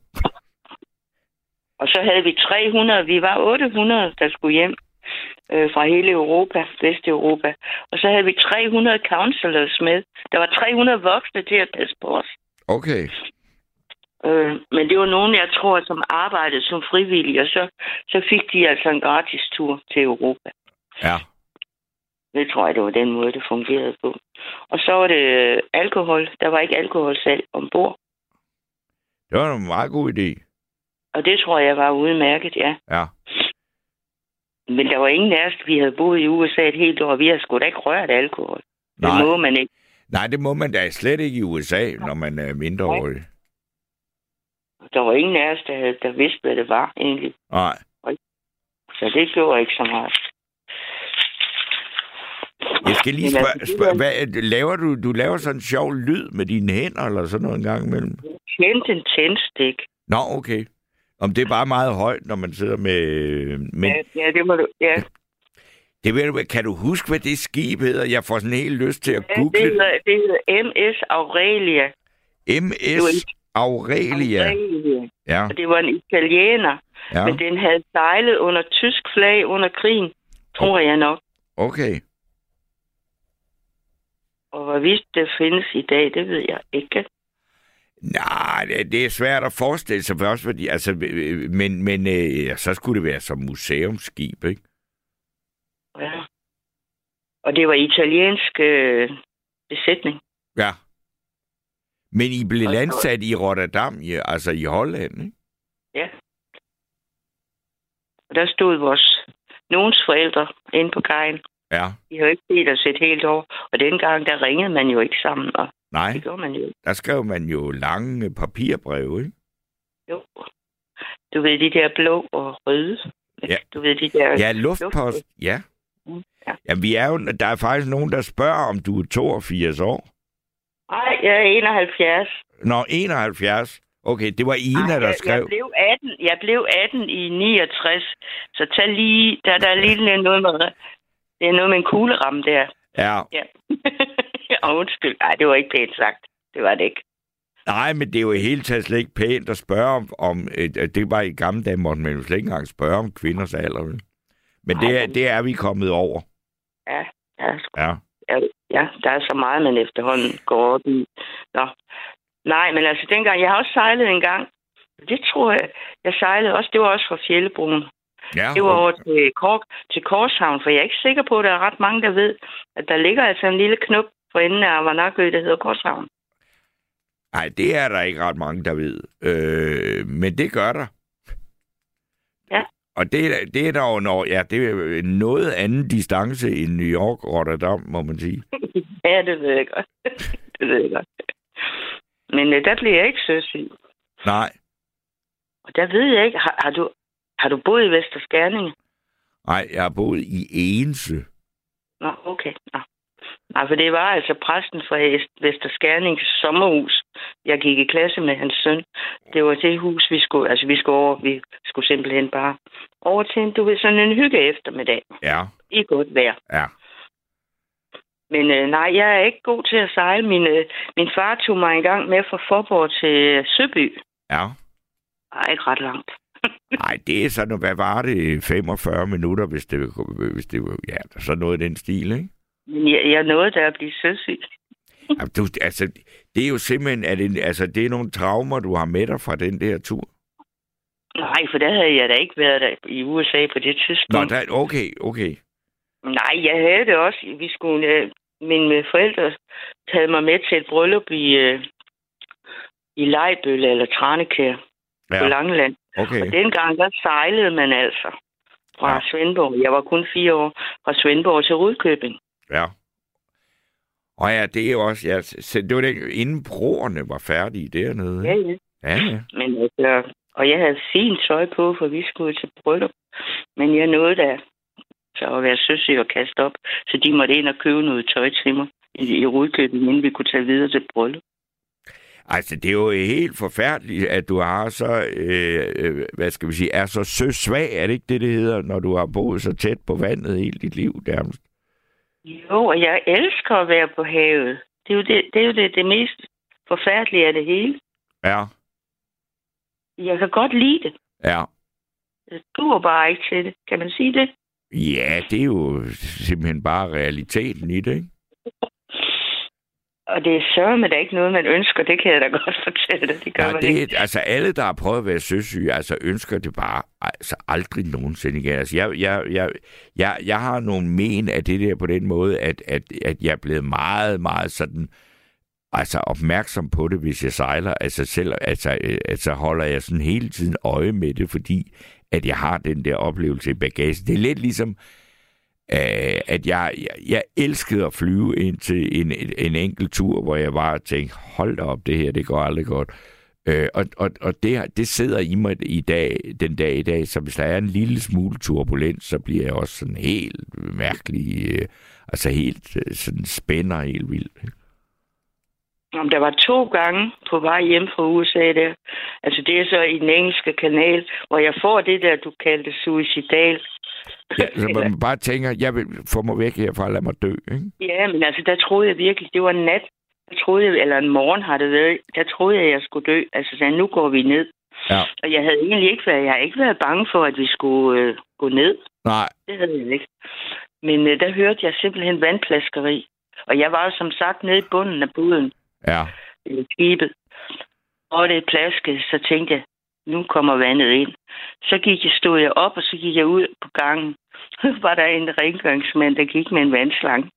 Og så havde vi 300. Vi var 800, der skulle hjem fra hele Europa, Vesteuropa. Og så havde vi 300 counselors med. Der var 300 voksne til at passe på os. Okay. Men det var nogen, jeg tror, som arbejdede som frivillige, og så fik de altså en gratis tur til Europa. Ja. Det tror jeg, det var den måde, det fungerede på. Og så var det alkohol. Der var ikke alkoholsalg ombord. Det var en meget god idé. Og det tror jeg var udmærket, ja. Ja. Men der var ingen af os, vi havde boet i USA et helt år, og vi havde sgu da ikke rørt alkohol. Nej. Det må man ikke. Nej, det må man da slet ikke i USA, når man er mindreårig. Der var ingen af os, der vidste, hvad det var egentlig. Nej. Så det gjorde ikke så meget. Jeg skal lige spørge, hvad laver du? Du laver sådan en sjov lyd med dine hænder, eller sådan noget en gang imellem? Jeg kendte en tændstik. Nå, okay. Om det er bare meget højt, når man sidder med... Ja, det må du... Ja. Kan du huske, hvad det skib hedder? Jeg får sådan helt lyst til at google det. Det hedder MS Aurelia. MS Aurelia. Ja. Og det var en italiener. Ja. Men den havde sejlet under tysk flag under krigen, tror jeg nok. Okay. Og hvorvidt det findes i dag, det ved jeg ikke. Nej, det er svært at forestille sig først, fordi, altså, men så skulle det være som museumsskib, ikke? Ja. Og det var italiensk besætning. Ja. Men I blev landsat i Rotterdam, altså i Holland, ikke? Ja. Og der stod nogens forældre inde på kajen. Ja. De havde ikke set os et helt år. Og dengang, der ringede man jo ikke sammen. Og nej, det gjorde man jo. Der skrev man jo lange papirbreve, ikke? Jo. Du ved, de der blå og røde. Ja. Du ved, de der... Ja, luftpost. Ja. Ja. Jamen, der er faktisk nogen, der spørger, om du er 82 år. Nej, jeg er 71. Nå, 71. Okay, det var Ina, der skrev. Jeg blev 18 i 69. Så tag lige... Der er lige noget med... Det er noget med en kugleramme der. Ja. Ja. Og undskyld. Nej, det var ikke pænt sagt. Det var det ikke. Nej, men det er jo i hele taget slet ikke pænt at spørge om det var i gamle dage, måtte man jo slet ikke engang spørge om kvinders alder. Men det er vi kommet over. Ja. Ja, der er så meget, man efterhånden går op i. Nå. Nej, men altså dengang, jeg har også sejlet en gang. Det tror jeg sejlede også. Det var også fra Fjellebroen. Ja, det var over til Korshavn, for jeg er ikke sikker på, at der er ret mange, der ved, at der ligger altså en lille knop for enden af Avanakø, der hedder Korshavn. Nej, det er der ikke ret mange, der ved. Men det gør der. Ja. Og det er der jo det er noget anden distance end New York og Rotterdam, må man sige. Ja, det ved jeg godt. Men der bliver jeg ikke søsyg. Nej. Og der ved jeg ikke, har du boet i Vester Skerninge? Nej, jeg har boet i Egense. Nå, okay. Nå. Nej, for det var altså præsten fra Vester Skernings sommerhus. Jeg gik i klasse med hans søn. Det var det hus, vi skulle over. Vi skulle simpelthen bare over til sådan en hygge eftermiddag. Ja. I godt vejr. Ja. Men nej, jeg er ikke god til at sejle. Min far tog mig en gang med fra Forborg til Søby. Ja. Nej, ikke ret langt. Nej, det er sådan, hvad var det? 45 minutter, hvis det var, ja, så noget i den stil, ikke? Men jeg nåede der at blive søsyg. Det er jo simpelthen, det er nogle traumer, du har med dig fra den der tur. Nej, for der havde jeg da ikke været der i USA på det tidspunkt. Nå, okay. Nej, jeg havde det også. Vi skulle, mine forældre havde mig med til et bryllup i Lejbølle eller Tranekær på Langeland. Okay. Og dengang, der sejlede man altså fra Svendborg. Jeg var kun 4 år, fra Svendborg til Rudkøbing. Ja. Og ja, det er jo også, det var det, inden broerne var færdige dernede. Ja. Men altså, og jeg havde fint tøj på, for vi skulle til bryllup. Men jeg nåede da så at være søsyg og kaste op, så de måtte ind og købe noget tøj til mig i Rudkøbing, inden vi kunne tage videre til bryllup. Altså, det er jo helt forfærdeligt, at du har så, er så søsvag, er det ikke det hedder, når du har boet så tæt på vandet hele dit liv, nærmest? Jo, og jeg elsker at være på havet. Det er jo det mest forfærdelige af det hele. Ja. Jeg kan godt lide det. Ja. Du er bare ikke til det. Kan man sige det? Ja, det er jo simpelthen bare realiteten i det, ikke? Og det er sørme, der ikke noget, man ønsker. Det kan jeg da godt fortælle dig. Det gør man ikke. Altså, alle, der har prøvet at være søsyge, ønsker det bare aldrig nogensinde igen. Altså, jeg har nogle men af det der på den måde, at jeg er blevet meget, meget sådan opmærksom på det, hvis jeg sejler. Altså holder jeg sådan hele tiden øje med det, fordi at jeg har den der oplevelse i bagagen. Det er lidt ligesom at jeg elskede at flyve ind til en enkelt tur, hvor jeg bare tænkte, hold da op, det her, det går aldrig godt. Og det sidder i mig den dag i dag, så hvis der er en lille smule turbulens, så bliver jeg også sådan helt mærkelig, helt sådan spænder helt vildt. Der var 2 gange på vej hjem fra USA der. Altså det er så i den engelske kanal, hvor jeg får det der, du kaldte suicidal. Ja, så man bare tænker, jeg vil få mig væk herfra og lade mig dø, ikke? Ja, men altså der troede jeg virkelig, det var en nat. Eller en morgen har det været. Der troede jeg skulle dø. Altså så nu går vi ned. Ja. Og jeg havde egentlig ikke været bange for, at vi skulle gå ned. Nej. Det havde jeg ikke. Men der hørte jeg simpelthen vandplaskeri. Og jeg var jo som sagt nede i bunden af båden. Ja. I skibet. Og det plaskede, så tænkte jeg, nu kommer vandet ind. Så stod jeg op, og så gik jeg ud på gangen. Så var der en rengøringsmand, der gik med en vandslange.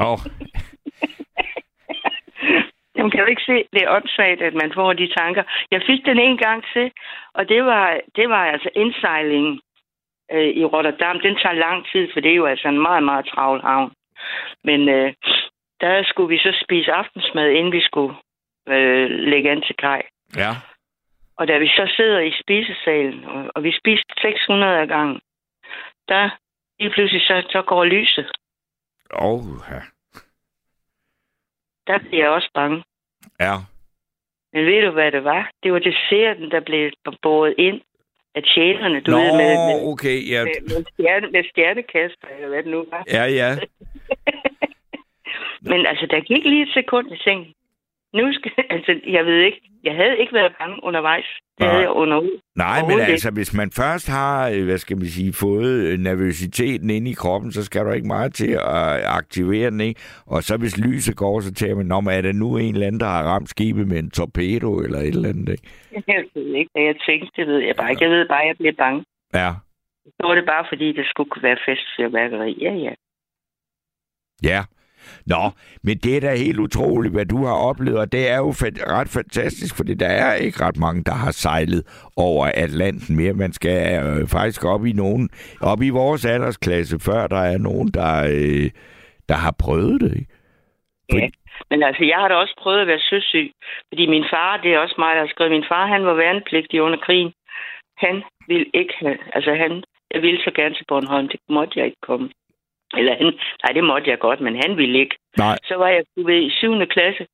Jamen, kan du ikke se, det er åndssvagt, at man får de tanker. Jeg fik den en gang til, og det var altså indsejlingen i Rotterdam. Den tager lang tid, for det er jo altså en meget, meget travl havn. Men der skulle vi så spise aftensmad, inden vi skulle lægge an til kaj. Ja. Og da vi så sidder i spisesalen, og vi spiser 600 af gangen, der lige pludselig så går lyset. Ja. Der bliver jeg også bange. Ja. Men ved du, hvad det var? Det var desserten, der blev båret ind af tjenerne. Du ved, med, okay, ja. Med stjernekaster, eller hvad det nu var. Ja. Men altså, der gik lige et sekund i sengen. jeg ved ikke. Jeg havde ikke været bange undervejs. Det havde jeg Nej, men altså, hvis man først har, fået nervøsiteten ind i kroppen, så skal du ikke meget til at aktivere den, ikke? Og så hvis lyset går, så tager man, er der nu en eller anden, der har ramt skibet med en torpedo eller et eller andet, ikke? Jeg ved ikke, hvad jeg tænkte. Det ved jeg bare ikke. Jeg ved bare, at jeg blev bange. Ja. Så var det bare, fordi det skulle være festfyrværkeri. Ja. Ja. Nå, men det er da helt utroligt, hvad du har oplevet, og det er jo ret fantastisk, fordi der er ikke ret mange, der har sejlet over Atlanten mere. Man skal faktisk op i vores aldersklasse, før der er nogen, der har prøvet det, ikke? Ja, men altså, jeg har da også prøvet at være søsyg, fordi min far, det er også mig, der har skrevet, min far, han var værnepligtig under krigen. Han ville ikke have, jeg ville så gerne til Bornholm, det måtte jeg ikke komme. Nej, det måtte jeg godt, men han ville ikke. Nej. Så var jeg i 7. klasse.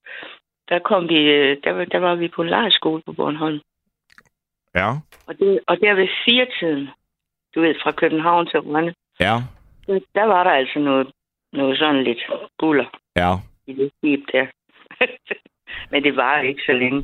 Der var vi på en lejrskole på Bornholm. Ja. Og der ved 4-tiden, du ved, fra København til Rønne. Ja. Der var der altså noget sådan lidt buller. Ja. I det skib der. Men det var ikke så længe.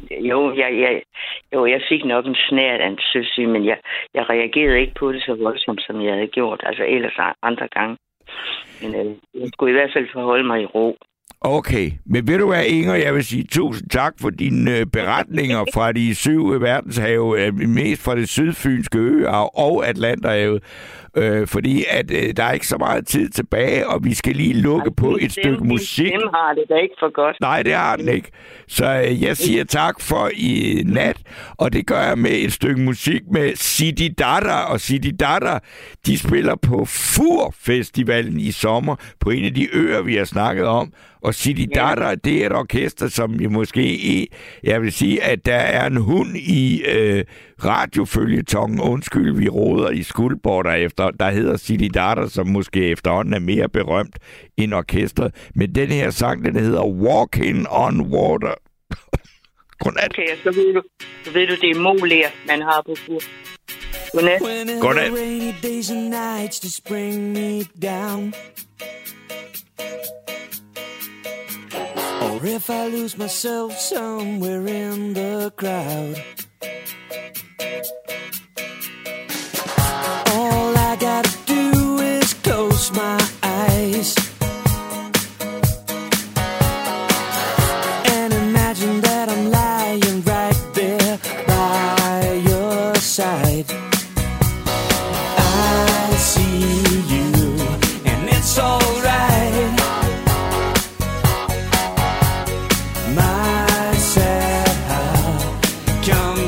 Jo, jeg fik nok en snært af en søsyg, men jeg reagerede ikke på det så voldsomt, som jeg havde gjort. Altså ellers andre gange. Men jeg skulle i hvert fald forholde mig i ro. Okay, men ved du hvad, Inger, jeg vil sige tusind tak for dine beretninger fra de 7 verdenshave, mest fra det sydfynske øhav og Atlanterhavet, fordi at der er ikke så meget tid tilbage, og vi skal lige lukke på et stykke musik. Dem har det da ikke for godt. Nej, det har den ikke. Så jeg siger tak for i nat, og det gør jeg med et stykke musik med Sidi Datta, og Sidi Datta, de spiller på Fur-festivalen i sommer, på en af de øer, vi har snakket om. Og Sidi Datta, det er et orkester, som jeg vil sige, at der er en hund i radioføljetongen, undskyld, vi roder i Skuldborg efter, der hedder Sidi Datta, som måske efterhånden er mere berømt end orkestret. Men den her sang, den hedder Walking on Water. Godnat. Okay, så ved du, det er moler, man har på fur. Godnat. Godnat. Or if I lose myself somewhere in the crowd, all I gotta do is close my eyes and imagine that I'm lying right there by your side. I see you and it's alright. Come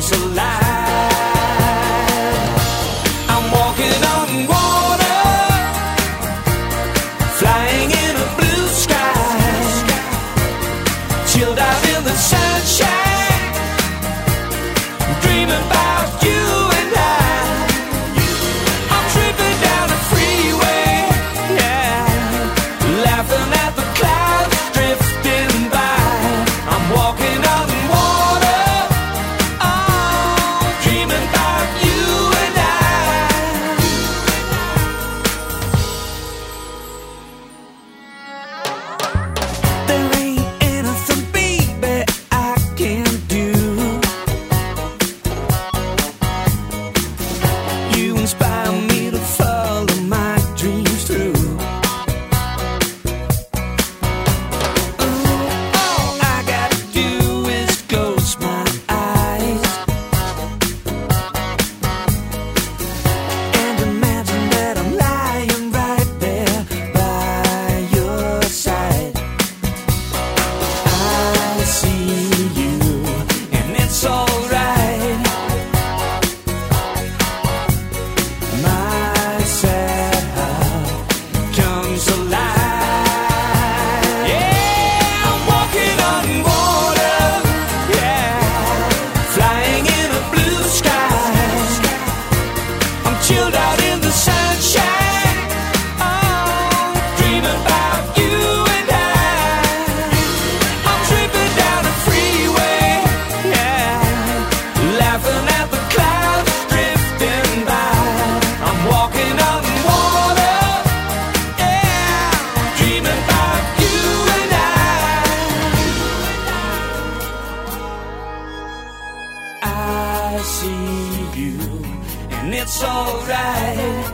it's alright.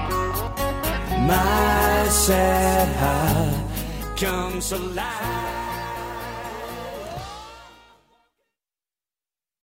My sad heart comes alive.